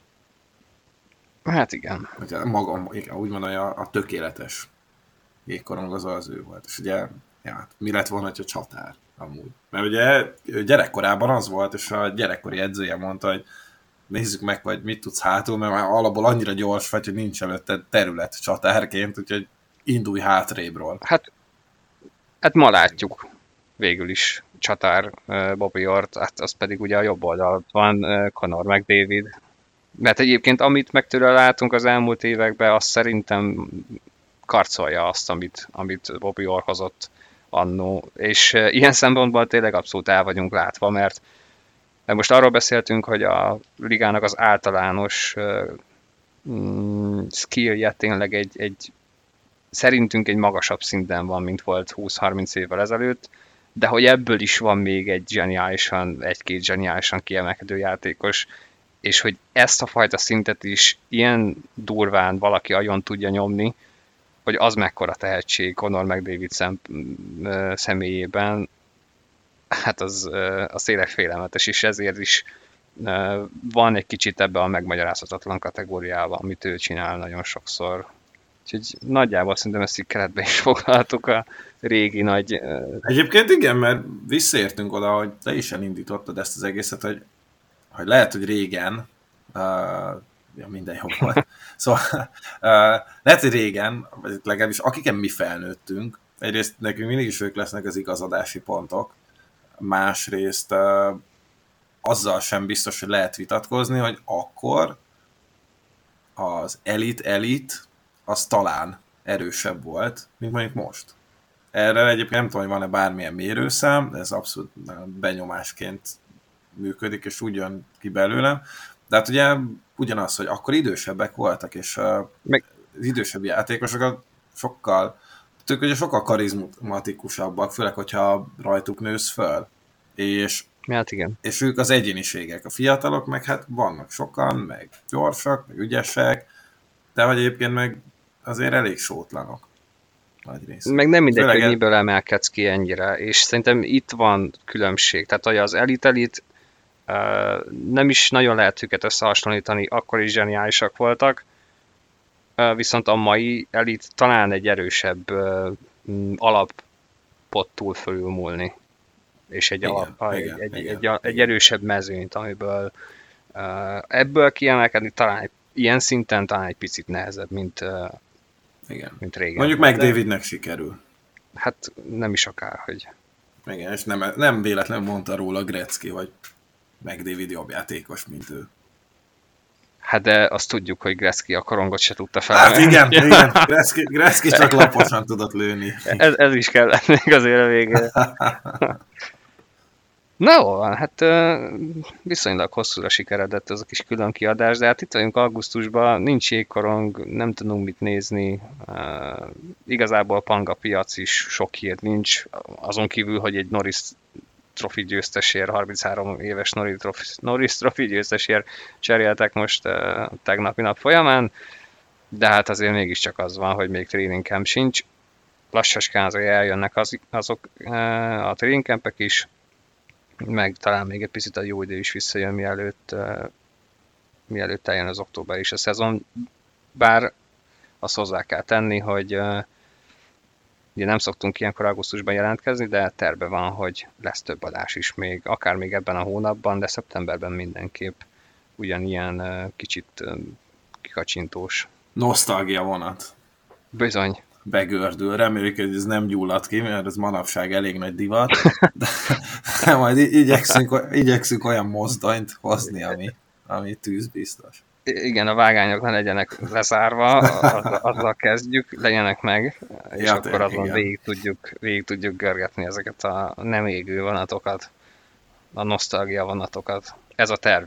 Hát igen. Magam, úgymond a tökéletes jégkorong az ő volt. És ugye, mi lett volna, hogyha csatár amúgy. Mert ugye ő gyerekkorában az volt, és a gyerekkori edzője mondta, hogy nézzük meg, hogy mit tudsz hátul, mert már alapból annyira gyors vagy, hogy nincs előtte terület csatárként, úgyhogy indulj hátrébről. Hát ma látjuk végül is csatár Bobby Orrt, hát az pedig ugye a jobb oldalt van, Connor McDavid. Mert egyébként amit meg tőle látunk az elmúlt években, azt szerintem karcolja azt, amit Bobby Orr hozott annó. És ilyen szempontból tényleg abszolút el vagyunk látva, mert most arról beszéltünk, hogy a ligának az általános skillje tényleg egy szerintünk egy magasabb szinten van, mint volt 20-30 évvel ezelőtt, de hogy ebből is van még egy-két zseniálisan kiemelkedő játékos, és hogy ezt a fajta szintet is ilyen durván valaki agyon tudja nyomni, hogy az mekkora tehetség Connor McDavid személyében, hát az tényleg félelmetes, és ezért is van egy kicsit ebbe a megmagyarázhatatlan kategóriában, amit ő csinál nagyon sokszor. Úgyhogy nagyjából szerintem ezt így keretbe is foglaltuk a régi nagy... Egyébként igen, mert visszaértünk oda, hogy te is elindítottad ezt az egészet, hogy lehet, hogy régen, minden jó volt, szóval lehet, hogy régen, vagy legalábbis akiken mi felnőttünk, egyrészt nekünk mindig is ők lesznek az igazadási pontok, másrészt azzal sem biztos, hogy lehet vitatkozni, hogy akkor az elit az talán erősebb volt, mint mondjuk most. Erre egyébként nem tudom, hogy van-e bármilyen mérőszám, de ez abszolút benyomásként működik, és úgy jön ki belőlem. De hát ugye ugyanaz, hogy akkor idősebbek voltak, és az idősebb játékosokat sokkal karizmatikusabbak, főleg, hogyha rajtuk nősz föl. És, hát igen. És ők az egyéniségek. A fiatalok meg hát vannak sokan, meg gyorsak, meg ügyesek, de hogy egyébként meg azért elég sótlanok. Nagy rész. Meg nem mindegy, hogy miből emelkedsz ki ennyire, és szerintem itt van különbség. Tehát, hogy az elit nem is nagyon lehet őket összehasonlítani, akkor is zseniálisak voltak, viszont a mai elit talán egy erősebb alapot túl fölülmúlni, és egy erősebb mezőnyt, amiből ebből kiemelkedni talán ilyen szinten talán egy picit nehezebb, mint régen. Mondjuk McDavidnek sikerül. Hát nem is akárhogy. Igen, és nem véletlenül mondta róla Gretzky, hogy McDavid jobb játékos, mint ő. Hát de azt tudjuk, hogy Gretzky a korongot se tudta fel. Hát igen. Gretzky csak laposan tudott lőni. Ez is kellett még azért a végére. Na jó van, hát viszonylag hosszúra sikeredett ez a kis külön kiadás, de hát itt vagyunk augusztusban, nincs jégkorong, nem tudunk mit nézni, igazából panga piac is, sok hír nincs, azon kívül, hogy egy Norris Trophy győztesért, 33 éves Norris Trophy győztesért cseréltek most tegnapi nap folyamán, de hát azért mégiscsak az van, hogy még training camp sincs, lassaskán azért eljönnek azok a training campek is, meg talán még egy picit a jó idő is visszajön, mielőtt eljön az október is a szezon. Bár azt hozzá kell tenni, hogy ugye nem szoktunk ilyenkor augusztusban jelentkezni, de terve van, hogy lesz több adás is még, akár még ebben a hónapban, de szeptemberben mindenképp ugyanilyen kicsit kikacsintós. Nosztalgia vonat. Bizony. Begördül. Reméljük, hogy ez nem gyullad ki, mert ez manapság elég nagy divat. De majd igyekszünk olyan mozdonyt hozni, ami tűzbiztos. Igen, a vágányok ne legyenek lezárva, azzal kezdjük, legyenek meg, és akkor azon végig tudjuk görgetni ezeket a nem égő vonatokat, a nosztalgia vonatokat. Ez a terv.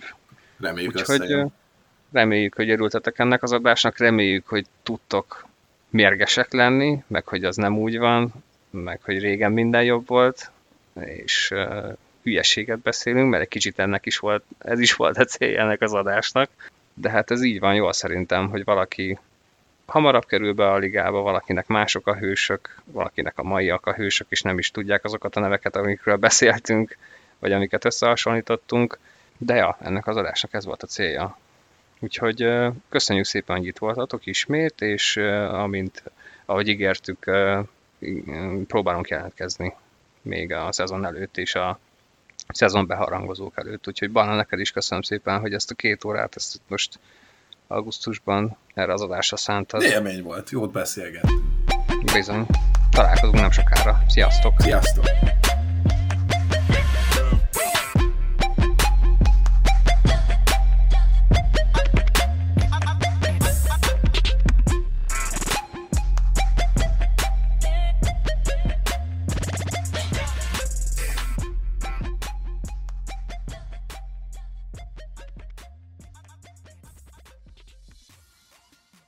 Reméljük, hogy örültetek ennek az adásnak, reméljük, hogy tudtok mérgesek lenni, meg hogy az nem úgy van, meg hogy régen minden jobb volt, és hülyeséget beszélünk, mert egy kicsit ez is volt a célja ennek az adásnak, de hát ez így van jól szerintem, hogy valaki hamarabb kerül be a ligába, valakinek mások a hősök, valakinek a maiak a hősök, és nem is tudják azokat a neveket, amikről beszéltünk, vagy amiket összehasonlítottunk, de ja, ennek az adásnak ez volt a célja. Úgyhogy köszönjük szépen, hogy itt voltatok ismét, és ahogy ígértük, próbálunk jelentkezni még a szezon előtt és a szezon beharangozók előtt. Úgyhogy Barna, neked is köszönöm szépen, hogy ezt a 2 órát, ezt most augusztusban erre az adásra szántad. Élmény volt, jót beszélgettünk. Bizony. Találkozunk nem sokára. Sziasztok! Sziasztok!